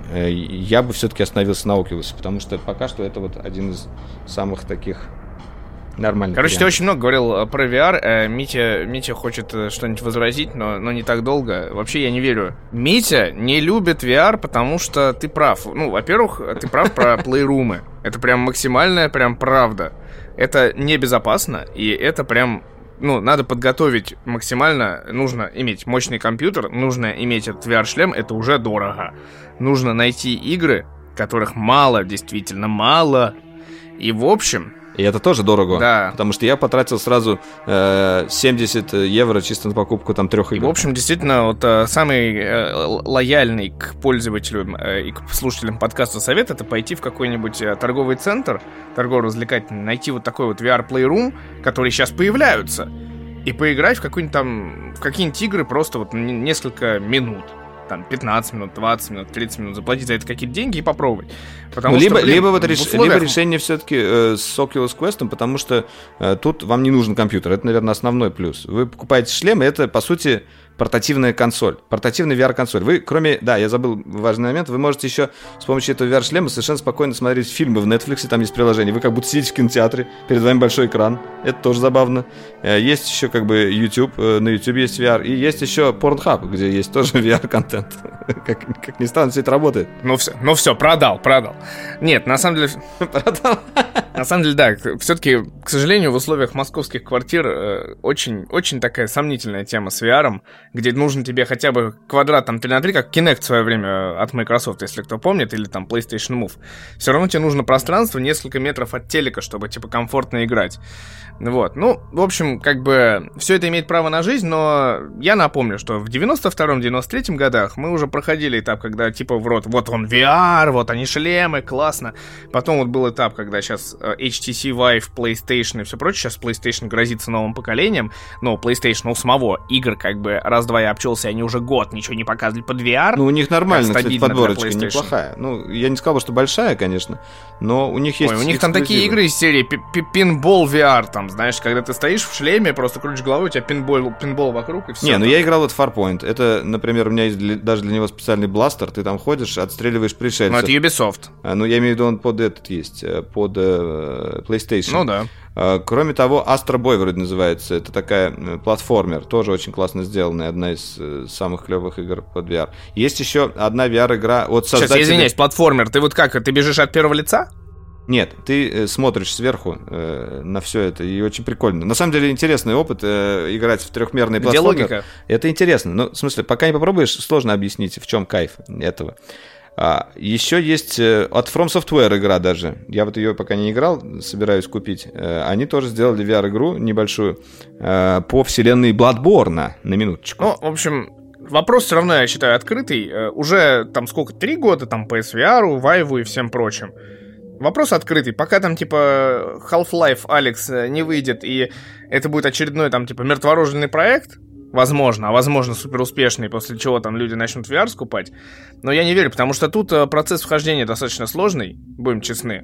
A: Я бы все-таки остановился на Oculus, потому что пока что это вот один из самых таких нормальных.
B: Короче, вариантов. Ты очень много говорил про ви ар. Митя, Митя хочет что-нибудь возразить, но, но не так долго. Вообще, я не верю. Митя не любит ви ар, потому что ты прав. Ну, во-первых, ты прав про плейрумы. Это прям максимальная прям правда. Это небезопасно, и это прям... Ну, надо подготовить максимально. Нужно иметь мощный компьютер, нужно иметь этот ви ар-шлем, это уже дорого. Нужно найти игры, которых мало, действительно мало. И в общем...
A: И это тоже дорого,
B: да.
A: Потому что я потратил сразу э, семьдесят евро чисто на покупку там трех игр.
B: И, в общем, действительно, вот э, самый э, лояльный к пользователям э, и к слушателям подкаста совет — это пойти в какой-нибудь э, торговый центр, торгово-развлекательный, найти вот такой вот ви ар-плейрум, которые сейчас появляются, и поиграть в какой-нибудь там, в какие-нибудь игры просто вот несколько минут. Там пятнадцать минут, двадцать минут, тридцать минут, заплатить за это какие-то деньги и попробовать. Потому
A: ну,
B: что,
A: либо,
B: блин,
A: либо, вот реш...
B: условиях...
A: либо решение все-таки э, с Oculus Quest, потому что э, тут вам не нужен компьютер. Это, наверное, основной плюс. Вы покупаете шлем, и это, по сути, портативная консоль, портативная ви ар-консоль. Вы, кроме, да, я забыл важный момент, вы можете еще с помощью этого ви ар-шлема совершенно спокойно смотреть фильмы в Netflix, там есть приложение. Вы как будто сидите в кинотеатре, перед вами большой экран. Это тоже забавно. Есть еще как бы YouTube, на YouTube есть ви ар, и есть еще Pornhub, где есть тоже ви ар-контент. Как, как ни странно, все это работает.
B: Ну все, ну все, продал, продал. Нет, на самом деле... Продал. На самом деле, да, все-таки, к сожалению, в условиях московских квартир э, очень, очень такая сомнительная тема с ви ар, где нужно тебе хотя бы квадрат там три на три, как Kinect в свое время от Microsoft, если кто помнит, или там PlayStation Move. Все равно тебе нужно пространство несколько метров от телека, чтобы типа комфортно играть. Вот, ну, в общем, как бы все это имеет право на жизнь, но я напомню, что в девяносто втором — девяносто третьем годах мы уже проходили этап, когда типа в рот, вот он ви ар, вот они шлемы, классно. Потом вот был этап, когда сейчас эйч ти си Vive, PlayStation и все прочее, сейчас PlayStation грозится новым поколением, но PlayStation у самого игр как бы раз-два я обчелся, они уже год ничего не показывали под ви ар.
A: Ну, у них нормально, кстати, подборочка неплохая. Ну, я не сказал бы, что большая, конечно, но у них есть...
B: Ой, у них там такие игры из серии Pinball ви ар, там, знаешь, когда ты стоишь в шлеме, просто крутишь головой, у тебя пинбол, пинбол вокруг и все.
A: Не, ну я играл вот Farpoint. Это, например, у меня есть для, даже для него специальный бластер. Ты там ходишь, отстреливаешь пришельцев.
B: Ну, это Ubisoft.
A: А, ну, я имею в виду, он под этот есть, под э, PlayStation.
B: Ну, да.
A: А, кроме того, Astro Boy вроде называется. Это такая платформер, тоже очень классно сделанная. Одна из э, самых клевых игр под ви ар. Есть еще одна ви ар-игра от создателя...
B: Сейчас, извиняюсь, платформер. Ты вот как, ты бежишь от первого лица?
A: Нет, ты э, смотришь сверху э, на все это, и очень прикольно. На самом деле интересный опыт э, играть в трехмерные платформы. Где логика? Это интересно. Ну, в смысле, пока не попробуешь, сложно объяснить, в чем кайф этого. А, еще есть э, от From Software игра даже. Я вот ее пока не играл, собираюсь купить. Э, они тоже сделали ви ар-игру небольшую э, по вселенной Bloodborne, на минуточку.
B: Ну, в общем... Вопрос все равно, я считаю, открытый. Уже там сколько, три года там пи эс ви ар, Vive и всем прочим. Вопрос открытый. Пока там, типа, Half-Life Alyx не выйдет, и это будет очередной, там, типа, мертворожденный проект, возможно, а возможно суперуспешный, после чего там люди начнут ви ар скупать. Но я не верю, потому что тут процесс вхождения достаточно сложный, будем честны.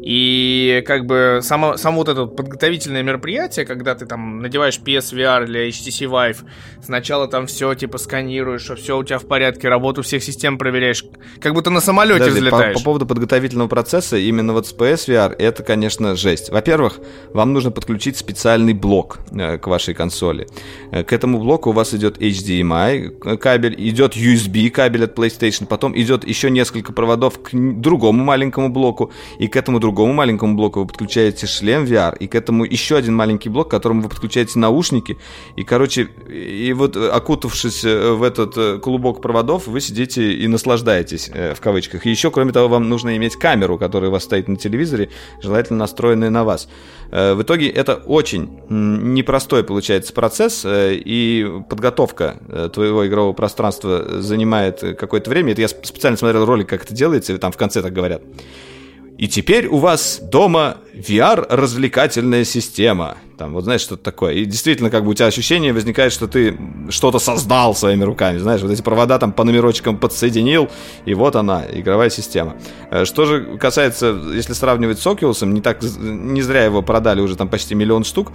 B: И как бы само, само вот это подготовительное мероприятие, когда ты там надеваешь пи эс ви ар или эйч ти си Vive, сначала там все типа сканируешь, что все у тебя в порядке, работу всех систем проверяешь, как будто на самолете Подожди, взлетаешь.
A: По, по поводу подготовительного процесса, именно вот с пи эс ви ар, это, конечно, жесть. Во-первых, вам нужно подключить специальный блок э, к вашей консоли. Э, к этому блоку у вас идет эйч ди эм ай кабель, идет ю эс би кабель от PlayStation, потом идет еще несколько проводов к другому маленькому блоку, и к этому другому маленькому блоку вы подключаете шлем ви ар, и к этому еще один маленький блок, к которому вы подключаете наушники, и, короче, и вот окутавшись в этот клубок проводов, вы сидите и наслаждаетесь, в кавычках. И еще, кроме того, вам нужно иметь камеру, которая у вас стоит на телевизоре, желательно настроенная на вас. В итоге это очень непростой получается процесс, и подготовка твоего игрового пространства занимает какое-то время. Это я специально смотрел ролик, как это делается, и там в конце так говорят. И теперь у вас дома ви ар-развлекательная система. Там, вот знаешь, что-то такое. И действительно, как бы у тебя ощущение возникает, что ты что-то создал своими руками. Знаешь, вот эти провода там по номерочкам подсоединил, и вот она, игровая система. Что же касается, если сравнивать с Oculus, не так, не зря его продали уже там почти миллион штук,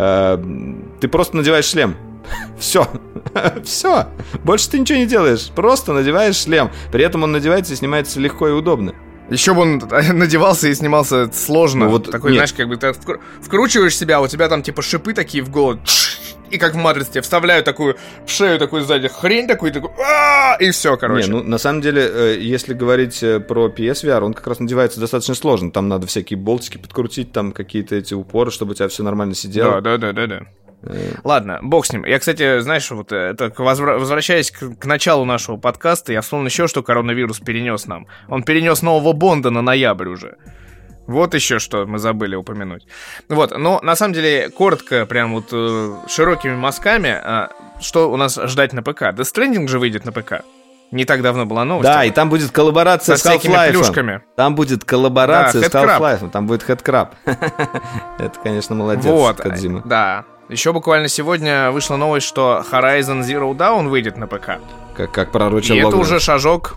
A: ты просто надеваешь шлем. Все, все, больше ты ничего не делаешь, просто надеваешь шлем. При этом он надевается и снимается легко и удобно.
B: Еще бы он надевался и снимался сложно. Ну, вот такой, нет. Знаешь, как бы ты вкручиваешь себя, у тебя там типа шипы такие в голову, и как в матрице тебе вставляют такую в шею такую сзади хрень такую, такой, и все, короче.
A: Не, ну на самом деле, если говорить про пи эс ви ар, он как раз надевается достаточно сложно. Там надо всякие болтики подкрутить, там какие-то эти упоры, чтобы у тебя все нормально сидело.
B: Да, да, да, да, да. Ладно, бог с ним. Я, кстати, знаешь, вот это возвра- возвращаясь к, к началу нашего подкаста, я вспомнил еще, что коронавирус перенес нам. Он перенес нового Бонда на ноябрь уже. Вот еще что мы забыли упомянуть. Вот, но на самом деле, коротко, прям вот э, широкими мазками, э, что у нас ждать на ПК. Death Stranding же выйдет на ПК. Не так давно была новость.
A: Да, и там будет коллаборация с Half-Life. Там будет коллаборация да, с Half-Life. Там будет Headcrab. Это, конечно, молодец,
B: вот,
A: Кодзима.
B: Да. Еще буквально сегодня вышла новость, что Horizon Zero Dawn выйдет на ПК.
A: Как, как пророчил
B: И
A: Логвин.
B: это уже шажок...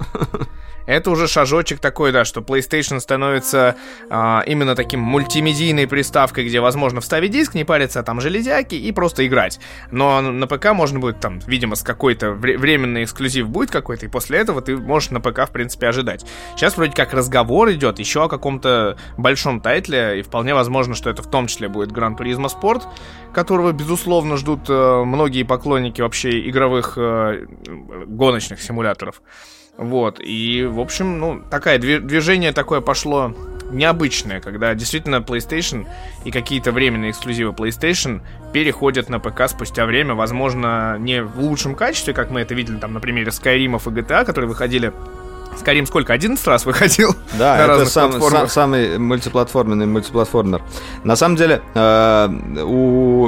B: Это уже шажочек такой, да, что PlayStation становится а, именно таким мультимедийной приставкой, где возможно вставить диск, не париться, а там железяки и просто играть. Но на ПК можно будет там, видимо, с какой-то вре- временный эксклюзив будет какой-то, и после этого ты можешь на ПК, в принципе, ожидать. Сейчас вроде как разговор идет еще о каком-то большом тайтле, и вполне возможно, что это в том числе будет Gran Turismo Sport, которого, безусловно, ждут э, многие поклонники вообще игровых э, гоночных симуляторов. Вот, и, в общем, ну, такое движение такое пошло необычное, когда действительно PlayStation и какие-то временные эксклюзивы PlayStation переходят на ПК спустя время, возможно, не в лучшем качестве, как мы это видели там на примере Скайримов и джи ти эй, которые выходили. Skyrim сколько? одиннадцать раз выходил?
A: Да, на это сам, сам, самый мультиплатформенный мультиплатформер. На самом деле, э, у...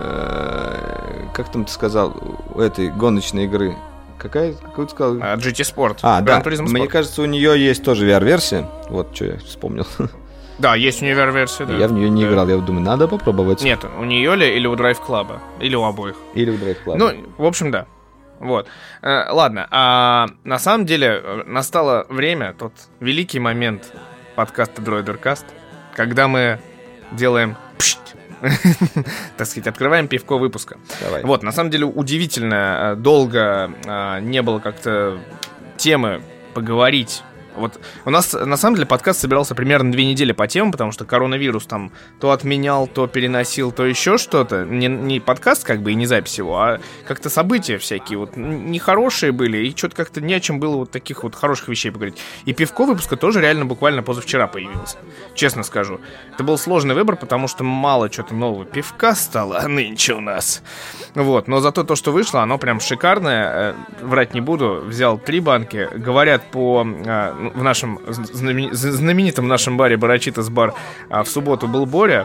A: Э, как там ты сказал? У этой гоночной игры... Какая, какую ты сказал?
B: А, джи ти Sport.
A: А, да. Мне кажется, у нее есть тоже ви ар-версия. Вот, что я вспомнил.
B: Да, есть у нее ви ар-версия, да.
A: Я в нее не да. играл, я думаю, надо попробовать.
B: Нет, у нее ли или у Drive Club? Или у обоих?
A: Или у Drive Club.
B: Ну, в общем, да. Вот. Э, ладно, а на самом деле настало время, тот великий момент подкаста DroiderCast, когда мы делаем пшт, так сказать, открываем пивко выпуска.
A: Давай.
B: Вот, на самом деле удивительно долго а, не было как-то темы поговорить. Вот у нас, на самом деле, подкаст собирался примерно две недели по темам, потому что коронавирус там то отменял, то переносил, то еще что-то. Не, не подкаст, как бы, и не запись его, а как-то события всякие вот нехорошие были, и что-то как-то не о чем было вот таких вот хороших вещей поговорить. И пивко выпуска тоже реально буквально позавчера появился, честно скажу. Это был сложный выбор, потому что мало что-то нового пивка стало, а нынче у нас. Вот, но зато то, что вышло, оно прям шикарное, врать не буду, взял три банки, говорят по... В нашем знамени... знаменитом нашем баре Барачитас бар а, в субботу был Боря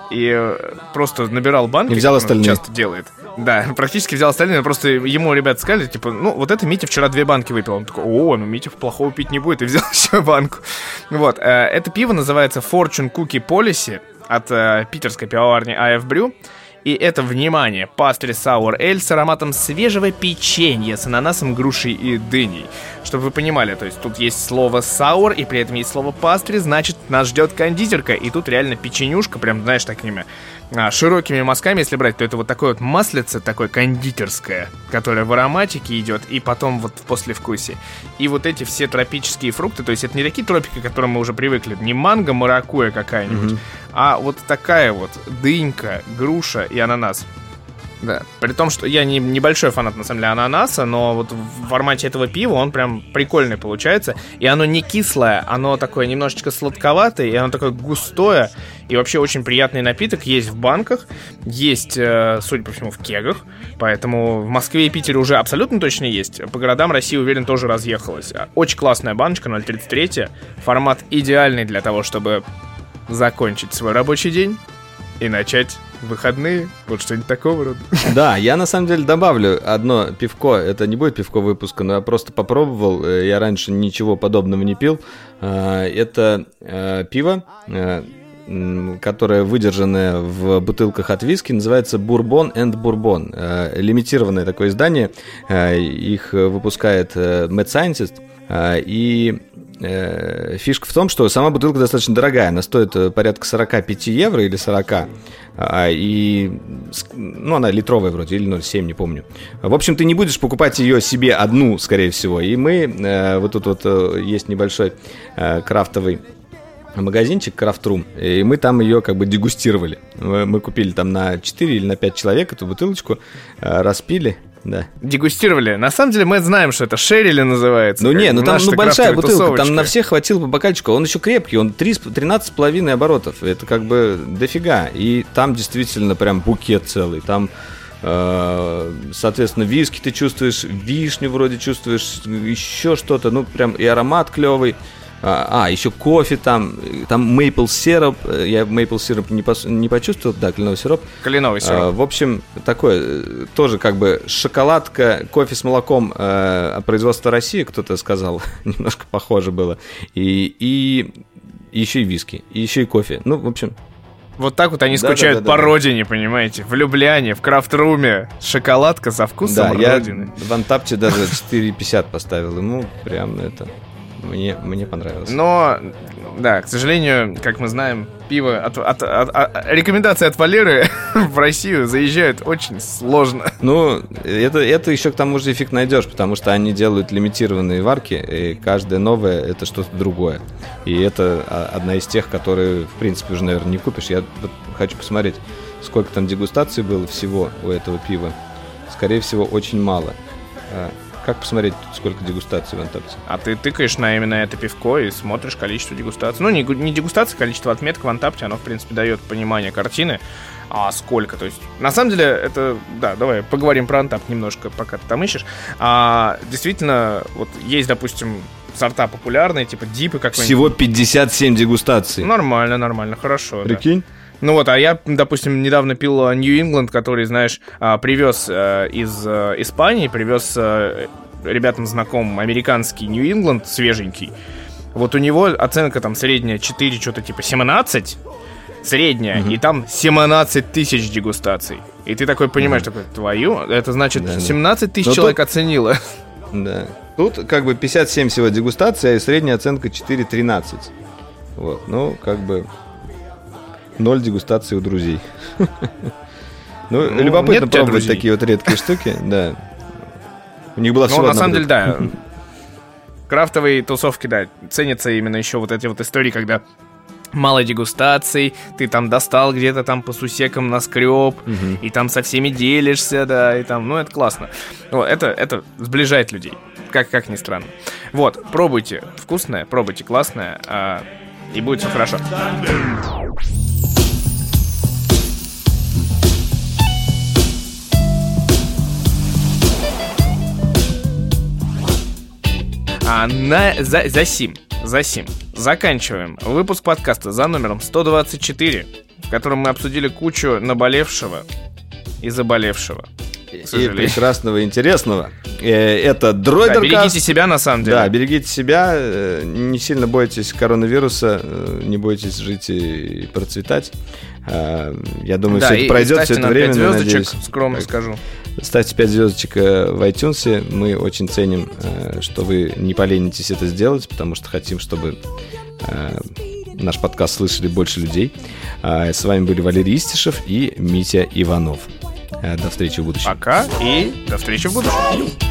B: и просто набирал банки,
A: и взял
B: как
A: остальные.
B: Он часто делает. Да, практически взял остальные, просто ему ребята сказали, типа, ну, вот это Митя вчера две банки выпил. Он такой, о, ну Митя плохого пить не будет, и взял еще банку. Вот, это пиво называется Fortune Cookie Policy от питерской пивоварни эй эф Brew. И это, внимание, пастри сауэр эль с ароматом свежего печенья с ананасом, грушей и дыней. Чтобы вы понимали, то есть тут есть слово сауэр, и при этом есть слово пастри, значит, нас ждет кондитерка. И тут реально печенюшка, прям, знаешь, такими а, широкими мазками, если брать, то это вот такое вот маслице, такое кондитерское, которое в ароматике идет, и потом вот в послевкусии. И вот эти все тропические фрукты, то есть это не такие тропики, к которым мы уже привыкли, не манго, маракуйя какая-нибудь, mm-hmm. а вот такая вот дынька, груша и ананас. Да, при том, что я не небольшой фанат, на самом деле, ананаса, но вот в формате этого пива он прям прикольный получается. И оно не кислое, оно такое немножечко сладковатое, и оно такое густое. И вообще очень приятный напиток. Есть в банках, есть, судя по всему, в кегах. Поэтому в Москве и Питере уже абсолютно точно есть. По городам России, уверен, тоже разъехалась. Очень классная баночка, ноль тридцать три. Формат идеальный для того, чтобы закончить свой рабочий день и начать выходные, вот что-нибудь такого рода.
A: Да, я на самом деле добавлю одно пивко. Это не будет пивко выпуска, но я просто попробовал. Я раньше ничего подобного не пил. Это пиво, которое выдержанное в бутылках от виски, называется Bourbon and Bourbon. Лимитированное такое издание. Их выпускает Mad Scientist. И фишка в том, что сама бутылка достаточно дорогая. Она стоит порядка сорок пять евро или сорок. И, ну, она литровая вроде, или ноль целых семь, не помню. В общем, ты не будешь покупать ее себе одну, скорее всего. И мы, вот тут вот есть небольшой крафтовый магазинчик Крафтрум, и мы там ее как бы дегустировали. Мы купили там на четыре или на пять человек эту бутылочку, распили. Да.
B: Дегустировали. На самом деле мы знаем, что это шерили называется.
A: Ну не, ну там ну, большая бутылка, тусовочка. Там на всех хватило по бокальчику. Он еще крепкий, он тринадцать с половиной оборотов. Это как бы дофига. И там действительно прям букет целый. Там, э, соответственно, виски ты чувствуешь, вишню вроде чувствуешь, еще что-то. Ну прям и аромат клевый. А, еще кофе там, там maple сироп, я maple сироп не, пос, не почувствовал, да, кленовый сироп.
B: Кленовый сироп.
A: А, в общем, такое, тоже как бы шоколадка, кофе с молоком а, производства России, кто-то сказал, немножко похоже было, и, и еще и виски, и еще и кофе, ну, в общем...
B: Вот так вот они да, скучают да, да, по да, родине, понимаете? В Любляне, в Крафтруме. Шоколадка со вкусом
A: да,
B: родины.
A: Я в Антапте даже четыре пятьдесят поставил, ему прям это... Мне, мне понравилось.
B: Но, да, к сожалению, как мы знаем, пиво от, от, от, от, рекомендации от Валеры в Россию заезжают очень сложно.
A: Ну, это, это еще к тому же эффект найдешь, потому что они делают лимитированные варки, и каждая новая это что-то другое. И это одна из тех, которые, в принципе, уже, наверное, не купишь. Я вот хочу посмотреть, сколько там дегустаций было всего у этого пива. Скорее всего, очень мало. Как посмотреть, сколько дегустаций в Антапте?
B: А ты тыкаешь на именно это пивко и смотришь количество дегустаций. Ну, не, не дегустаций, количество отметок в Антапте, оно, в принципе, дает понимание картины. А сколько? То есть, на самом деле, это... Да, давай поговорим про Антапт немножко, пока ты там ищешь. А, действительно, вот есть, допустим, сорта популярные, типа дипы какой-нибудь.
A: Всего пятьдесят семь дегустаций.
B: Нормально, нормально, хорошо.
A: Прикинь?
B: Да. Ну вот, а я, допустим, недавно пил New England, который, знаешь, привез из Испании, привез ребятам знакомым американский New England, свеженький. Вот у него оценка там средняя четыре, что-то типа семнадцать, средняя, mm-hmm. и там семнадцать тысяч дегустаций. И ты такой понимаешь, mm-hmm. такой, твою, это значит да, семнадцать тысяч человек тут... оценило.
A: Да. Тут как бы пятьдесят семь всего дегустаций, а средняя оценка четыре тринадцать. Вот, ну, как бы... Ноль дегустаций у друзей. Ну, любопытно пробовать такие вот редкие штуки, да. У них была всего одна.
B: Ну, на самом деле, да. Крафтовые тусовки, да, ценятся именно еще вот эти вот истории, когда мало дегустаций, ты там достал где-то там по сусекам наскреб, и там со всеми делишься, да, и там, ну, это классно. Это, это сближает людей, как, как ни странно. Вот, пробуйте вкусное, пробуйте классное, и будет все хорошо. А на, за, за сим, за сим заканчиваем выпуск подкаста за номером сто двадцать четыре, в котором мы обсудили кучу наболевшего и заболевшего.
A: И прекрасного, и интересного. Это Дроидеркаст.
B: Да, берегите себя, на самом деле.
A: Да, берегите себя, не сильно бойтесь коронавируса, не бойтесь жить и процветать. Я думаю, да, все это пройдет, все это время,
B: надеюсь. Скромно так. скажу.
A: Ставьте пять звездочек в iTunes. Мы очень ценим, что вы не поленитесь это сделать, потому что хотим, чтобы наш подкаст слышали больше людей. С вами были Валерий Истишев и Митя Иванов. До встречи в будущем.
B: Пока и до встречи в будущем.